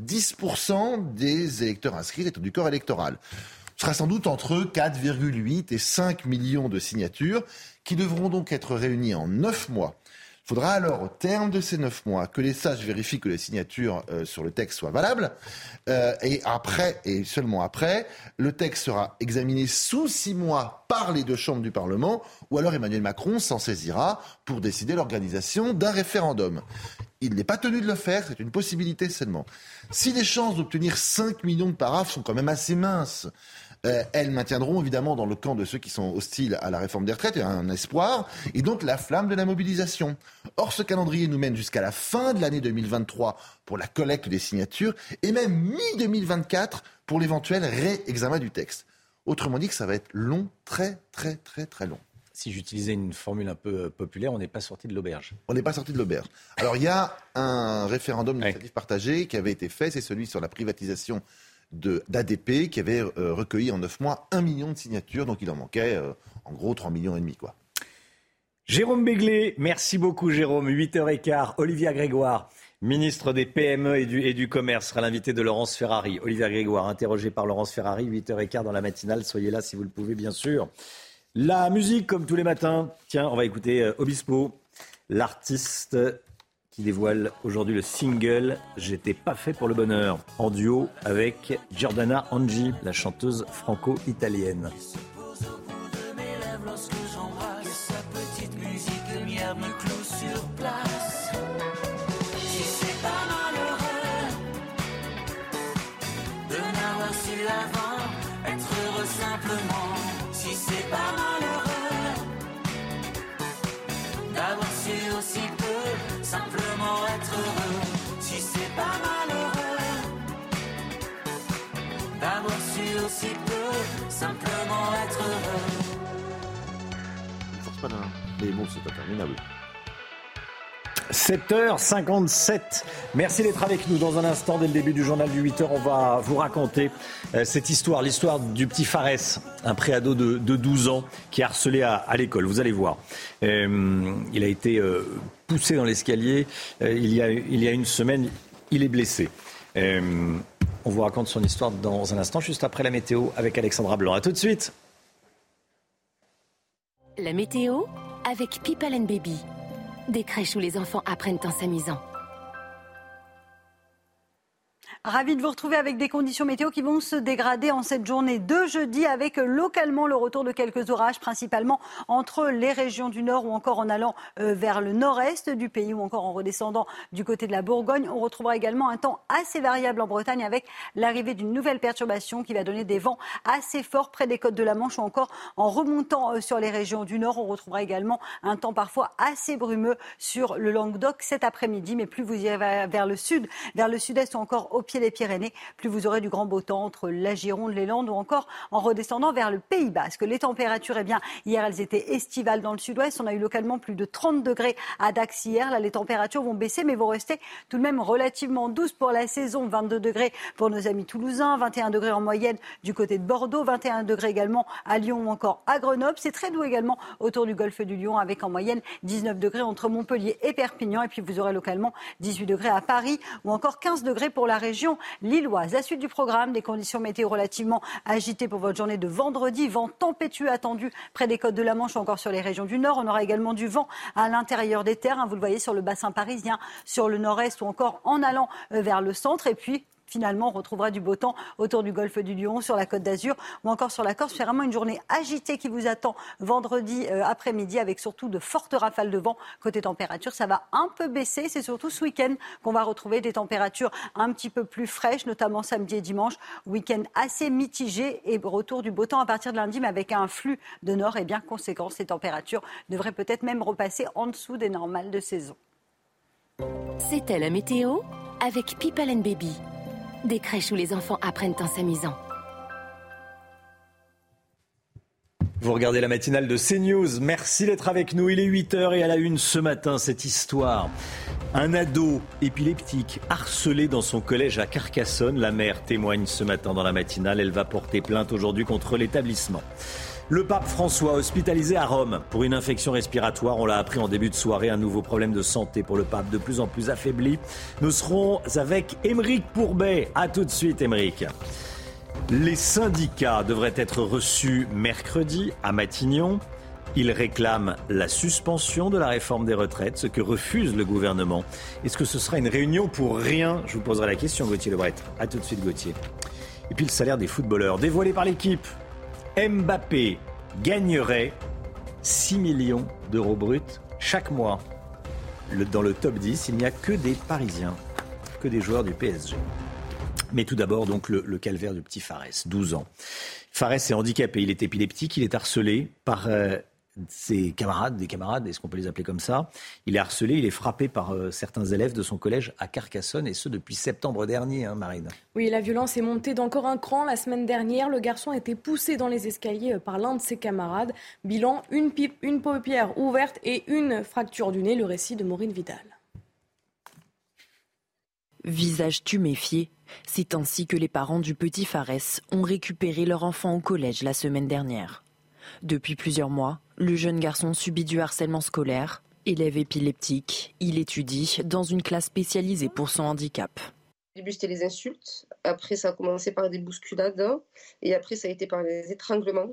10% des électeurs inscrits du corps électoral. Ce sera sans doute entre 4,8 et 5 millions de signatures qui devront donc être réunies en 9 mois. Il faudra alors, au terme de ces 9 mois, que les sages vérifient que les signatures sur le texte soient valables. Et après, et seulement après, le texte sera examiné sous 6 mois par les 2 chambres du Parlement, ou alors Emmanuel Macron s'en saisira pour décider l'organisation d'un référendum. Il n'est pas tenu de le faire, c'est une possibilité seulement. Si les chances d'obtenir 5 millions de paraphes sont quand même assez minces, elles maintiendront évidemment dans le camp de ceux qui sont hostiles à la réforme des retraites un espoir et donc la flamme de la mobilisation. Or, ce calendrier nous mène jusqu'à la fin de l'année 2023 pour la collecte des signatures et même mi-2024 pour l'éventuel réexamen du texte. Autrement dit que ça va être long, très très très très long. Si j'utilisais une formule un peu populaire, on n'est pas sorti de l'auberge. On n'est pas sorti de l'auberge. Alors il y a un référendum d'initiative partagée qui avait été fait, c'est celui sur la privatisation d'ADP qui avait recueilli en 9 mois 1 million de signatures, donc il en manquait en gros 3,5 millions quoi. Jérôme Béglé, merci beaucoup Jérôme, 8h15, Olivia Grégoire, ministre des PME et du Commerce, sera l'invité de Laurence Ferrari. Olivia Grégoire, interrogée par Laurence Ferrari, 8h15 dans la matinale, soyez là si vous le pouvez bien sûr. La musique comme tous les matins, tiens on va écouter Obispo, l'artiste qui dévoile aujourd'hui le single « J'étais pas fait pour le bonheur » en duo avec Giordana Angi, la chanteuse franco-italienne. Simplement être heureux, si c'est pas malheureux, d'avoir su aussi peu, simplement être heureux. Ne force pas là, mais bon, c'est interminable. 7h57. Merci d'être avec nous. Dans un instant, dès le début du journal du 8h, on va vous raconter cette histoire, l'histoire du petit Fares, un préado de 12 ans qui est harcelé à l'école. Vous allez voir. Il a été poussé dans l'escalier il y a une semaine. Il est blessé. On vous raconte son histoire dans un instant, juste après la météo avec Alexandra Blanc. A tout de suite. La météo avec People & Baby. Des crèches où les enfants apprennent en s'amusant. Ravi de vous retrouver avec des conditions météo qui vont se dégrader en cette journée de jeudi avec localement le retour de quelques orages, principalement entre les régions du nord ou encore en allant vers le nord-est du pays ou encore en redescendant du côté de la Bourgogne. On retrouvera également un temps assez variable en Bretagne avec l'arrivée d'une nouvelle perturbation qui va donner des vents assez forts près des côtes de la Manche ou encore en remontant sur les régions du nord. On retrouvera également un temps parfois assez brumeux sur le Languedoc cet après-midi, mais plus vous irez vers le sud, vers le sud-est ou encore au pied des Pyrénées, plus vous aurez du grand beau temps entre la Gironde, les Landes ou encore en redescendant vers le Pays Basque. Les températures, hier elles étaient estivales dans le sud-ouest. On a eu localement plus de 30 degrés à Dax hier. Là, les températures vont baisser mais vont rester tout de même relativement douces pour la saison. 22 degrés pour nos amis toulousains, 21 degrés en moyenne du côté de Bordeaux, 21 degrés également à Lyon ou encore à Grenoble. C'est très doux également autour du golfe du Lion avec en moyenne 19 degrés entre Montpellier et Perpignan. Et puis vous aurez localement 18 degrés à Paris ou encore 15 degrés pour la région lilloise. La suite du programme, des conditions météo relativement agitées pour votre journée de vendredi. Vent tempétueux attendu près des côtes de la Manche ou encore sur les régions du nord. On aura également du vent à l'intérieur des terres. Vous le voyez sur le bassin parisien, sur le nord-est ou encore en allant vers le centre. Et puis, finalement, on retrouvera du beau temps autour du golfe du Lion, sur la Côte d'Azur ou encore sur la Corse. C'est vraiment une journée agitée qui vous attend vendredi après-midi avec surtout de fortes rafales de vent. Côté température, ça va un peu baisser. C'est surtout ce week-end qu'on va retrouver des températures un petit peu plus fraîches, notamment samedi et dimanche. Week-end assez mitigé et retour du beau temps à partir de lundi, mais avec un flux de nord et bien conséquent. Ces températures devraient peut-être même repasser en dessous des normales de saison. C'était la météo avec People & Baby. Des crèches où les enfants apprennent en s'amusant. Vous regardez la matinale de CNews. Merci d'être avec nous. Il est 8h et à la une ce matin, cette histoire. Un ado épileptique harcelé dans son collège à Carcassonne. La mère témoigne ce matin dans la matinale. Elle va porter plainte aujourd'hui contre l'établissement. Le pape François, hospitalisé à Rome pour une infection respiratoire. On l'a appris en début de soirée, un nouveau problème de santé pour le pape de plus en plus affaibli. Nous serons avec Aymeric Pourbet. A tout de suite, Aymeric. Les syndicats devraient être reçus mercredi à Matignon. Ils réclament la suspension de la réforme des retraites, ce que refuse le gouvernement. Est-ce que ce sera une réunion pour rien ? Je vous poserai la question, Gauthier Lebret. A tout de suite, Gauthier. Et puis le salaire des footballeurs, dévoilé par l'équipe. Mbappé gagnerait 6 millions d'euros bruts chaque mois. Dans le top 10, il n'y a que des Parisiens, que des joueurs du PSG. Mais tout d'abord, donc, le calvaire du petit Fares, 12 ans. Fares est handicapé, il est épileptique, il est harcelé par ses camarades, est-ce qu'on peut les appeler comme ça ? Il est harcelé, il est frappé par certains élèves de son collège à Carcassonne, et ce depuis septembre dernier, Marine. Oui, la violence est montée d'encore un cran. La semaine dernière, le garçon a été poussé dans les escaliers par l'un de ses camarades. Bilan, une paupière ouverte et une fracture du nez. Le récit de Maureen Vidal. Visage tuméfié, c'est ainsi que les parents du petit Fares ont récupéré leur enfant au collège la semaine dernière. Depuis plusieurs mois, le jeune garçon subit du harcèlement scolaire. Élève épileptique, il étudie dans une classe spécialisée pour son handicap. Au début, c'était les insultes. Après, ça a commencé par des bousculades. Et après, ça a été par les étranglements.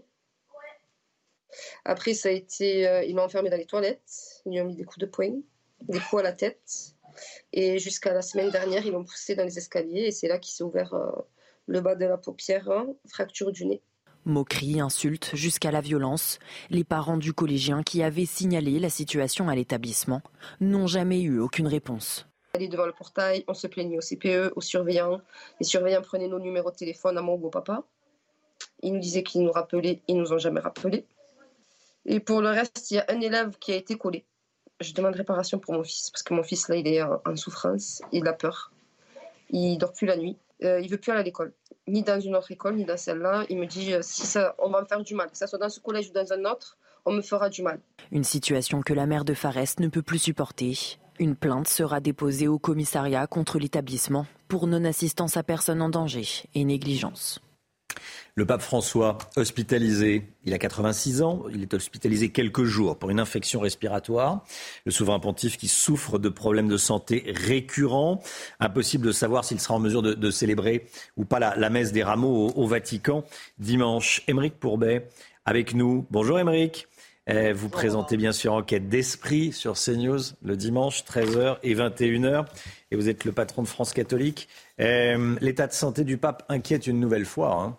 Après, ça a été... ils l'ont enfermé dans les toilettes. Ils lui ont mis des coups de poing, des coups à la tête. Et jusqu'à la semaine dernière, ils l'ont poussé dans les escaliers. Et c'est là qu'il s'est ouvert le bas de la paupière, fracture du nez. Moqueries, insultes, jusqu'à la violence. Les parents du collégien qui avaient signalé la situation à l'établissement n'ont jamais eu aucune réponse. On allait devant le portail, on se plaignait au CPE, aux surveillants. Les surveillants prenaient nos numéros de téléphone à mon beau-papa. Ils nous disaient qu'ils nous rappelaient, ils nous ont jamais rappelés. Et pour le reste, il y a un élève qui a été collé. Je demande réparation pour mon fils, parce que mon fils, là, il est en souffrance, il a peur. Il dort plus la nuit, il veut plus aller à l'école. Ni dans une autre école, ni dans celle-là. Il me dit, on va me faire du mal, que ce soit dans ce collège ou dans un autre, on me fera du mal. Une situation que la mère de Fares ne peut plus supporter. Une plainte sera déposée au commissariat contre l'établissement pour non-assistance à personne en danger et négligence. Le pape François, hospitalisé, il a 86 ans, il est hospitalisé quelques jours pour une infection respiratoire. Le souverain pontife qui souffre de problèmes de santé récurrents. Impossible de savoir s'il sera en mesure de célébrer ou pas la messe des rameaux au Vatican dimanche. Aymeric Pourbet avec nous. Bonjour Aymeric. Vous présentez bien sûr Enquête d'Esprit sur CNews le dimanche 13h et 21h. Et vous êtes le patron de France Catholique. L'état de santé du pape inquiète une nouvelle fois.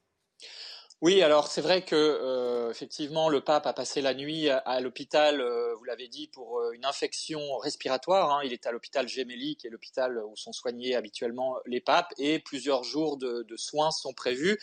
Oui, alors c'est vrai que effectivement le pape a passé la nuit à l'hôpital, vous l'avez dit, pour une infection respiratoire. Il est à l'hôpital Gemelli, qui est l'hôpital où sont soignés habituellement les papes, et plusieurs jours de soins sont prévus.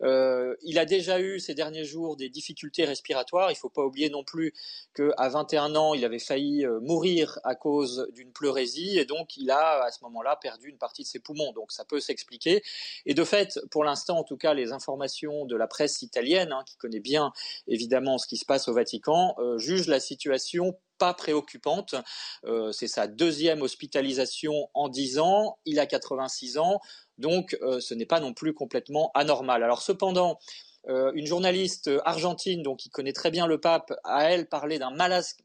Il a déjà eu ces derniers jours des difficultés respiratoires. Il ne faut pas oublier non plus qu'à 21 ans, il avait failli mourir à cause d'une pleurésie, et donc il a à ce moment-là perdu une partie de ses poumons. Donc ça peut s'expliquer. Et de fait, pour l'instant, en tout cas, les informations de la presse italienne, qui connaît bien évidemment ce qui se passe au Vatican, juge la situation pas préoccupante. C'est sa deuxième hospitalisation en 10 ans. Il a 86 ans, donc ce n'est pas non plus complètement anormal. Alors cependant, une journaliste argentine, donc qui connaît très bien le pape, a elle parlé d'un malaise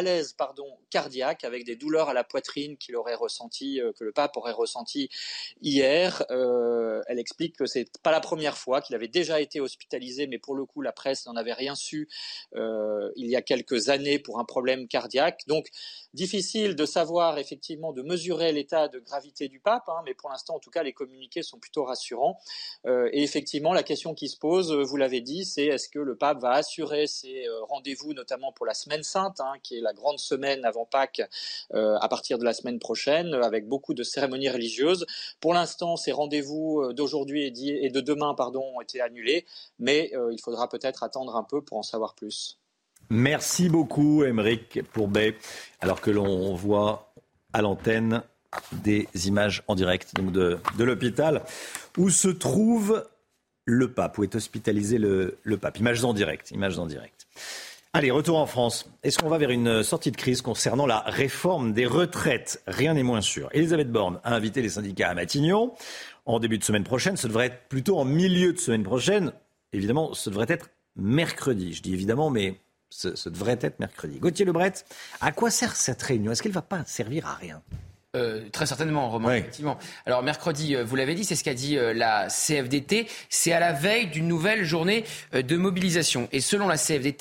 cardiaque avec des douleurs à la poitrine que le pape aurait ressenti hier. Elle explique que c'est pas la première fois, qu'il avait déjà été hospitalisé, mais pour le coup la presse n'en avait rien su il y a quelques années pour un problème cardiaque. Donc difficile de savoir effectivement, de mesurer l'état de gravité du pape, mais pour l'instant en tout cas les communiqués sont plutôt rassurants. Et effectivement la question qui se pose, vous l'avez dit, c'est est-ce que le pape va assurer ses rendez-vous, notamment pour la Semaine Sainte, qui est la grande semaine avant Pâques, à partir de la semaine prochaine, avec beaucoup de cérémonies religieuses. Pour l'instant, ces rendez-vous d'aujourd'hui et de demain ont été annulés, mais il faudra peut-être attendre un peu pour en savoir plus. Merci beaucoup Aymeric Pourbet, alors que l'on voit à l'antenne des images en direct donc de l'hôpital où se trouve le pape, où est hospitalisé le pape. Images en direct. Allez, retour en France. Est-ce qu'on va vers une sortie de crise concernant la réforme des retraites ? Rien n'est moins sûr. Elisabeth Borne a invité les syndicats à Matignon en début de semaine prochaine. Ce devrait être plutôt en milieu de semaine prochaine. Évidemment, ce devrait être mercredi. Je dis évidemment, mais ce devrait être mercredi. Gauthier Lebret, à quoi sert cette réunion ? Est-ce qu'elle ne va pas servir à rien ? Très certainement, Romain, effectivement. Alors mercredi, vous l'avez dit, c'est ce qu'a dit la CFDT, c'est à la veille d'une nouvelle journée de mobilisation. Et selon la CFDT,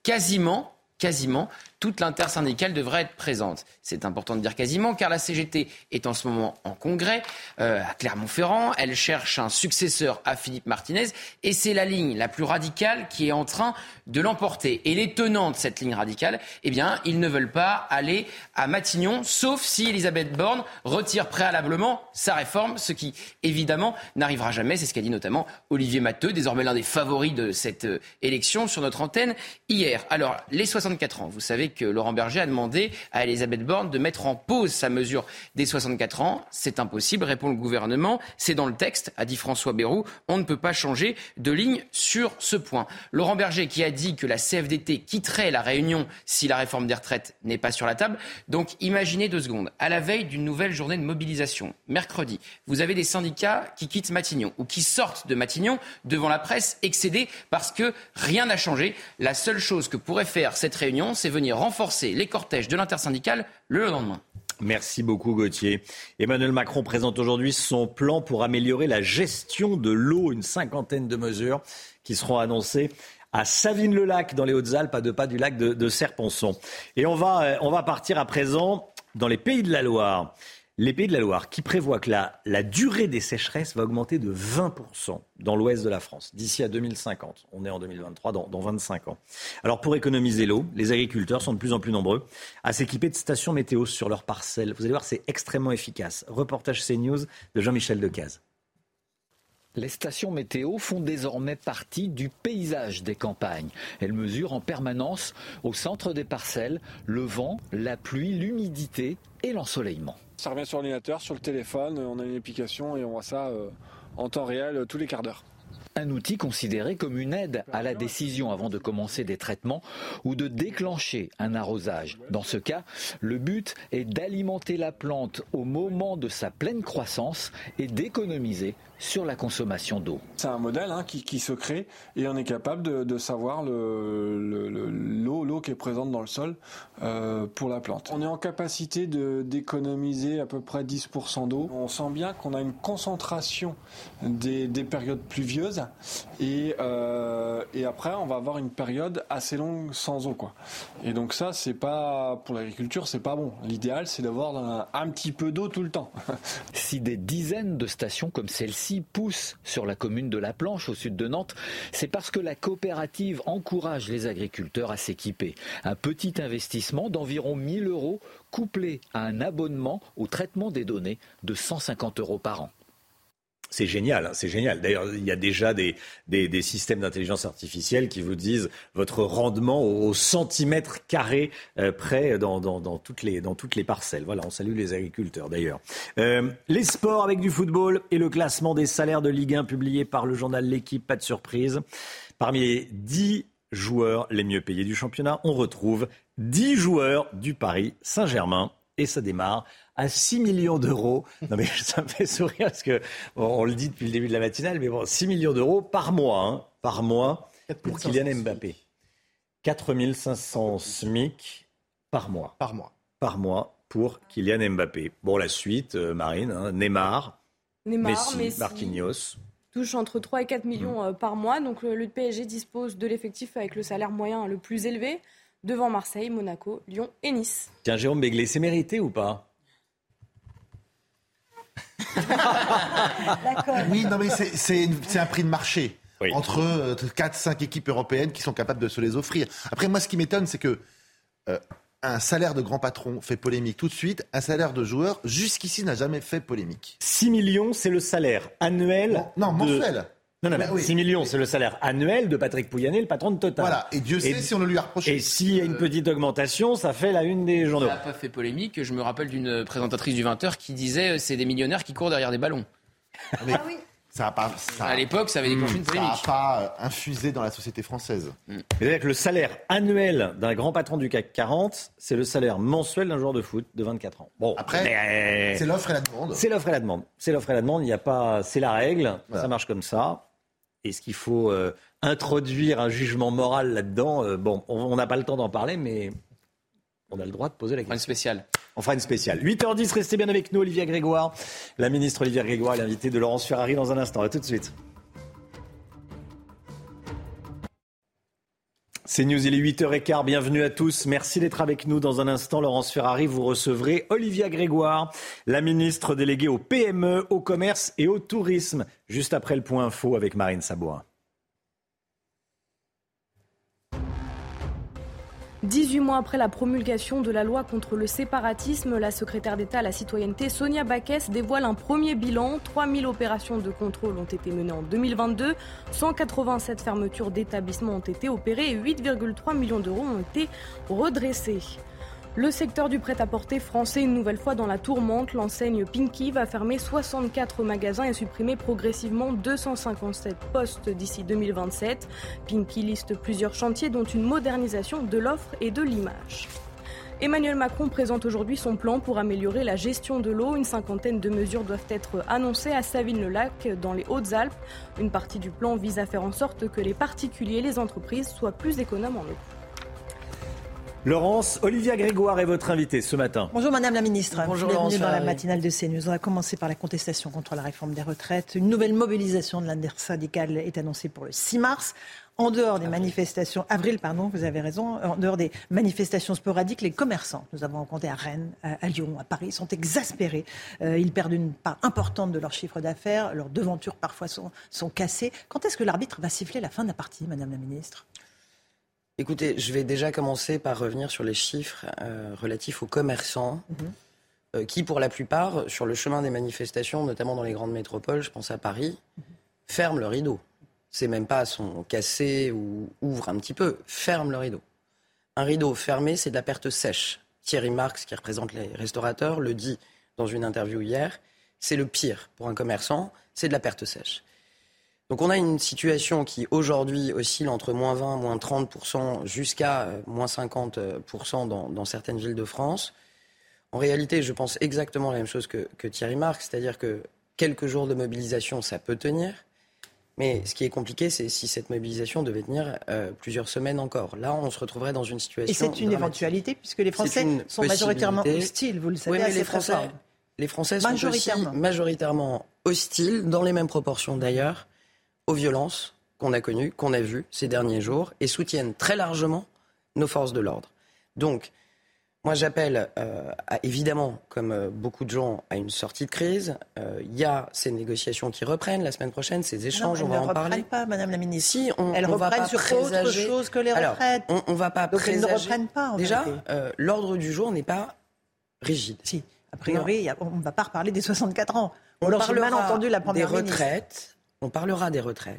quasiment toute l'intersyndicale devrait être présente. C'est important de dire quasiment, car la CGT est en ce moment en congrès à Clermont-Ferrand. Elle cherche un successeur à Philippe Martinez et c'est la ligne la plus radicale qui est en train de l'emporter. Et les tenants de cette ligne radicale, eh bien, ils ne veulent pas aller à Matignon, sauf si Elisabeth Borne retire préalablement sa réforme, ce qui, évidemment, n'arrivera jamais. C'est ce qu'a dit notamment Olivier Matteux, désormais l'un des favoris de cette élection sur notre antenne hier. Alors, les 64 ans, vous savez que Laurent Berger a demandé à Elisabeth Borne de mettre en pause sa mesure des 64 ans. C'est impossible, répond le gouvernement. C'est dans le texte, a dit François Bayrou. On ne peut pas changer de ligne sur ce point. Laurent Berger qui a dit que la CFDT quitterait la Réunion si la réforme des retraites n'est pas sur la table. Donc imaginez 2 secondes. À la veille d'une nouvelle journée de mobilisation, mercredi, vous avez des syndicats qui quittent Matignon ou qui sortent de Matignon devant la presse excédés parce que rien n'a changé. La seule chose que pourrait faire cette réunion, c'est venir renforcer les cortèges de l'intersyndicale le lendemain. Merci beaucoup Gauthier. Emmanuel Macron présente aujourd'hui son plan pour améliorer la gestion de l'eau. Une 50aine de mesures qui seront annoncées à Savines-le-Lac dans les Hautes-Alpes, à 2 pas du lac de Serponçon. Et on va partir à présent dans les Pays de la Loire. Les Pays de la Loire qui prévoient que la durée des sécheresses va augmenter de 20% dans l'ouest de la France d'ici à 2050. On est en 2023, dans 25 ans. Alors pour économiser l'eau, les agriculteurs sont de plus en plus nombreux à s'équiper de stations météo sur leurs parcelles. Vous allez voir, c'est extrêmement efficace. Reportage CNews de Jean-Michel Decaze. Les stations météo font désormais partie du paysage des campagnes. Elles mesurent en permanence au centre des parcelles le vent, la pluie, l'humidité et l'ensoleillement. Ça revient sur l'ordinateur, sur le téléphone, on a une application et on voit ça en temps réel tous les quarts d'heure. Un outil considéré comme une aide à la décision avant de commencer des traitements ou de déclencher un arrosage. Dans ce cas, le but est d'alimenter la plante au moment de sa pleine croissance et d'économiser sur la consommation d'eau. C'est un modèle qui se crée et on est capable de savoir l'eau qui est présente dans le sol pour la plante. On est en capacité d'économiser à peu près 10% d'eau. On sent bien qu'on a une concentration des périodes pluvieuses et après on va avoir une période assez longue sans eau, quoi. Et donc ça, c'est pas pour l'agriculture, c'est pas bon. L'idéal, c'est d'avoir un petit peu d'eau tout le temps. Si des dizaines de stations comme celle-ci poussent sur la commune de La Planche au sud de Nantes, c'est parce que la coopérative encourage les agriculteurs à s'équiper. Un petit investissement d'environ 1 000 € couplé à un abonnement au traitement des données de 150 € par an. C'est génial, c'est génial. D'ailleurs, il y a déjà des systèmes d'intelligence artificielle qui vous disent votre rendement au centimètre carré près dans toutes les parcelles. Voilà, on salue les agriculteurs d'ailleurs. Les sports avec du football et le classement des salaires de Ligue 1 publié par le journal L'Équipe, pas de surprise. Parmi les 10 joueurs les mieux payés du championnat, on retrouve 10 joueurs du Paris Saint-Germain. Et ça démarre à 6 millions d'euros. Non mais ça me fait sourire parce que on le dit depuis le début de la matinale, mais bon, 6 millions d'euros par mois pour Kylian Mbappé. 4 500 SMIC par mois. Par mois pour Kylian Mbappé. Bon, la suite, Marine, Neymar, Messi, Marquinhos. Touche entre 3 et 4 millions par mois. Donc le PSG dispose de l'effectif avec le salaire moyen le plus élevé, devant Marseille, Monaco, Lyon et Nice. Tiens, Jérôme Béglé, c'est mérité ou pas ? Oui, non mais c'est un prix de marché. Oui. Entre 4-5 équipes européennes qui sont capables de se les offrir. Après, moi, ce qui m'étonne, c'est que un salaire de grand patron fait polémique tout de suite. Un salaire de joueur, jusqu'ici, n'a jamais fait polémique. 6 millions, c'est le salaire annuel. Non, mensuel. Non, mais oui. 6 millions, c'est le salaire annuel de Patrick Pouyanné, le patron de Total. Voilà, et Dieu sait si on le lui a reproché. Et s'il y a une petite augmentation, ça fait la une des journaux. Ça n'a pas fait polémique. Je me rappelle d'une présentatrice du 20h qui disait c'est des millionnaires qui courent derrière des ballons. Mais oui. À l'époque, ça avait déclenché une polémique. Ça n'a pas infusé dans la société française. C'est-à-dire que le salaire annuel d'un grand patron du CAC 40, c'est le salaire mensuel d'un joueur de foot de 24 ans. Bon, après, c'est l'offre et la demande. C'est l'offre et la demande. Il n'y a pas, c'est la règle. Voilà. Ça marche comme ça. Est-ce qu'il faut introduire un jugement moral là-dedans ? Bon, on n'a pas le temps d'en parler, mais on a le droit de poser la question. On fera une spéciale. 8h10, restez bien avec nous, Olivia Grégoire. La ministre Olivia Grégoire est l'invitée de Laurence Ferrari dans un instant. À tout de suite. C'est News, il est 8h15, bienvenue à tous. Merci d'être avec nous. Dans un instant, Laurence Ferrari, vous recevrez Olivia Grégoire, la ministre déléguée au PME, au commerce et au tourisme. Juste après le point info avec Marine Sabourin. 18 mois après la promulgation de la loi contre le séparatisme, la secrétaire d'État à la citoyenneté, Sonia Backès, dévoile un premier bilan. 3000 opérations de contrôle ont été menées en 2022. 187 fermetures d'établissements ont été opérées et 8,3 millions d'euros ont été redressés. Le secteur du prêt-à-porter français, une nouvelle fois dans la tourmente. L'enseigne Pinky va fermer 64 magasins et supprimer progressivement 257 postes d'ici 2027. Pinky liste plusieurs chantiers, dont une modernisation de l'offre et de l'image. Emmanuel Macron présente aujourd'hui son plan pour améliorer la gestion de l'eau. Une cinquantaine de mesures doivent être annoncées à Savines-le-Lac, dans les Hautes-Alpes. Une partie du plan vise à faire en sorte que les particuliers et les entreprises soient plus économes en eau. Laurence, Olivia Grégoire est votre invitée ce matin. Bonjour Madame la Ministre. Bonjour Bienvenue Laurence. dans la matinale de CNews. On va commencer par la contestation contre la réforme des retraites. Une nouvelle mobilisation de l'intersyndicale est annoncée pour le 6 mars. En dehors des manifestations, vous avez raison, en dehors des manifestations sporadiques, les commerçants, nous avons rencontré à Rennes, à Lyon, à Paris, sont exaspérés. Ils perdent une part importante de leur chiffre d'affaires, leurs devantures parfois sont cassées. Quand est-ce que l'arbitre va siffler la fin de la partie, Madame la Ministre ? Écoutez, je vais déjà commencer par revenir sur les chiffres relatifs aux commerçants qui, pour la plupart, sur le chemin des manifestations, notamment dans les grandes métropoles, je pense à Paris, ferment le rideau. C'est même pas sont cassés ou ouvrent un petit peu, ferment le rideau. Un rideau fermé, c'est de la perte sèche. Thierry Marx, qui représente les restaurateurs, le dit dans une interview hier, c'est le pire pour un commerçant, c'est de la perte sèche. Donc on a une situation qui aujourd'hui oscille entre moins 20, moins 30% jusqu'à moins 50% dans certaines villes de France. En réalité, je pense exactement la même chose que Thierry Marx, c'est-à-dire que quelques jours de mobilisation, ça peut tenir. Mais ce qui est compliqué, c'est si cette mobilisation devait tenir plusieurs semaines encore. Là, on se retrouverait dans une situation Et c'est une éventualité, puisque les Français sont majoritairement hostiles, vous le savez, oui, mais à les Français sont aussi majoritairement hostiles, dans les mêmes proportions d'ailleurs, aux violences qu'on a connues, qu'on a vues ces derniers jours, et soutiennent très largement nos forces de l'ordre. Donc, moi j'appelle évidemment, comme beaucoup de gens, à une sortie de crise. Il y a ces négociations qui reprennent la semaine prochaine, ces échanges, on va en parler. Elles ne reprennent pas, Madame la Ministre. Si, elles reprennent sur autre chose que les retraites. Alors, on ne va pas donc présager. Elles ne reprennent pas, déjà, l'ordre du jour n'est pas rigide. Si, a priori, on ne va pas reparler des 64 ans. Alors j'ai mal entendu la Première ministre. On parlera des retraites.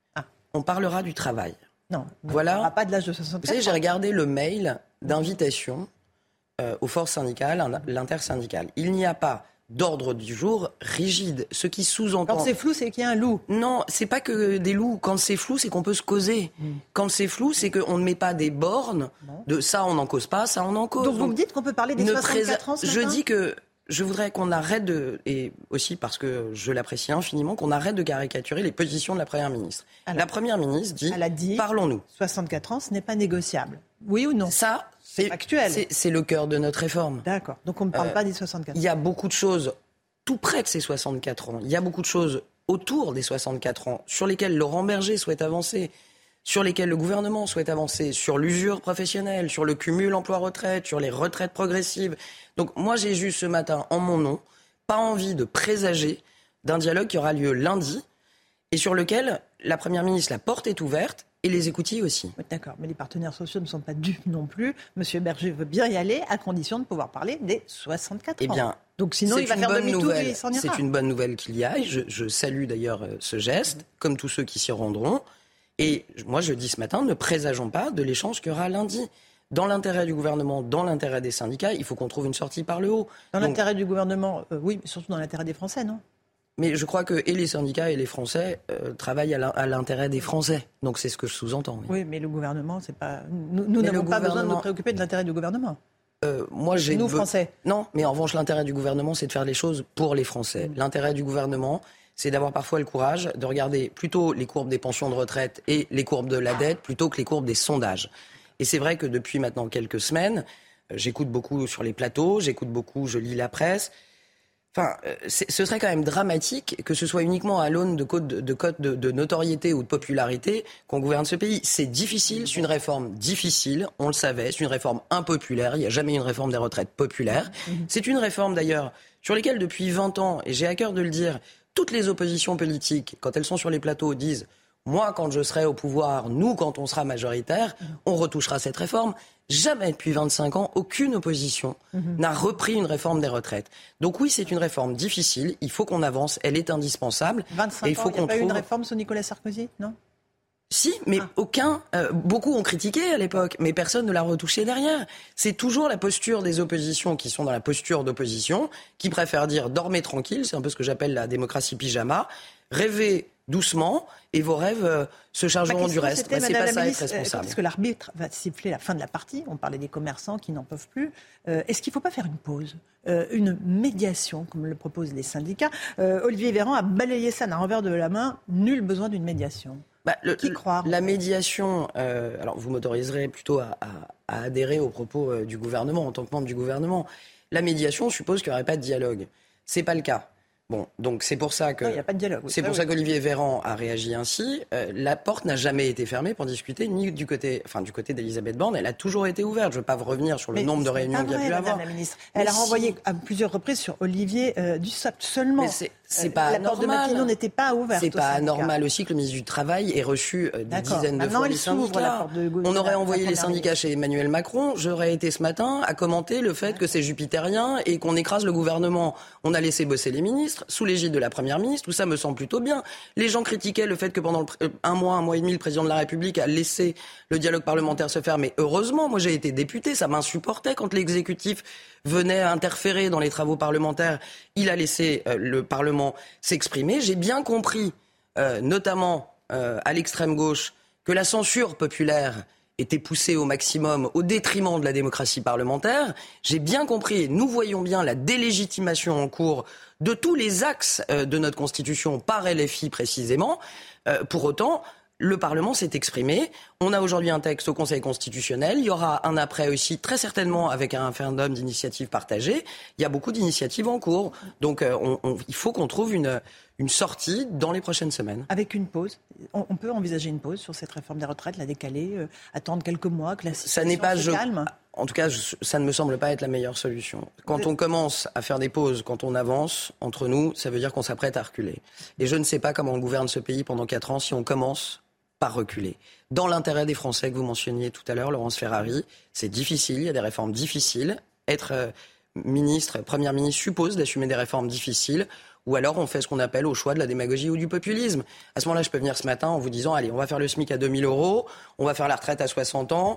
On parlera du travail. Non, voilà. On ne parlera pas de l'âge de 64 ans. Vous savez, j'ai regardé le mail d'invitation aux forces syndicales, l'intersyndicale. Il n'y a pas d'ordre du jour rigide, ce qui sous-entend... Quand c'est flou, c'est qu'il y a un loup. Non, c'est pas que des loups. Quand c'est flou, c'est qu'on peut se causer. Quand c'est flou, c'est qu'on ne met pas des bornes de ça, on n'en cause pas, ça, on en cause. Donc vous me dites qu'on peut parler des 64 ans ce matin ? Je dis que je voudrais qu'on arrête et aussi parce que je l'apprécie infiniment, qu'on arrête de caricaturer les positions de la Première ministre. Alors, la Première ministre dit, parlons-nous. 64 ans, ce n'est pas négociable. Oui ou non ? Ça, c'est factuel. C'est le cœur de notre réforme. D'accord. Donc on ne parle pas des 64 ans. Il y a beaucoup de choses tout près de ces 64 ans. Il y a beaucoup de choses autour des 64 ans sur lesquelles Laurent Berger souhaite avancer, sur lesquelles le gouvernement souhaite avancer, sur l'usure professionnelle, sur le cumul emploi-retraite, sur les retraites progressives. Donc moi, j'ai juste ce matin, en mon nom, pas envie de présager d'un dialogue qui aura lieu lundi et sur lequel la Première ministre, la porte est ouverte et les écoutilles aussi. D'accord, mais les partenaires sociaux ne sont pas dupes non plus. Monsieur Berger veut bien y aller à condition de pouvoir parler des 64 ans. Eh bien, donc sinon il va faire demi-tour et il s'en ira. C'est une bonne nouvelle qu'il y aille. Je salue d'ailleurs ce geste, comme tous ceux qui s'y rendront. Et moi, je dis ce matin, ne présageons pas de l'échange qu'il y aura lundi. Dans l'intérêt du gouvernement, dans l'intérêt des syndicats, il faut qu'on trouve une sortie par le haut. Dans l'intérêt du gouvernement, oui, mais surtout dans l'intérêt des Français, non ? Mais je crois que et les syndicats et les Français travaillent à l'intérêt des Français. Donc c'est ce que je sous-entends. Oui, mais le gouvernement, c'est pas... Nous n'avons pas besoin de nous préoccuper de l'intérêt du gouvernement. Nous, Français. Non, mais en revanche, l'intérêt du gouvernement, c'est de faire les choses pour les Français. L'intérêt du gouvernement, c'est d'avoir parfois le courage de regarder plutôt les courbes des pensions de retraite et les courbes de la dette plutôt que les courbes des sondages. Et c'est vrai que depuis maintenant quelques semaines, j'écoute beaucoup sur les plateaux, j'écoute beaucoup, je lis la presse. Enfin, ce serait quand même dramatique que ce soit uniquement à l'aune de codes de notoriété ou de popularité qu'on gouverne ce pays. C'est difficile, c'est une réforme difficile, on le savait, c'est une réforme impopulaire, il n'y a jamais eu une réforme des retraites populaire. C'est une réforme d'ailleurs sur laquelle depuis 20 ans, et j'ai à cœur de le dire, toutes les oppositions politiques, quand elles sont sur les plateaux, disent « moi, quand je serai au pouvoir, nous, quand on sera majoritaire, on retouchera cette réforme ». Jamais depuis 25 ans, aucune opposition n'a repris une réforme des retraites. Donc oui, c'est une réforme difficile, il faut qu'on avance, elle est indispensable. 25 ans, il n'y a pas eu une réforme sous Nicolas Sarkozy, non ? Si, mais beaucoup ont critiqué à l'époque, mais personne ne l'a retouché derrière. C'est toujours la posture des oppositions qui sont dans la posture d'opposition, qui préfèrent dire « dormez tranquille », c'est un peu ce que j'appelle la démocratie pyjama, rêvez doucement et vos rêves se chargeront du reste. C'est pas ça être responsable. Est-ce que l'arbitre va siffler la fin de la partie ? On parlait des commerçants qui n'en peuvent plus. Est-ce qu'il ne faut pas faire une pause, une médiation, comme le proposent les syndicats ? Olivier Véran a balayé ça d'un revers de la main. Nul besoin d'une médiation. Qui croire ? La médiation, alors vous m'autoriserez plutôt à adhérer aux propos du gouvernement, en tant que membre du gouvernement. La médiation suppose qu'il n'y aurait pas de dialogue. C'est pas le cas. Bon, donc c'est pour ça que. Il n'y a pas de dialogue. C'est pour ça qu'Olivier Véran a réagi ainsi. La porte n'a jamais été fermée pour discuter, ni du côté d'Elisabeth Borne. Elle a toujours été ouverte. Je ne veux pas revenir sur le nombre de réunions qu'il y a pu avoir. La ministre. Elle a renvoyé à plusieurs reprises sur Olivier Dussopt seulement. Mais c'est pas la porte de Matignon n'était pas ouverte. C'est pas anormal aussi que le ministre du Travail ait reçu des dizaines de fois les syndicats. On aurait envoyé les syndicats chez Emmanuel Macron. J'aurais été ce matin à commenter le fait que c'est jupitérien et qu'on écrase le gouvernement. On a laissé bosser les ministres sous l'égide de la Première ministre. Tout ça me semble plutôt bien. Les gens critiquaient le fait que pendant un mois et demi, le président de la République a laissé le dialogue parlementaire se faire. Mais heureusement, moi j'ai été député, ça m'insupportait quand l'exécutif venait interférer dans les travaux parlementaires. Il a laissé le Parlement s'exprimer. J'ai bien compris, notamment à l'extrême gauche, que la censure populaire était poussée au maximum au détriment de la démocratie parlementaire. J'ai bien compris, nous voyons bien la délégitimation en cours de tous les axes de notre Constitution par LFI précisément. Pour autant, le Parlement s'est exprimé. On a aujourd'hui un texte au Conseil constitutionnel. Il y aura un après aussi, très certainement, avec un référendum d'initiative partagée. Il y a beaucoup d'initiatives en cours. Donc, il faut qu'on trouve une sortie dans les prochaines semaines. Avec une pause. On peut envisager une pause sur cette réforme des retraites, la décaler, attendre quelques mois, que la situation se calme. En tout cas, ça ne me semble pas être la meilleure solution. Quand on commence à faire des pauses, quand on avance, entre nous, ça veut dire qu'on s'apprête à reculer. Et je ne sais pas comment on gouverne ce pays pendant 4 ans si on commence par reculer. Dans l'intérêt des Français que vous mentionniez tout à l'heure, Laurence Ferrari, c'est difficile, il y a des réformes difficiles. Être ministre, première ministre suppose d'assumer des réformes difficiles. Ou alors on fait ce qu'on appelle au choix de la démagogie ou du populisme. À ce moment-là, je peux venir ce matin en vous disant, allez, on va faire le SMIC à 2 000 €, on va faire la retraite à 60 ans,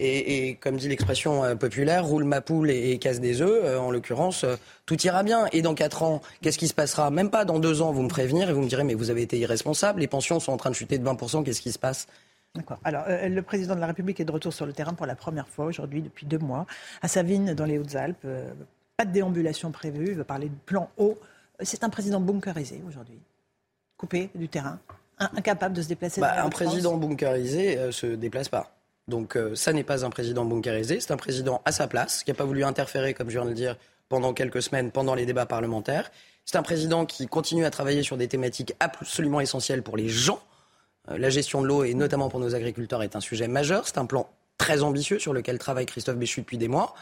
et comme dit l'expression populaire, roule ma poule et casse des œufs, en l'occurrence, tout ira bien. Et dans 4 ans, qu'est-ce qui se passera ? Même pas dans 2 ans, vous me ferez venir et vous me direz, mais vous avez été irresponsable, les pensions sont en train de chuter de 20%, qu'est-ce qui se passe ? D'accord. Alors, le président de la République est de retour sur le terrain pour la première fois aujourd'hui, depuis 2 mois, à Savines, dans les Hautes-Alpes. Pas de déambulation prévue, il va parler de plan eau. C'est un président bunkerisé aujourd'hui, coupé du terrain, incapable de se déplacer. Un président bunkerisé se déplace pas. Donc ça n'est pas un président bunkerisé, c'est un président à sa place, qui n'a pas voulu interférer, comme je viens de le dire, pendant quelques semaines, pendant les débats parlementaires. C'est un président qui continue à travailler sur des thématiques absolument essentielles pour les gens. La gestion de l'eau, et notamment pour nos agriculteurs, est un sujet majeur. C'est un plan très ambitieux sur lequel travaille Christophe Béchu depuis des mois.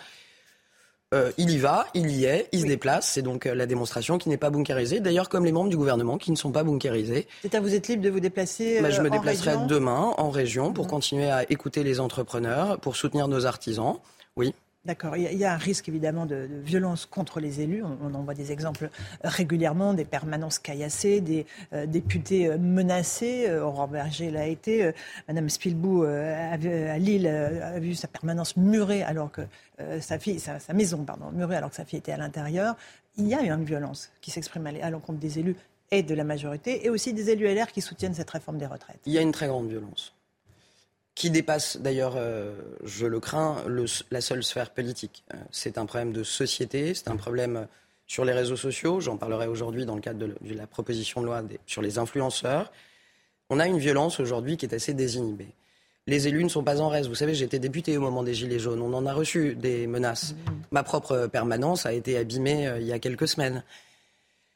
Il y va, il y est, il se déplace. C'est donc la démonstration qu'il n'est pas bunkérisé. D'ailleurs, comme les membres du gouvernement qui ne sont pas bunkérisés. C'est à vous êtes libre de vous déplacer Je me déplacerai demain en région pour continuer à écouter les entrepreneurs, pour soutenir nos artisans. Oui. D'accord. Il y a un risque évidemment de violence contre les élus. On en voit des exemples régulièrement, des permanences caillassées, des députés menacés. Aurore Berger l'a été. Madame Spilbou à Lille a vu sa permanence murée alors que sa maison murée alors que sa fille était à l'intérieur. Il y a une violence qui s'exprime à l'encontre des élus et de la majorité et aussi des élus LR qui soutiennent cette réforme des retraites. Il y a une très grande violence. Qui dépasse d'ailleurs, je le crains, la seule sphère politique. C'est un problème de société, c'est un problème sur les réseaux sociaux. J'en parlerai aujourd'hui dans le cadre de la proposition de loi sur les influenceurs. On a une violence aujourd'hui qui est assez désinhibée. Les élus ne sont pas en reste. Vous savez, j'étais député au moment des Gilets jaunes. On en a reçu des menaces. Ma propre permanence a été abîmée il y a quelques semaines.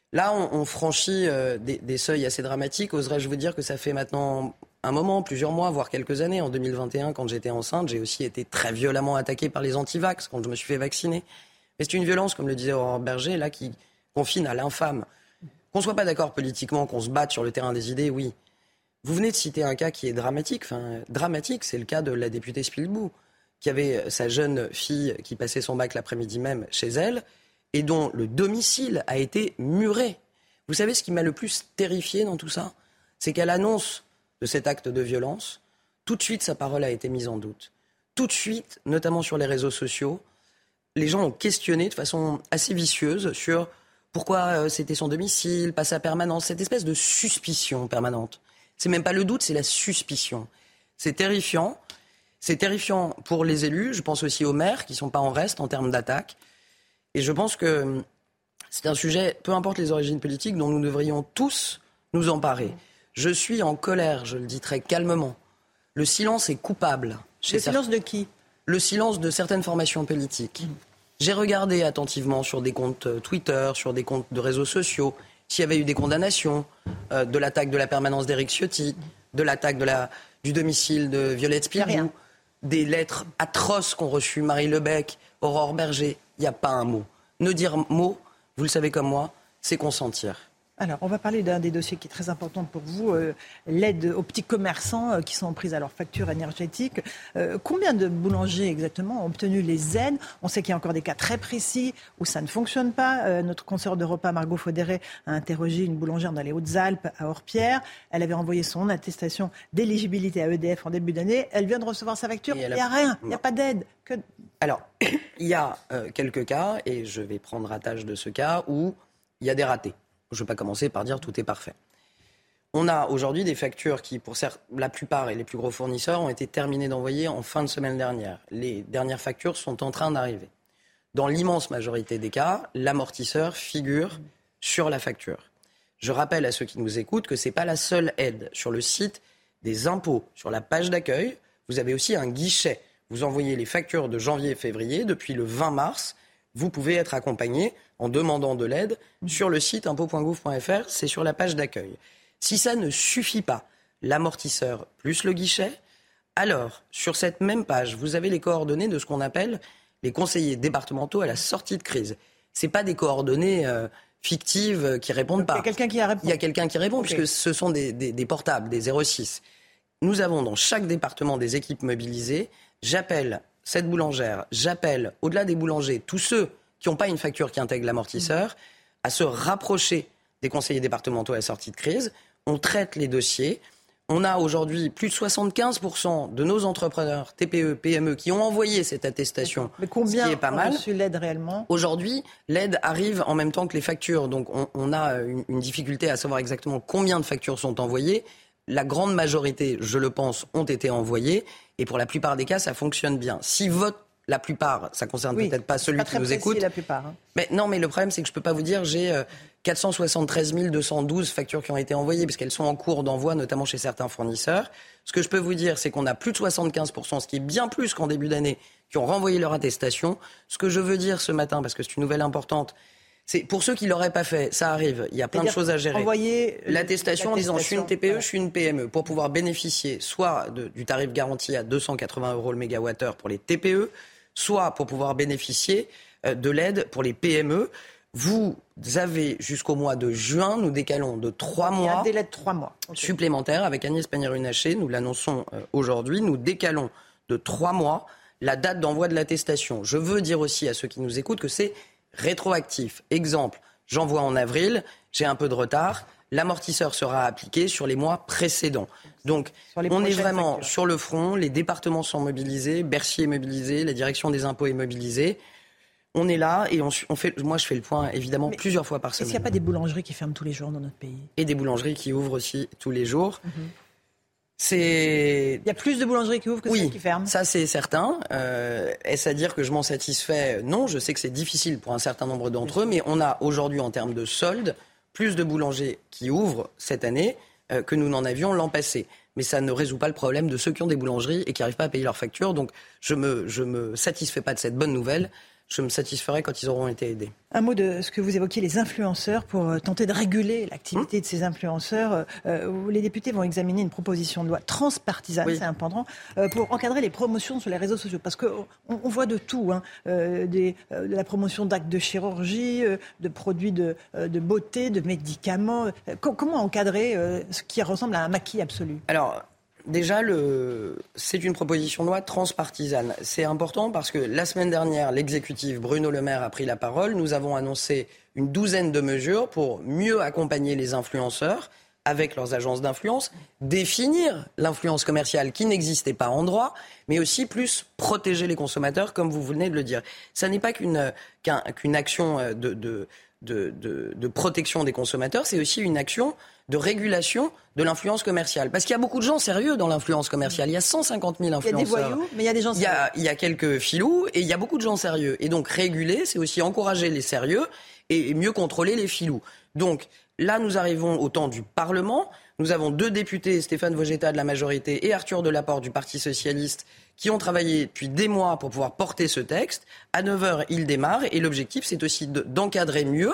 Là, on franchit des seuils assez dramatiques. Oserais-je vous dire que ça fait maintenant un moment, plusieurs mois, voire quelques années. En 2021, quand j'étais enceinte, j'ai aussi été très violemment attaquée par les antivax quand je me suis fait vacciner. Mais c'est une violence, comme le disait Aurore Berger, là, qui confine à l'infâme. Qu'on ne soit pas d'accord politiquement, qu'on se batte sur le terrain des idées, oui. Vous venez de citer un cas qui est dramatique. Enfin, dramatique, c'est le cas de la députée Spilbou, qui avait sa jeune fille qui passait son bac l'après-midi même chez elle, et dont le domicile a été muré. Vous savez ce qui m'a le plus terrifié dans tout ça ? C'est qu'à l'annonce de cet acte de violence, tout de suite sa parole a été mise en doute. Tout de suite, notamment sur les réseaux sociaux, les gens ont questionné de façon assez vicieuse sur pourquoi c'était son domicile, pas sa permanence, cette espèce de suspicion permanente. C'est même pas le doute, c'est la suspicion. C'est terrifiant. C'est terrifiant pour les élus, je pense aussi aux maires qui ne sont pas en reste en termes d'attaque. Et je pense que c'est un sujet, peu importe les origines politiques, dont nous devrions tous nous emparer. Je suis en colère, je le dis très calmement. Le silence est coupable. Le silence de qui ? Le silence de certaines formations politiques. J'ai regardé attentivement sur des comptes Twitter, sur des comptes de réseaux sociaux, s'il y avait eu des condamnations de l'attaque de la permanence d'Éric Ciotti, de l'attaque du domicile de Violette Spirou, des lettres atroces qu'ont reçues Marie Lebec, Aurore Berger. Il n'y a pas un mot. Ne dire mot, vous le savez comme moi, c'est consentir. Alors, on va parler d'un des dossiers qui est très important pour vous, l'aide aux petits commerçants qui sont prises à leur facture énergétique. Combien de boulangers exactement ont obtenu les aides ? On sait qu'il y a encore des cas très précis où ça ne fonctionne pas. Notre consoeur de repas, Margot Faudéré, a interrogé une boulangère dans les Hautes-Alpes, à Orpierre. Elle avait envoyé son attestation d'éligibilité à EDF en début d'année. Elle vient de recevoir sa facture. Il n'y a rien, il n'y a pas d'aide. Alors, il y a quelques cas, et je vais prendre à tâche de ce cas, où il y a des ratés. Je ne vais pas commencer par dire tout est parfait. On a aujourd'hui des factures qui, pour la plupart et les plus gros fournisseurs, ont été terminées d'envoyer en fin de semaine dernière. Les dernières factures sont en train d'arriver. Dans l'immense majorité des cas, l'amortisseur figure sur la facture. Je rappelle à ceux qui nous écoutent que ce n'est pas la seule aide. Sur le site des impôts, sur la page d'accueil, vous avez aussi un guichet. Vous envoyez les factures de janvier et février. Depuis le 20 mars, vous pouvez être accompagné en demandant de l'aide sur le site impôts.gouv.fr, c'est sur la page d'accueil. Si ça ne suffit pas, l'amortisseur plus le guichet, alors sur cette même page, vous avez les coordonnées de ce qu'on appelle les conseillers départementaux à la sortie de crise. Ce n'est pas des coordonnées fictives qui répondent pas. Il y a quelqu'un qui répond. Il y a quelqu'un qui répond, puisque ce sont des portables, des 06. Nous avons dans chaque département des équipes mobilisées. J'appelle cette boulangère, j'appelle, au-delà des boulangers, tous ceux qui n'ont pas une facture qui intègre l'amortisseur, à se rapprocher des conseillers départementaux à la sortie de crise. On traite les dossiers. On a aujourd'hui plus de 75% de nos entrepreneurs, TPE, PME, qui ont envoyé cette attestation. Mais combien ce qui est pas mal. ont reçu l'aide réellement ? Aujourd'hui, l'aide arrive en même temps que les factures. Donc on a une difficulté à savoir exactement combien de factures sont envoyées. La grande majorité, je le pense, ont été envoyées. Et pour la plupart des cas, ça fonctionne bien. Si la plupart, ça ne concerne peut-être pas celui qui nous écoute. La plupart, hein. Mais non, mais le problème, c'est que je ne peux pas vous dire, j'ai 473 212 factures qui ont été envoyées, parce qu'elles sont en cours d'envoi, notamment chez certains fournisseurs. Ce que je peux vous dire, c'est qu'on a plus de 75%, ce qui est bien plus qu'en début d'année, qui ont renvoyé leur attestation. Ce que je veux dire ce matin, parce que c'est une nouvelle importante, c'est pour ceux qui ne l'auraient pas fait, ça arrive, il y a plein de choses à gérer. L'attestation en disant je suis une TPE, je suis une PME, pour pouvoir bénéficier soit du tarif garanti à 280 € le mégawattheure pour les TPE, soit pour pouvoir bénéficier de l'aide pour les PME. Vous avez jusqu'au mois de juin, nous décalons de 3 mois. Il y a un délai de 3 mois. Supplémentaire avec Agnès Pannier-Runacher, nous l'annonçons aujourd'hui, nous décalons de 3 mois la date d'envoi de l'attestation. Je veux dire aussi à ceux qui nous écoutent que c'est rétroactif. Exemple, j'envoie en avril, j'ai un peu de retard, l'amortisseur sera appliqué sur les mois précédents. Donc, on est vraiment factures. Sur le front, les départements sont mobilisés, Bercy est mobilisé, la direction des impôts est mobilisée. On est là et moi je fais le point évidemment plusieurs fois par semaine. Est-ce qu'il n'y a pas des boulangeries qui ferment tous les jours dans notre pays ? Et des boulangeries qui ouvrent aussi tous les jours. Il y a plus de boulangeries qui ouvrent que celles qui ferment. Ça c'est certain. Est-ce à dire que je m'en satisfais ? Non, je sais que c'est difficile pour un certain nombre d'entre eux, mais on a aujourd'hui en termes de soldes plus de boulangers qui ouvrent cette année que nous n'en avions l'an passé. Mais ça ne résout pas le problème de ceux qui ont des boulangeries et qui n'arrivent pas à payer leurs factures. Donc je me satisfais pas de cette bonne nouvelle. je me satisferai quand ils auront été aidés. Un mot de ce que vous évoquiez, les influenceurs, pour tenter de réguler l'activité de ces influenceurs. Les députés vont examiner une proposition de loi transpartisane, c'est important, pour encadrer les promotions sur les réseaux sociaux. Parce qu'on voit de tout, de la promotion d'actes de chirurgie, de produits de beauté, de médicaments. Comment encadrer ce qui ressemble à un maquis absolu ? Alors, déjà, c'est une proposition de loi transpartisane. C'est important parce que la semaine dernière, l'exécutif Bruno Le Maire a pris la parole. Nous avons annoncé une douzaine de mesures pour mieux accompagner les influenceurs avec leurs agences d'influence, définir l'influence commerciale qui n'existait pas en droit, mais aussi plus protéger les consommateurs, comme vous venez de le dire. Ça n'est pas qu'une action de protection des consommateurs, c'est aussi une action de régulation de l'influence commerciale. Parce qu'il y a beaucoup de gens sérieux dans l'influence commerciale. Il y a 150 000 influenceurs. Il y a des voyous, mais il y a des gens sérieux. Il y a quelques filous et il y a beaucoup de gens sérieux. Et donc réguler, c'est aussi encourager les sérieux et mieux contrôler les filous. Donc là, nous arrivons au temps du Parlement. Nous avons 2 députés, Stéphane Vogetta de la majorité et Arthur Delaporte du Parti socialiste, qui ont travaillé depuis des mois pour pouvoir porter ce texte. À 9h, il démarre et l'objectif, c'est aussi d'encadrer mieux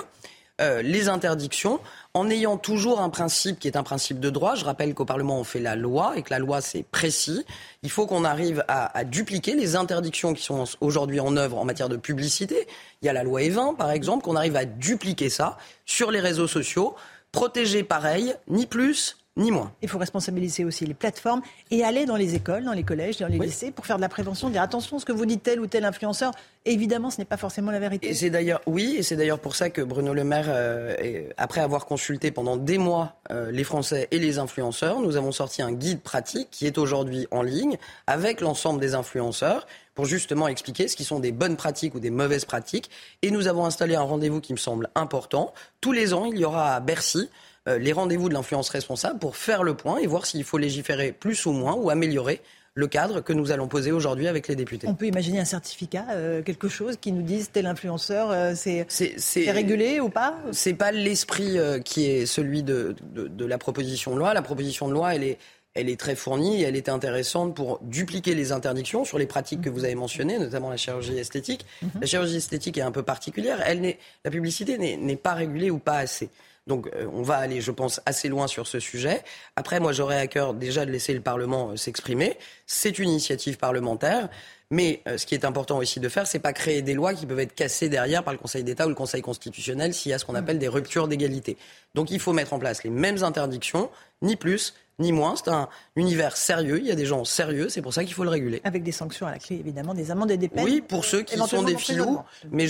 les interdictions en ayant toujours un principe qui est un principe de droit. Je rappelle qu'au Parlement, on fait la loi et que la loi, c'est précis. Il faut qu'on arrive à dupliquer les interdictions qui sont aujourd'hui en œuvre en matière de publicité. Il y a la loi E20, par exemple, qu'on arrive à dupliquer ça sur les réseaux sociaux. Protéger pareil, ni plus ni moins. Il faut responsabiliser aussi les plateformes et aller dans les écoles, dans les collèges, dans les lycées pour faire de la prévention, dire attention, ce que vous dites tel ou tel influenceur, évidemment, ce n'est pas forcément la vérité. Et c'est d'ailleurs pour ça que Bruno Le Maire, après avoir consulté pendant des mois les Français et les influenceurs, nous avons sorti un guide pratique qui est aujourd'hui en ligne avec l'ensemble des influenceurs pour justement expliquer ce qui sont des bonnes pratiques ou des mauvaises pratiques. Et nous avons installé un rendez-vous qui me semble important. Tous les ans, il y aura à Bercy les rendez-vous de l'influence responsable pour faire le point et voir s'il faut légiférer plus ou moins ou améliorer le cadre que nous allons poser aujourd'hui avec les députés. On peut imaginer un certificat, quelque chose qui nous dise tel influenceur, c'est régulé ou pas ? C'est pas l'esprit qui est celui de la proposition de loi. La proposition de loi, elle est très fournie et elle est intéressante pour dupliquer les interdictions sur les pratiques que vous avez mentionnées, notamment la chirurgie esthétique. La chirurgie esthétique est un peu particulière. La publicité n'est pas régulée ou pas assez. Donc on va aller, je pense, assez loin sur ce sujet. Après, moi, j'aurais à cœur déjà de laisser le Parlement s'exprimer. C'est une initiative parlementaire. Mais ce qui est important aussi de faire, c'est pas créer des lois qui peuvent être cassées derrière par le Conseil d'État ou le Conseil constitutionnel s'il y a ce qu'on appelle des ruptures d'égalité. Donc il faut mettre en place les mêmes interdictions, ni plus ni moins. C'est un univers sérieux, il y a des gens sérieux, c'est pour ça qu'il faut le réguler. Avec des sanctions à la clé, évidemment, des amendes et des peines. Oui, pour ceux qui sont des filous, mais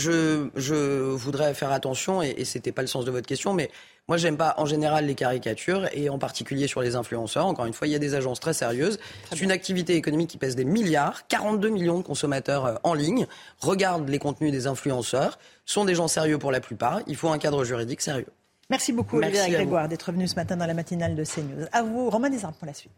je voudrais faire attention, et c'était pas le sens de votre question, mais moi j'aime pas en général les caricatures, et en particulier sur les influenceurs. Encore une fois, il y a des agences très sérieuses. C'est une activité économique qui pèse des milliards, 42 millions de consommateurs en ligne, regardent les contenus des influenceurs, sont des gens sérieux pour la plupart, il faut un cadre juridique sérieux. Merci beaucoup, Olivier Grégoire, d'être venu ce matin dans la matinale de CNews. À vous, Romain Desarmes, pour la suite.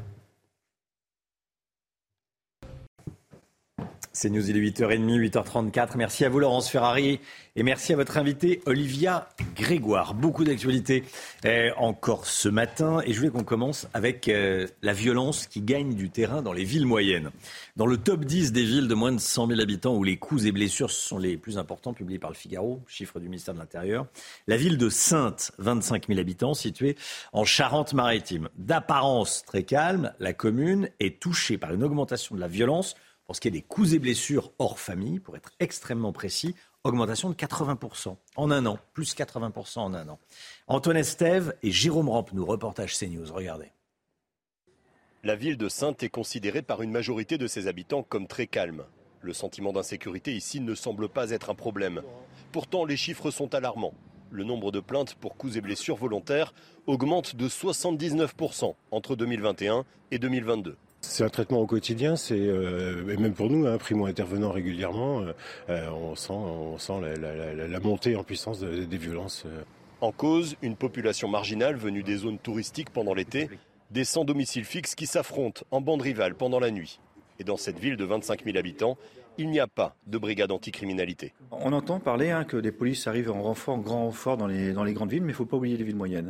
CNews, il est 8h30, 8h34. Merci à vous, Laurence Ferrari. Et merci à votre invité, Olivia Grégoire. Beaucoup d'actualités encore ce matin. Et je voulais qu'on commence avec la violence qui gagne du terrain dans les villes moyennes. Dans le top 10 des villes de moins de 100 000 habitants où les coups et blessures sont les plus importants, publiés par le Figaro, chiffre du ministère de l'Intérieur, la ville de Saintes, 25 000 habitants, située en Charente-Maritime. D'apparence très calme, la commune est touchée par une augmentation de la violence pour ce qui est des coups et blessures hors famille, pour être extrêmement précis, augmentation de 80% en un an, plus 80% en un an. Antoine Estève et Jérôme Rampenou, reportage CNews, regardez. La ville de Saintes est considérée par une majorité de ses habitants comme très calme. Le sentiment d'insécurité ici ne semble pas être un problème. Pourtant, les chiffres sont alarmants. Le nombre de plaintes pour coups et blessures volontaires augmente de 79% entre 2021 et 2022. C'est un traitement au quotidien, et même pour nous, primo-intervenant régulièrement, on sent la montée en puissance des violences. En cause, une population marginale venue des zones touristiques pendant l'été, des sans-domicile fixe qui s'affrontent en bande rivale pendant la nuit. Et dans cette ville de 25 000 habitants, il n'y a pas de brigade anticriminalité. On entend parler que les polices arrivent en grand renfort dans les grandes villes, mais il ne faut pas oublier les villes moyennes.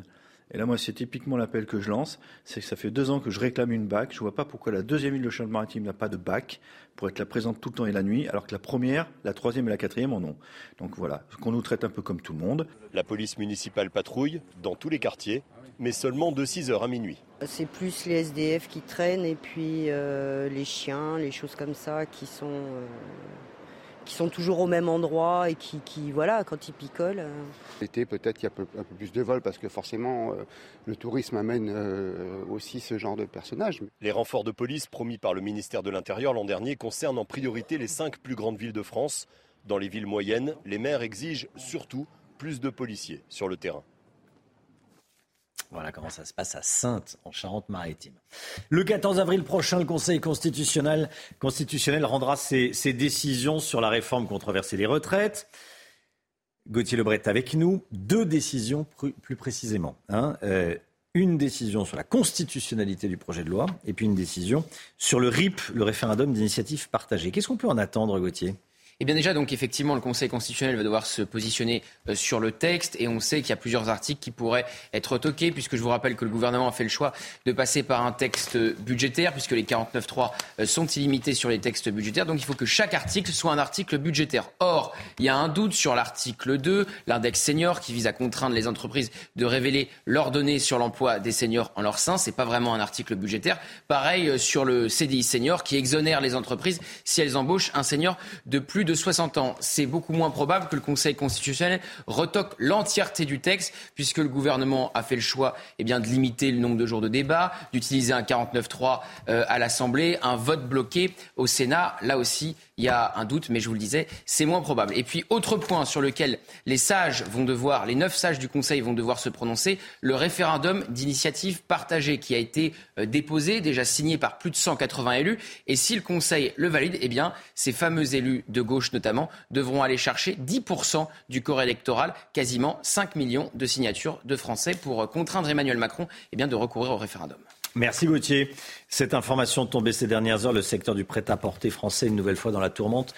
Et là, moi, c'est typiquement l'appel que je lance. C'est que ça fait 2 ans que je réclame une BAC. Je ne vois pas pourquoi la 2e île de Charente-Maritime n'a pas de BAC pour être là présente tout le temps et la nuit, alors que la 1re, la 3e et la 4e en ont. Donc voilà, qu'on nous traite un peu comme tout le monde. La police municipale patrouille dans tous les quartiers, mais seulement de 6h à minuit. C'est plus les SDF qui traînent et puis les chiens, les choses comme ça qui sont toujours au même endroit et qui voilà, quand ils picolent. L'été, peut-être qu'il y a un peu plus de vols parce que forcément, le tourisme amène aussi ce genre de personnages. Les renforts de police promis par le ministère de l'Intérieur l'an dernier concernent en priorité les 5 plus grandes villes de France. Dans les villes moyennes, les maires exigent surtout plus de policiers sur le terrain. Voilà comment ça se passe à Saintes, en Charente-Maritime. Le 14 avril prochain, le Conseil constitutionnel rendra ses décisions sur la réforme controversée des retraites. Gauthier Lebret est avec nous. 2 décisions plus précisément. Une décision sur la constitutionnalité du projet de loi et puis une décision sur le RIP, le référendum d'initiative partagée. Qu'est-ce qu'on peut en attendre, Gauthier ? Eh bien déjà, donc effectivement, le Conseil constitutionnel va devoir se positionner sur le texte et on sait qu'il y a plusieurs articles qui pourraient être toqués puisque je vous rappelle que le gouvernement a fait le choix de passer par un texte budgétaire puisque les 49.3 sont illimités sur les textes budgétaires. Donc il faut que chaque article soit un article budgétaire. Or, il y a un doute sur l'article 2, l'index senior qui vise à contraindre les entreprises de révéler leurs données sur l'emploi des seniors en leur sein. C'est pas vraiment un article budgétaire. Pareil sur le CDI senior qui exonère les entreprises si elles embauchent un senior de plus de 60 ans. C'est beaucoup moins probable que le Conseil constitutionnel retoque l'entièreté du texte puisque le gouvernement a fait le choix de limiter le nombre de jours de débat, d'utiliser un 49.3 à l'Assemblée, un vote bloqué au Sénat. Là aussi, il y a un doute, mais je vous le disais, c'est moins probable. Et puis, autre point sur lequel les 9 sages du Conseil vont devoir se prononcer, le référendum d'initiative partagée qui a été déposé, déjà signé par plus de 180 élus. Et si le Conseil le valide, ces fameux élus de gauche notamment devront aller chercher 10% du corps électoral, quasiment 5 millions de signatures de Français pour contraindre Emmanuel Macron de recourir au référendum. Merci Gauthier. Cette information tombée ces dernières heures, le secteur du prêt-à-porter français une nouvelle fois dans la tourmente.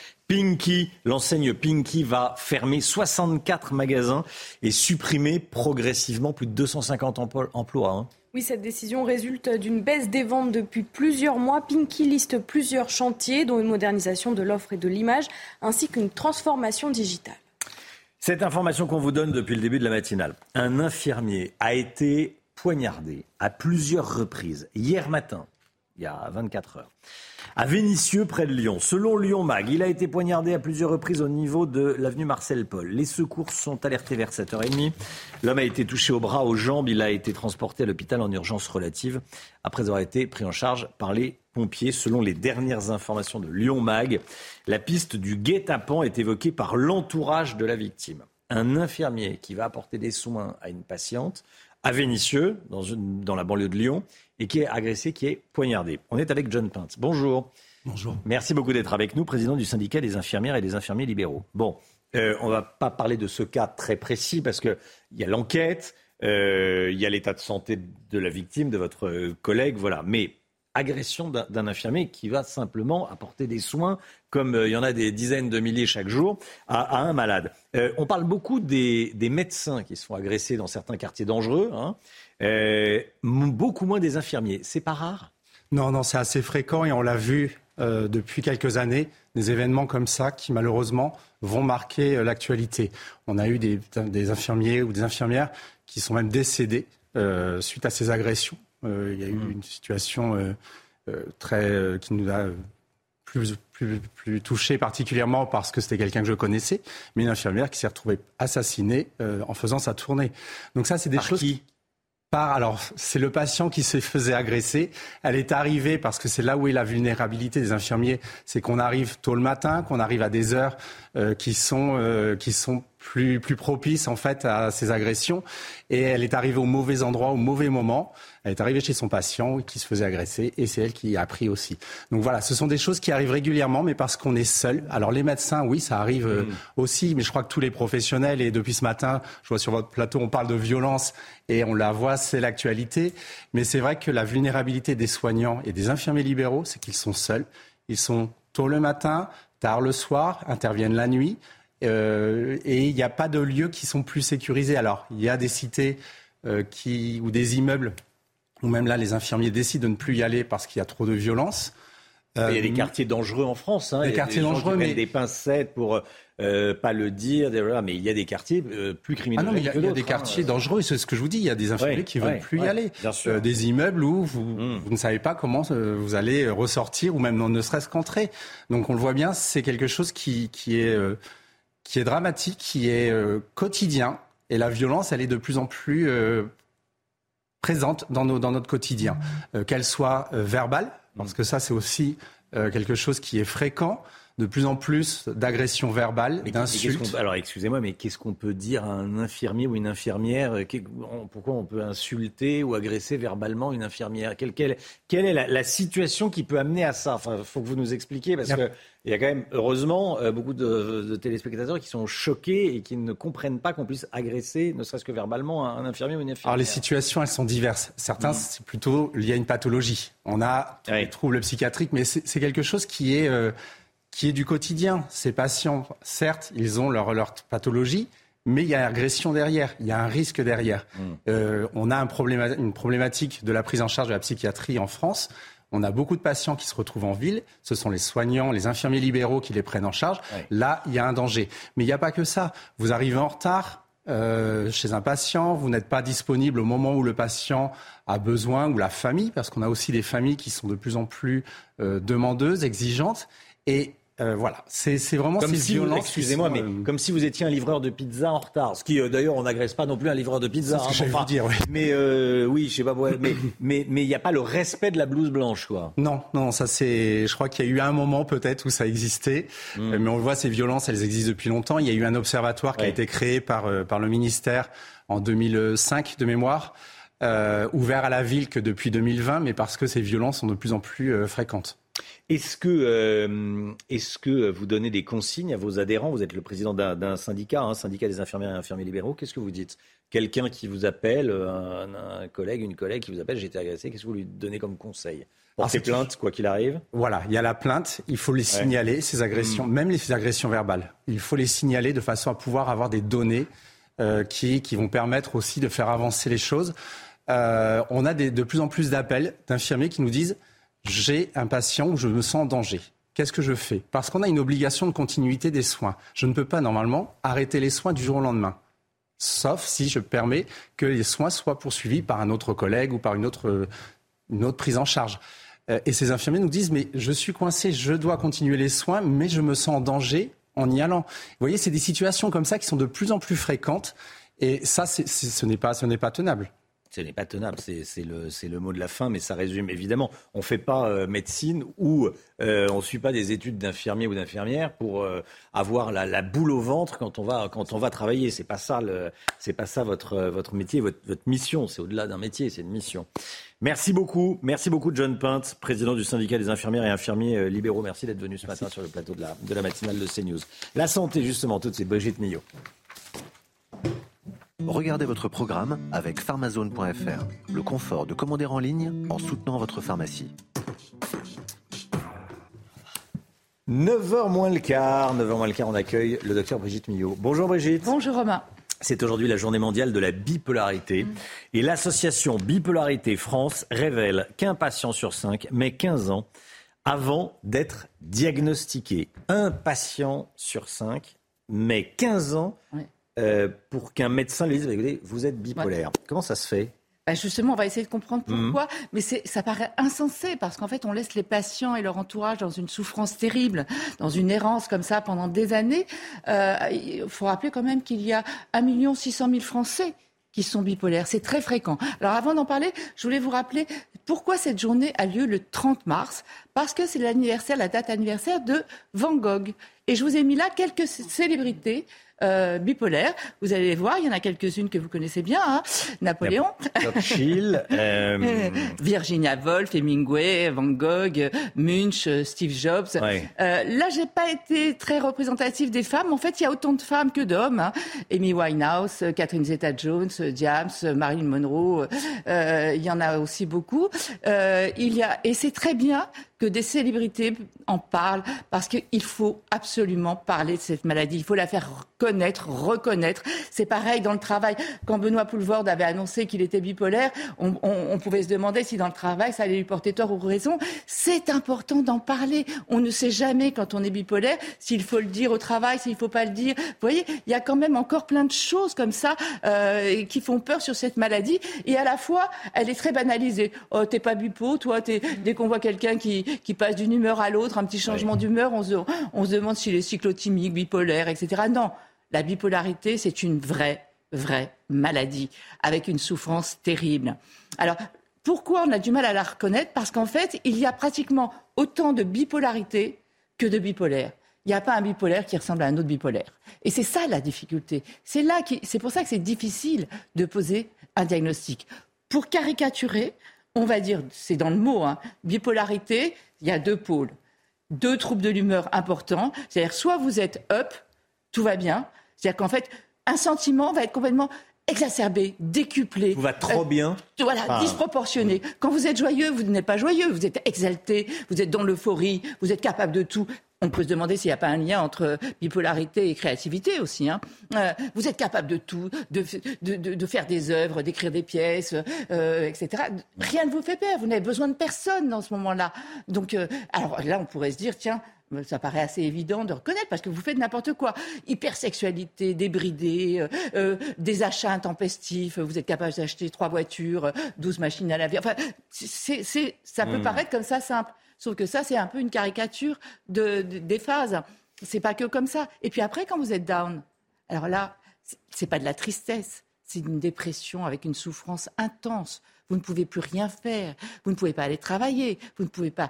L'enseigne Pinky va fermer 64 magasins et supprimer progressivement plus de 250 emplois. Oui, cette décision résulte d'une baisse des ventes depuis plusieurs mois. Pinky liste plusieurs chantiers, dont une modernisation de l'offre et de l'image, ainsi qu'une transformation digitale. Cette information qu'on vous donne depuis le début de la matinale. Un infirmier a été poignardé à plusieurs reprises hier matin, il y a 24 heures, à Vénissieux, près de Lyon. Selon Lyon Mag, il a été poignardé à plusieurs reprises au niveau de l'avenue Marcel Paul. Les secours sont alertés vers 7h30. L'homme a été touché au bras, aux jambes. Il a été transporté à l'hôpital en urgence relative après avoir été pris en charge par les pompiers. Selon les dernières informations de Lyon Mag, la piste du guet-apens est évoquée par l'entourage de la victime. Un infirmier qui va apporter des soins à une patiente à Vénissieux, dans la banlieue de Lyon, et qui est agressé, qui est poignardé. On est avec John Pintz. Bonjour. Bonjour. Merci beaucoup d'être avec nous, président du syndicat des infirmières et des infirmiers libéraux. Bon, on ne va pas parler de ce cas très précis parce qu'il y a l'enquête, il y a l'état de santé de la victime, de votre collègue, voilà. Mais agression d'un infirmier qui va simplement apporter des soins, comme il y en a des dizaines de milliers chaque jour, à un malade. On parle beaucoup des médecins qui sont agressés dans certains quartiers dangereux, beaucoup moins des infirmiers. C'est pas rare ? Non, c'est assez fréquent et on l'a vu depuis quelques années, des événements comme ça qui malheureusement vont marquer l'actualité. On a eu des infirmiers ou des infirmières qui sont même décédés suite à ces agressions. Il y a eu une situation qui nous a plus touché particulièrement parce que c'était quelqu'un que je connaissais, mais une infirmière qui s'est retrouvée assassinée en faisant sa tournée. Donc ça, c'est des choses qui... Alors, c'est le patient qui se faisait agresser. Elle est arrivée parce que c'est là où est la vulnérabilité des infirmiers. C'est qu'on arrive tôt le matin, qu'on arrive à des heures qui sont plus propices en fait à ces agressions. Et elle est arrivée au mauvais endroit, au mauvais moment. Elle est arrivée chez son patient qui se faisait agresser et c'est elle qui a pris aussi. Donc voilà, ce sont des choses qui arrivent régulièrement, mais parce qu'on est seul. Alors les médecins, oui, ça arrive aussi, mais je crois que tous les professionnels, et depuis ce matin, je vois sur votre plateau, on parle de violence et on la voit, c'est l'actualité. Mais c'est vrai que la vulnérabilité des soignants et des infirmiers libéraux, c'est qu'ils sont seuls. Ils sont tôt le matin, tard le soir, interviennent la nuit. Et il n'y a pas de lieux qui sont plus sécurisés. Alors, il y a des cités ou des immeubles où même là les infirmiers décident de ne plus y aller parce qu'il y a trop de violence. Il y a des quartiers dangereux en France. Des quartiers dangereux, mais des pincettes pour pas le dire. Mais il y a des quartiers plus criminels. Il y a des quartiers dangereux. C'est ce que je vous dis. Il y a des infirmiers qui veulent plus y aller. Des immeubles où vous ne savez pas comment vous allez ressortir ou même ne serait-ce qu'entrer. Donc on le voit bien, c'est quelque chose qui est dramatique, qui est quotidien. Et la violence, elle est de plus en plus présente dans notre quotidien, qu'elle soit verbale. Parce que ça, c'est aussi quelque chose qui est fréquent, de plus en plus d'agressions verbales, d'insultes. Alors, excusez-moi, mais qu'est-ce qu'on peut dire à un infirmier ou une infirmière ? Pourquoi on peut insulter ou agresser verbalement une infirmière ? Quelle est la situation qui peut amener à ça ? Enfin, il faut que vous nous expliquiez, parce que il y a quand même, heureusement, beaucoup de téléspectateurs qui sont choqués et qui ne comprennent pas qu'on puisse agresser, ne serait-ce que verbalement, un infirmier ou une infirmière. Alors, les situations, elles sont diverses. Certains, c'est plutôt lié à une pathologie. On a des troubles psychiatriques, mais c'est quelque chose qui est du quotidien. Ces patients, certes, ils ont leur pathologie, mais il y a une agression derrière, il y a un risque derrière. On a une problématique de la prise en charge de la psychiatrie en France. On a beaucoup de patients qui se retrouvent en ville. Ce sont les soignants, les infirmiers libéraux qui les prennent en charge. Là, il y a un danger. Mais il n'y a pas que ça. Vous arrivez en retard chez un patient, vous n'êtes pas disponible au moment où le patient a besoin, ou la famille, parce qu'on a aussi des familles qui sont de plus en plus demandeuses, exigeantes. Et voilà, c'est vraiment comme ces violences. Excusez-moi, mais comme si vous étiez un livreur de pizza en retard. Ce qui, d'ailleurs, on n'agresse pas non plus un livreur de pizza. C'est ce que j'allais vous dire, oui. Mais oui, je sais pas, mais il n'y a pas le respect de la blouse blanche, quoi. Non, ça c'est. Je crois qu'il y a eu un moment peut-être où ça existait, mais on le voit, ces violences, elles existent depuis longtemps. Il y a eu un observatoire qui a été créé par le ministère en 2005 de mémoire, ouvert à la ville que depuis 2020, mais parce que ces violences sont de plus en plus fréquentes. Est-ce que vous donnez des consignes à vos adhérents ? Vous êtes le président d'un syndicat, un syndicat des infirmières et infirmiers libéraux. Qu'est-ce que vous dites ? Quelqu'un qui vous appelle, un collègue, une collègue qui vous appelle, j'ai été agressé, qu'est-ce que vous lui donnez comme conseil ? Porter plainte, quoi qu'il arrive ? Voilà, il y a la plainte, il faut les signaler, ces agressions, même les agressions verbales. Il faut les signaler de façon à pouvoir avoir des données qui vont permettre aussi de faire avancer les choses. On a de plus en plus d'appels d'infirmiers qui nous disent « j'ai un patient où je me sens en danger. Qu'est-ce que je fais ?» Parce qu'on a une obligation de continuité des soins. Je ne peux pas normalement arrêter les soins du jour au lendemain. Sauf si je permets que les soins soient poursuivis par un autre collègue ou par une autre prise en charge. Et ces infirmiers nous disent « mais je suis coincé, je dois continuer les soins, mais je me sens en danger en y allant. » Vous voyez, c'est des situations comme ça qui sont de plus en plus fréquentes. Et ça, ce n'est pas tenable. Ce n'est pas tenable, c'est le mot de la fin, mais ça résume évidemment. On ne fait pas médecine ou on ne suit pas des études d'infirmier ou d'infirmière pour avoir la boule au ventre quand on va travailler. C'est pas ça votre métier, votre mission. C'est au-delà d'un métier, c'est une mission. Merci beaucoup, John Pinte, président du syndicat des infirmières et infirmiers libéraux. Merci d'être venu ce matin sur le plateau de la matinale de CNews. La santé, justement, tout c'est Brigitte Millot. Regardez votre programme avec pharmazone.fr. Le confort de commander en ligne en soutenant votre pharmacie. 9h moins le quart, on accueille le docteur Brigitte Millot. Bonjour Brigitte. Bonjour Romain. C'est aujourd'hui la journée mondiale de la bipolarité. Et l'association Bipolarité France révèle qu'un patient sur 5 met 15 ans avant d'être diagnostiqué. Un patient sur 5 met 15 ans pour qu'un médecin lui dise écoutez, vous êtes bipolaire. Ouais. Comment ça se fait ? Justement, on va essayer de comprendre pourquoi, mais ça paraît insensé parce qu'en fait, on laisse les patients et leur entourage dans une souffrance terrible, dans une errance comme ça pendant des années. Il faut rappeler quand même qu'il y a 1 600 000 Français qui sont bipolaires. C'est très fréquent. Alors avant d'en parler, je voulais vous rappeler pourquoi cette journée a lieu le 30 mars. Parce que c'est la date anniversaire de Van Gogh. Et je vous ai mis là quelques célébrités bipolaires. Vous allez voir, il y en a quelques-unes que vous connaissez bien. Hein. Napoléon, Churchill, Virginia Woolf, Hemingway, Van Gogh, Munch, Steve Jobs. Ouais. Là, j'ai pas été très représentative des femmes. En fait, il y a autant de femmes que d'hommes. Hein. Amy Winehouse, Catherine Zeta-Jones, Diams, Marilyn Monroe. Il y en a aussi beaucoup. Et c'est très bien que des célébrités en parlent parce qu'il faut absolument parler de cette maladie. Il faut la faire connaître, reconnaître. C'est pareil dans le travail. Quand Benoît Poelvoorde avait annoncé qu'il était bipolaire, on pouvait se demander si dans le travail, ça allait lui porter tort ou raison. C'est important d'en parler. On ne sait jamais quand on est bipolaire s'il faut le dire au travail, s'il ne faut pas le dire. Vous voyez, il y a quand même encore plein de choses comme ça qui font peur sur cette maladie. Et à la fois, elle est très banalisée. Oh, t'es pas bipo, toi, dès qu'on voit quelqu'un qui passe d'une humeur à l'autre, un petit changement d'humeur, on se demande s'il est cyclotimique, bipolaire, etc. Non. La bipolarité, c'est une vraie maladie, avec une souffrance terrible. Alors, pourquoi on a du mal à la reconnaître ? Parce qu'en fait, il y a pratiquement autant de bipolarité que de bipolaire. Il n'y a pas un bipolaire qui ressemble à un autre bipolaire. Et c'est ça la difficulté. C'est pour ça que c'est difficile de poser un diagnostic. Pour caricaturer, on va dire, c'est dans le mot, bipolarité, il y a 2 pôles. 2 troubles de l'humeur importants. C'est-à-dire, soit vous êtes up, tout va bien. C'est-à-dire qu'en fait, un sentiment va être complètement exacerbé, décuplé. Tout va trop bien. Disproportionné. Quand vous êtes joyeux, vous n'êtes pas joyeux. Vous êtes exalté, vous êtes dans l'euphorie, vous êtes capable de tout. On peut se demander s'il n'y a pas un lien entre bipolarité et créativité aussi. Vous êtes capable de tout, de faire des œuvres, d'écrire des pièces, etc. Rien ne vous fait peur. Vous n'avez besoin de personne dans ce moment-là. Donc, alors là, on pourrait se dire, tiens, ça paraît assez évident de reconnaître parce que vous faites n'importe quoi. Hypersexualité, débridée, des achats intempestifs, vous êtes capable d'acheter 3 voitures, 12 machines à laver. Enfin, ça peut paraître comme ça simple. Sauf que ça, c'est un peu une caricature des phases. C'est pas que comme ça. Et puis après, quand vous êtes down, alors là, c'est pas de la tristesse, c'est une dépression avec une souffrance intense. Vous ne pouvez plus rien faire, vous ne pouvez pas aller travailler, vous ne pouvez pas...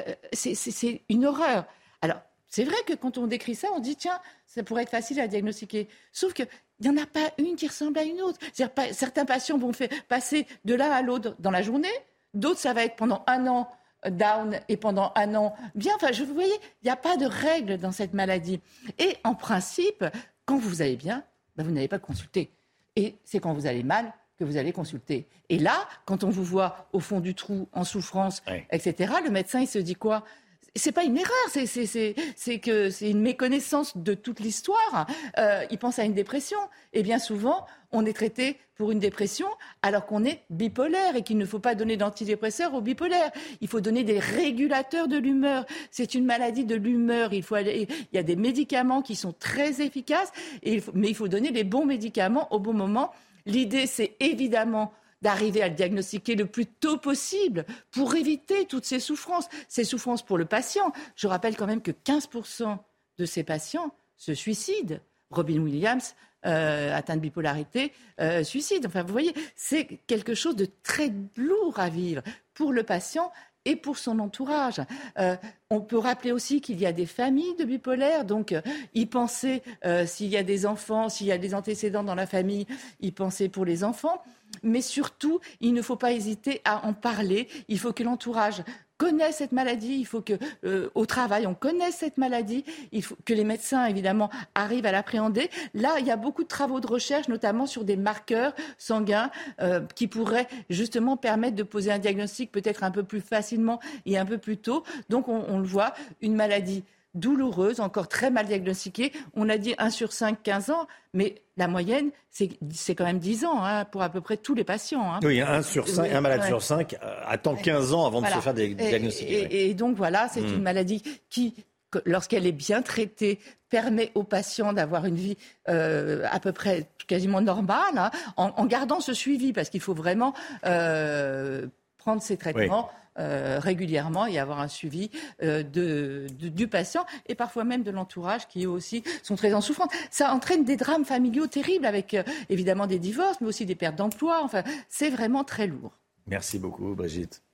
c'est une horreur. Alors, c'est vrai que quand on décrit ça, on dit, tiens, ça pourrait être facile à diagnostiquer. Sauf qu'il n'y en a pas une qui ressemble à une autre. C'est-à-dire, certains patients vont passer de l'un à l'autre dans la journée, d'autres, ça va être pendant 1 an down et pendant 1 an bien. Enfin, vous voyez, il n'y a pas de règle dans cette maladie. Et en principe, quand vous allez bien, vous n'allez pas consulter. Et c'est quand vous allez mal que vous allez consulter. Et là, quand on vous voit au fond du trou, en souffrance, etc., le médecin, il se dit quoi ? C'est pas une erreur, c'est que c'est une méconnaissance de toute l'histoire. Il pense à une dépression. Et bien souvent, on est traité pour une dépression alors qu'on est bipolaire et qu'il ne faut pas donner d'antidépresseurs aux bipolaires. Il faut donner des régulateurs de l'humeur. C'est une maladie de l'humeur. Il y a des médicaments qui sont très efficaces, mais il faut donner les bons médicaments au bon moment. L'idée, c'est évidemment d'arriver à le diagnostiquer le plus tôt possible pour éviter toutes ces souffrances pour le patient. Je rappelle quand même que 15% de ces patients se suicident. Robin Williams, atteint de bipolarité, suicide. Enfin, vous voyez, c'est quelque chose de très lourd à vivre pour le patient et pour son entourage. On peut rappeler aussi qu'il y a des familles de bipolaires, donc y penser s'il y a des enfants, s'il y a des antécédents dans la famille, y penser pour les enfants. Mais surtout, il ne faut pas hésiter à en parler. Il faut que l'entourage connaisse cette maladie. Il faut que, au travail, on connaisse cette maladie. Il faut que les médecins, évidemment, arrivent à l'appréhender. Là, il y a beaucoup de travaux de recherche, notamment sur des marqueurs sanguins qui pourraient justement permettre de poser un diagnostic peut-être un peu plus facilement et un peu plus tôt. Donc, on le voit, une maladie douloureuse, encore très mal diagnostiquée. On a dit 1 sur 5, 15 ans, mais la moyenne, c'est quand même 10 ans pour à peu près tous les patients. Oui, un malade sur 5 attend 15 ans avant de se faire diagnostiquer. Et donc voilà, c'est une maladie qui, lorsqu'elle est bien traitée, permet aux patients d'avoir une vie à peu près quasiment normale, en gardant ce suivi, parce qu'il faut vraiment prendre ces traitements régulièrement et avoir un suivi du patient et parfois même de l'entourage qui eux aussi sont très en souffrance. Ça entraîne des drames familiaux terribles avec évidemment des divorces mais aussi des pertes d'emploi. Enfin, c'est vraiment très lourd. Merci beaucoup Brigitte.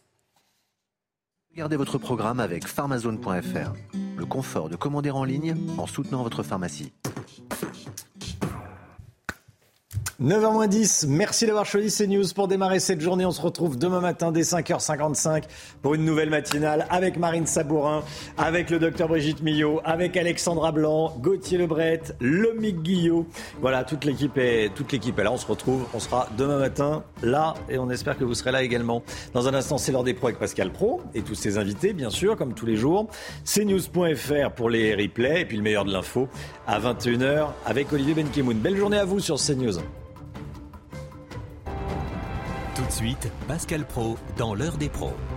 Regardez votre programme avec Pharmazone.fr. Le confort de commander en ligne en soutenant votre pharmacie. 9h-10, merci d'avoir choisi CNews pour démarrer cette journée. On se retrouve demain matin dès 5h55 pour une nouvelle matinale avec Marine Sabourin, avec le docteur Brigitte Millot, avec Alexandra Blanc, Gauthier Lebret, Lomique Guillot. Voilà, toute l'équipe est là. On se retrouve, on sera demain matin là et on espère que vous serez là également. Dans un instant, c'est l'heure des pros avec Pascal Praud et tous ses invités, bien sûr, comme tous les jours. CNews.fr pour les replays et puis le meilleur de l'info à 21h avec Olivier Benkemoun. Belle journée à vous sur CNews. Tout de suite, Pascal Praud dans l'heure des pros.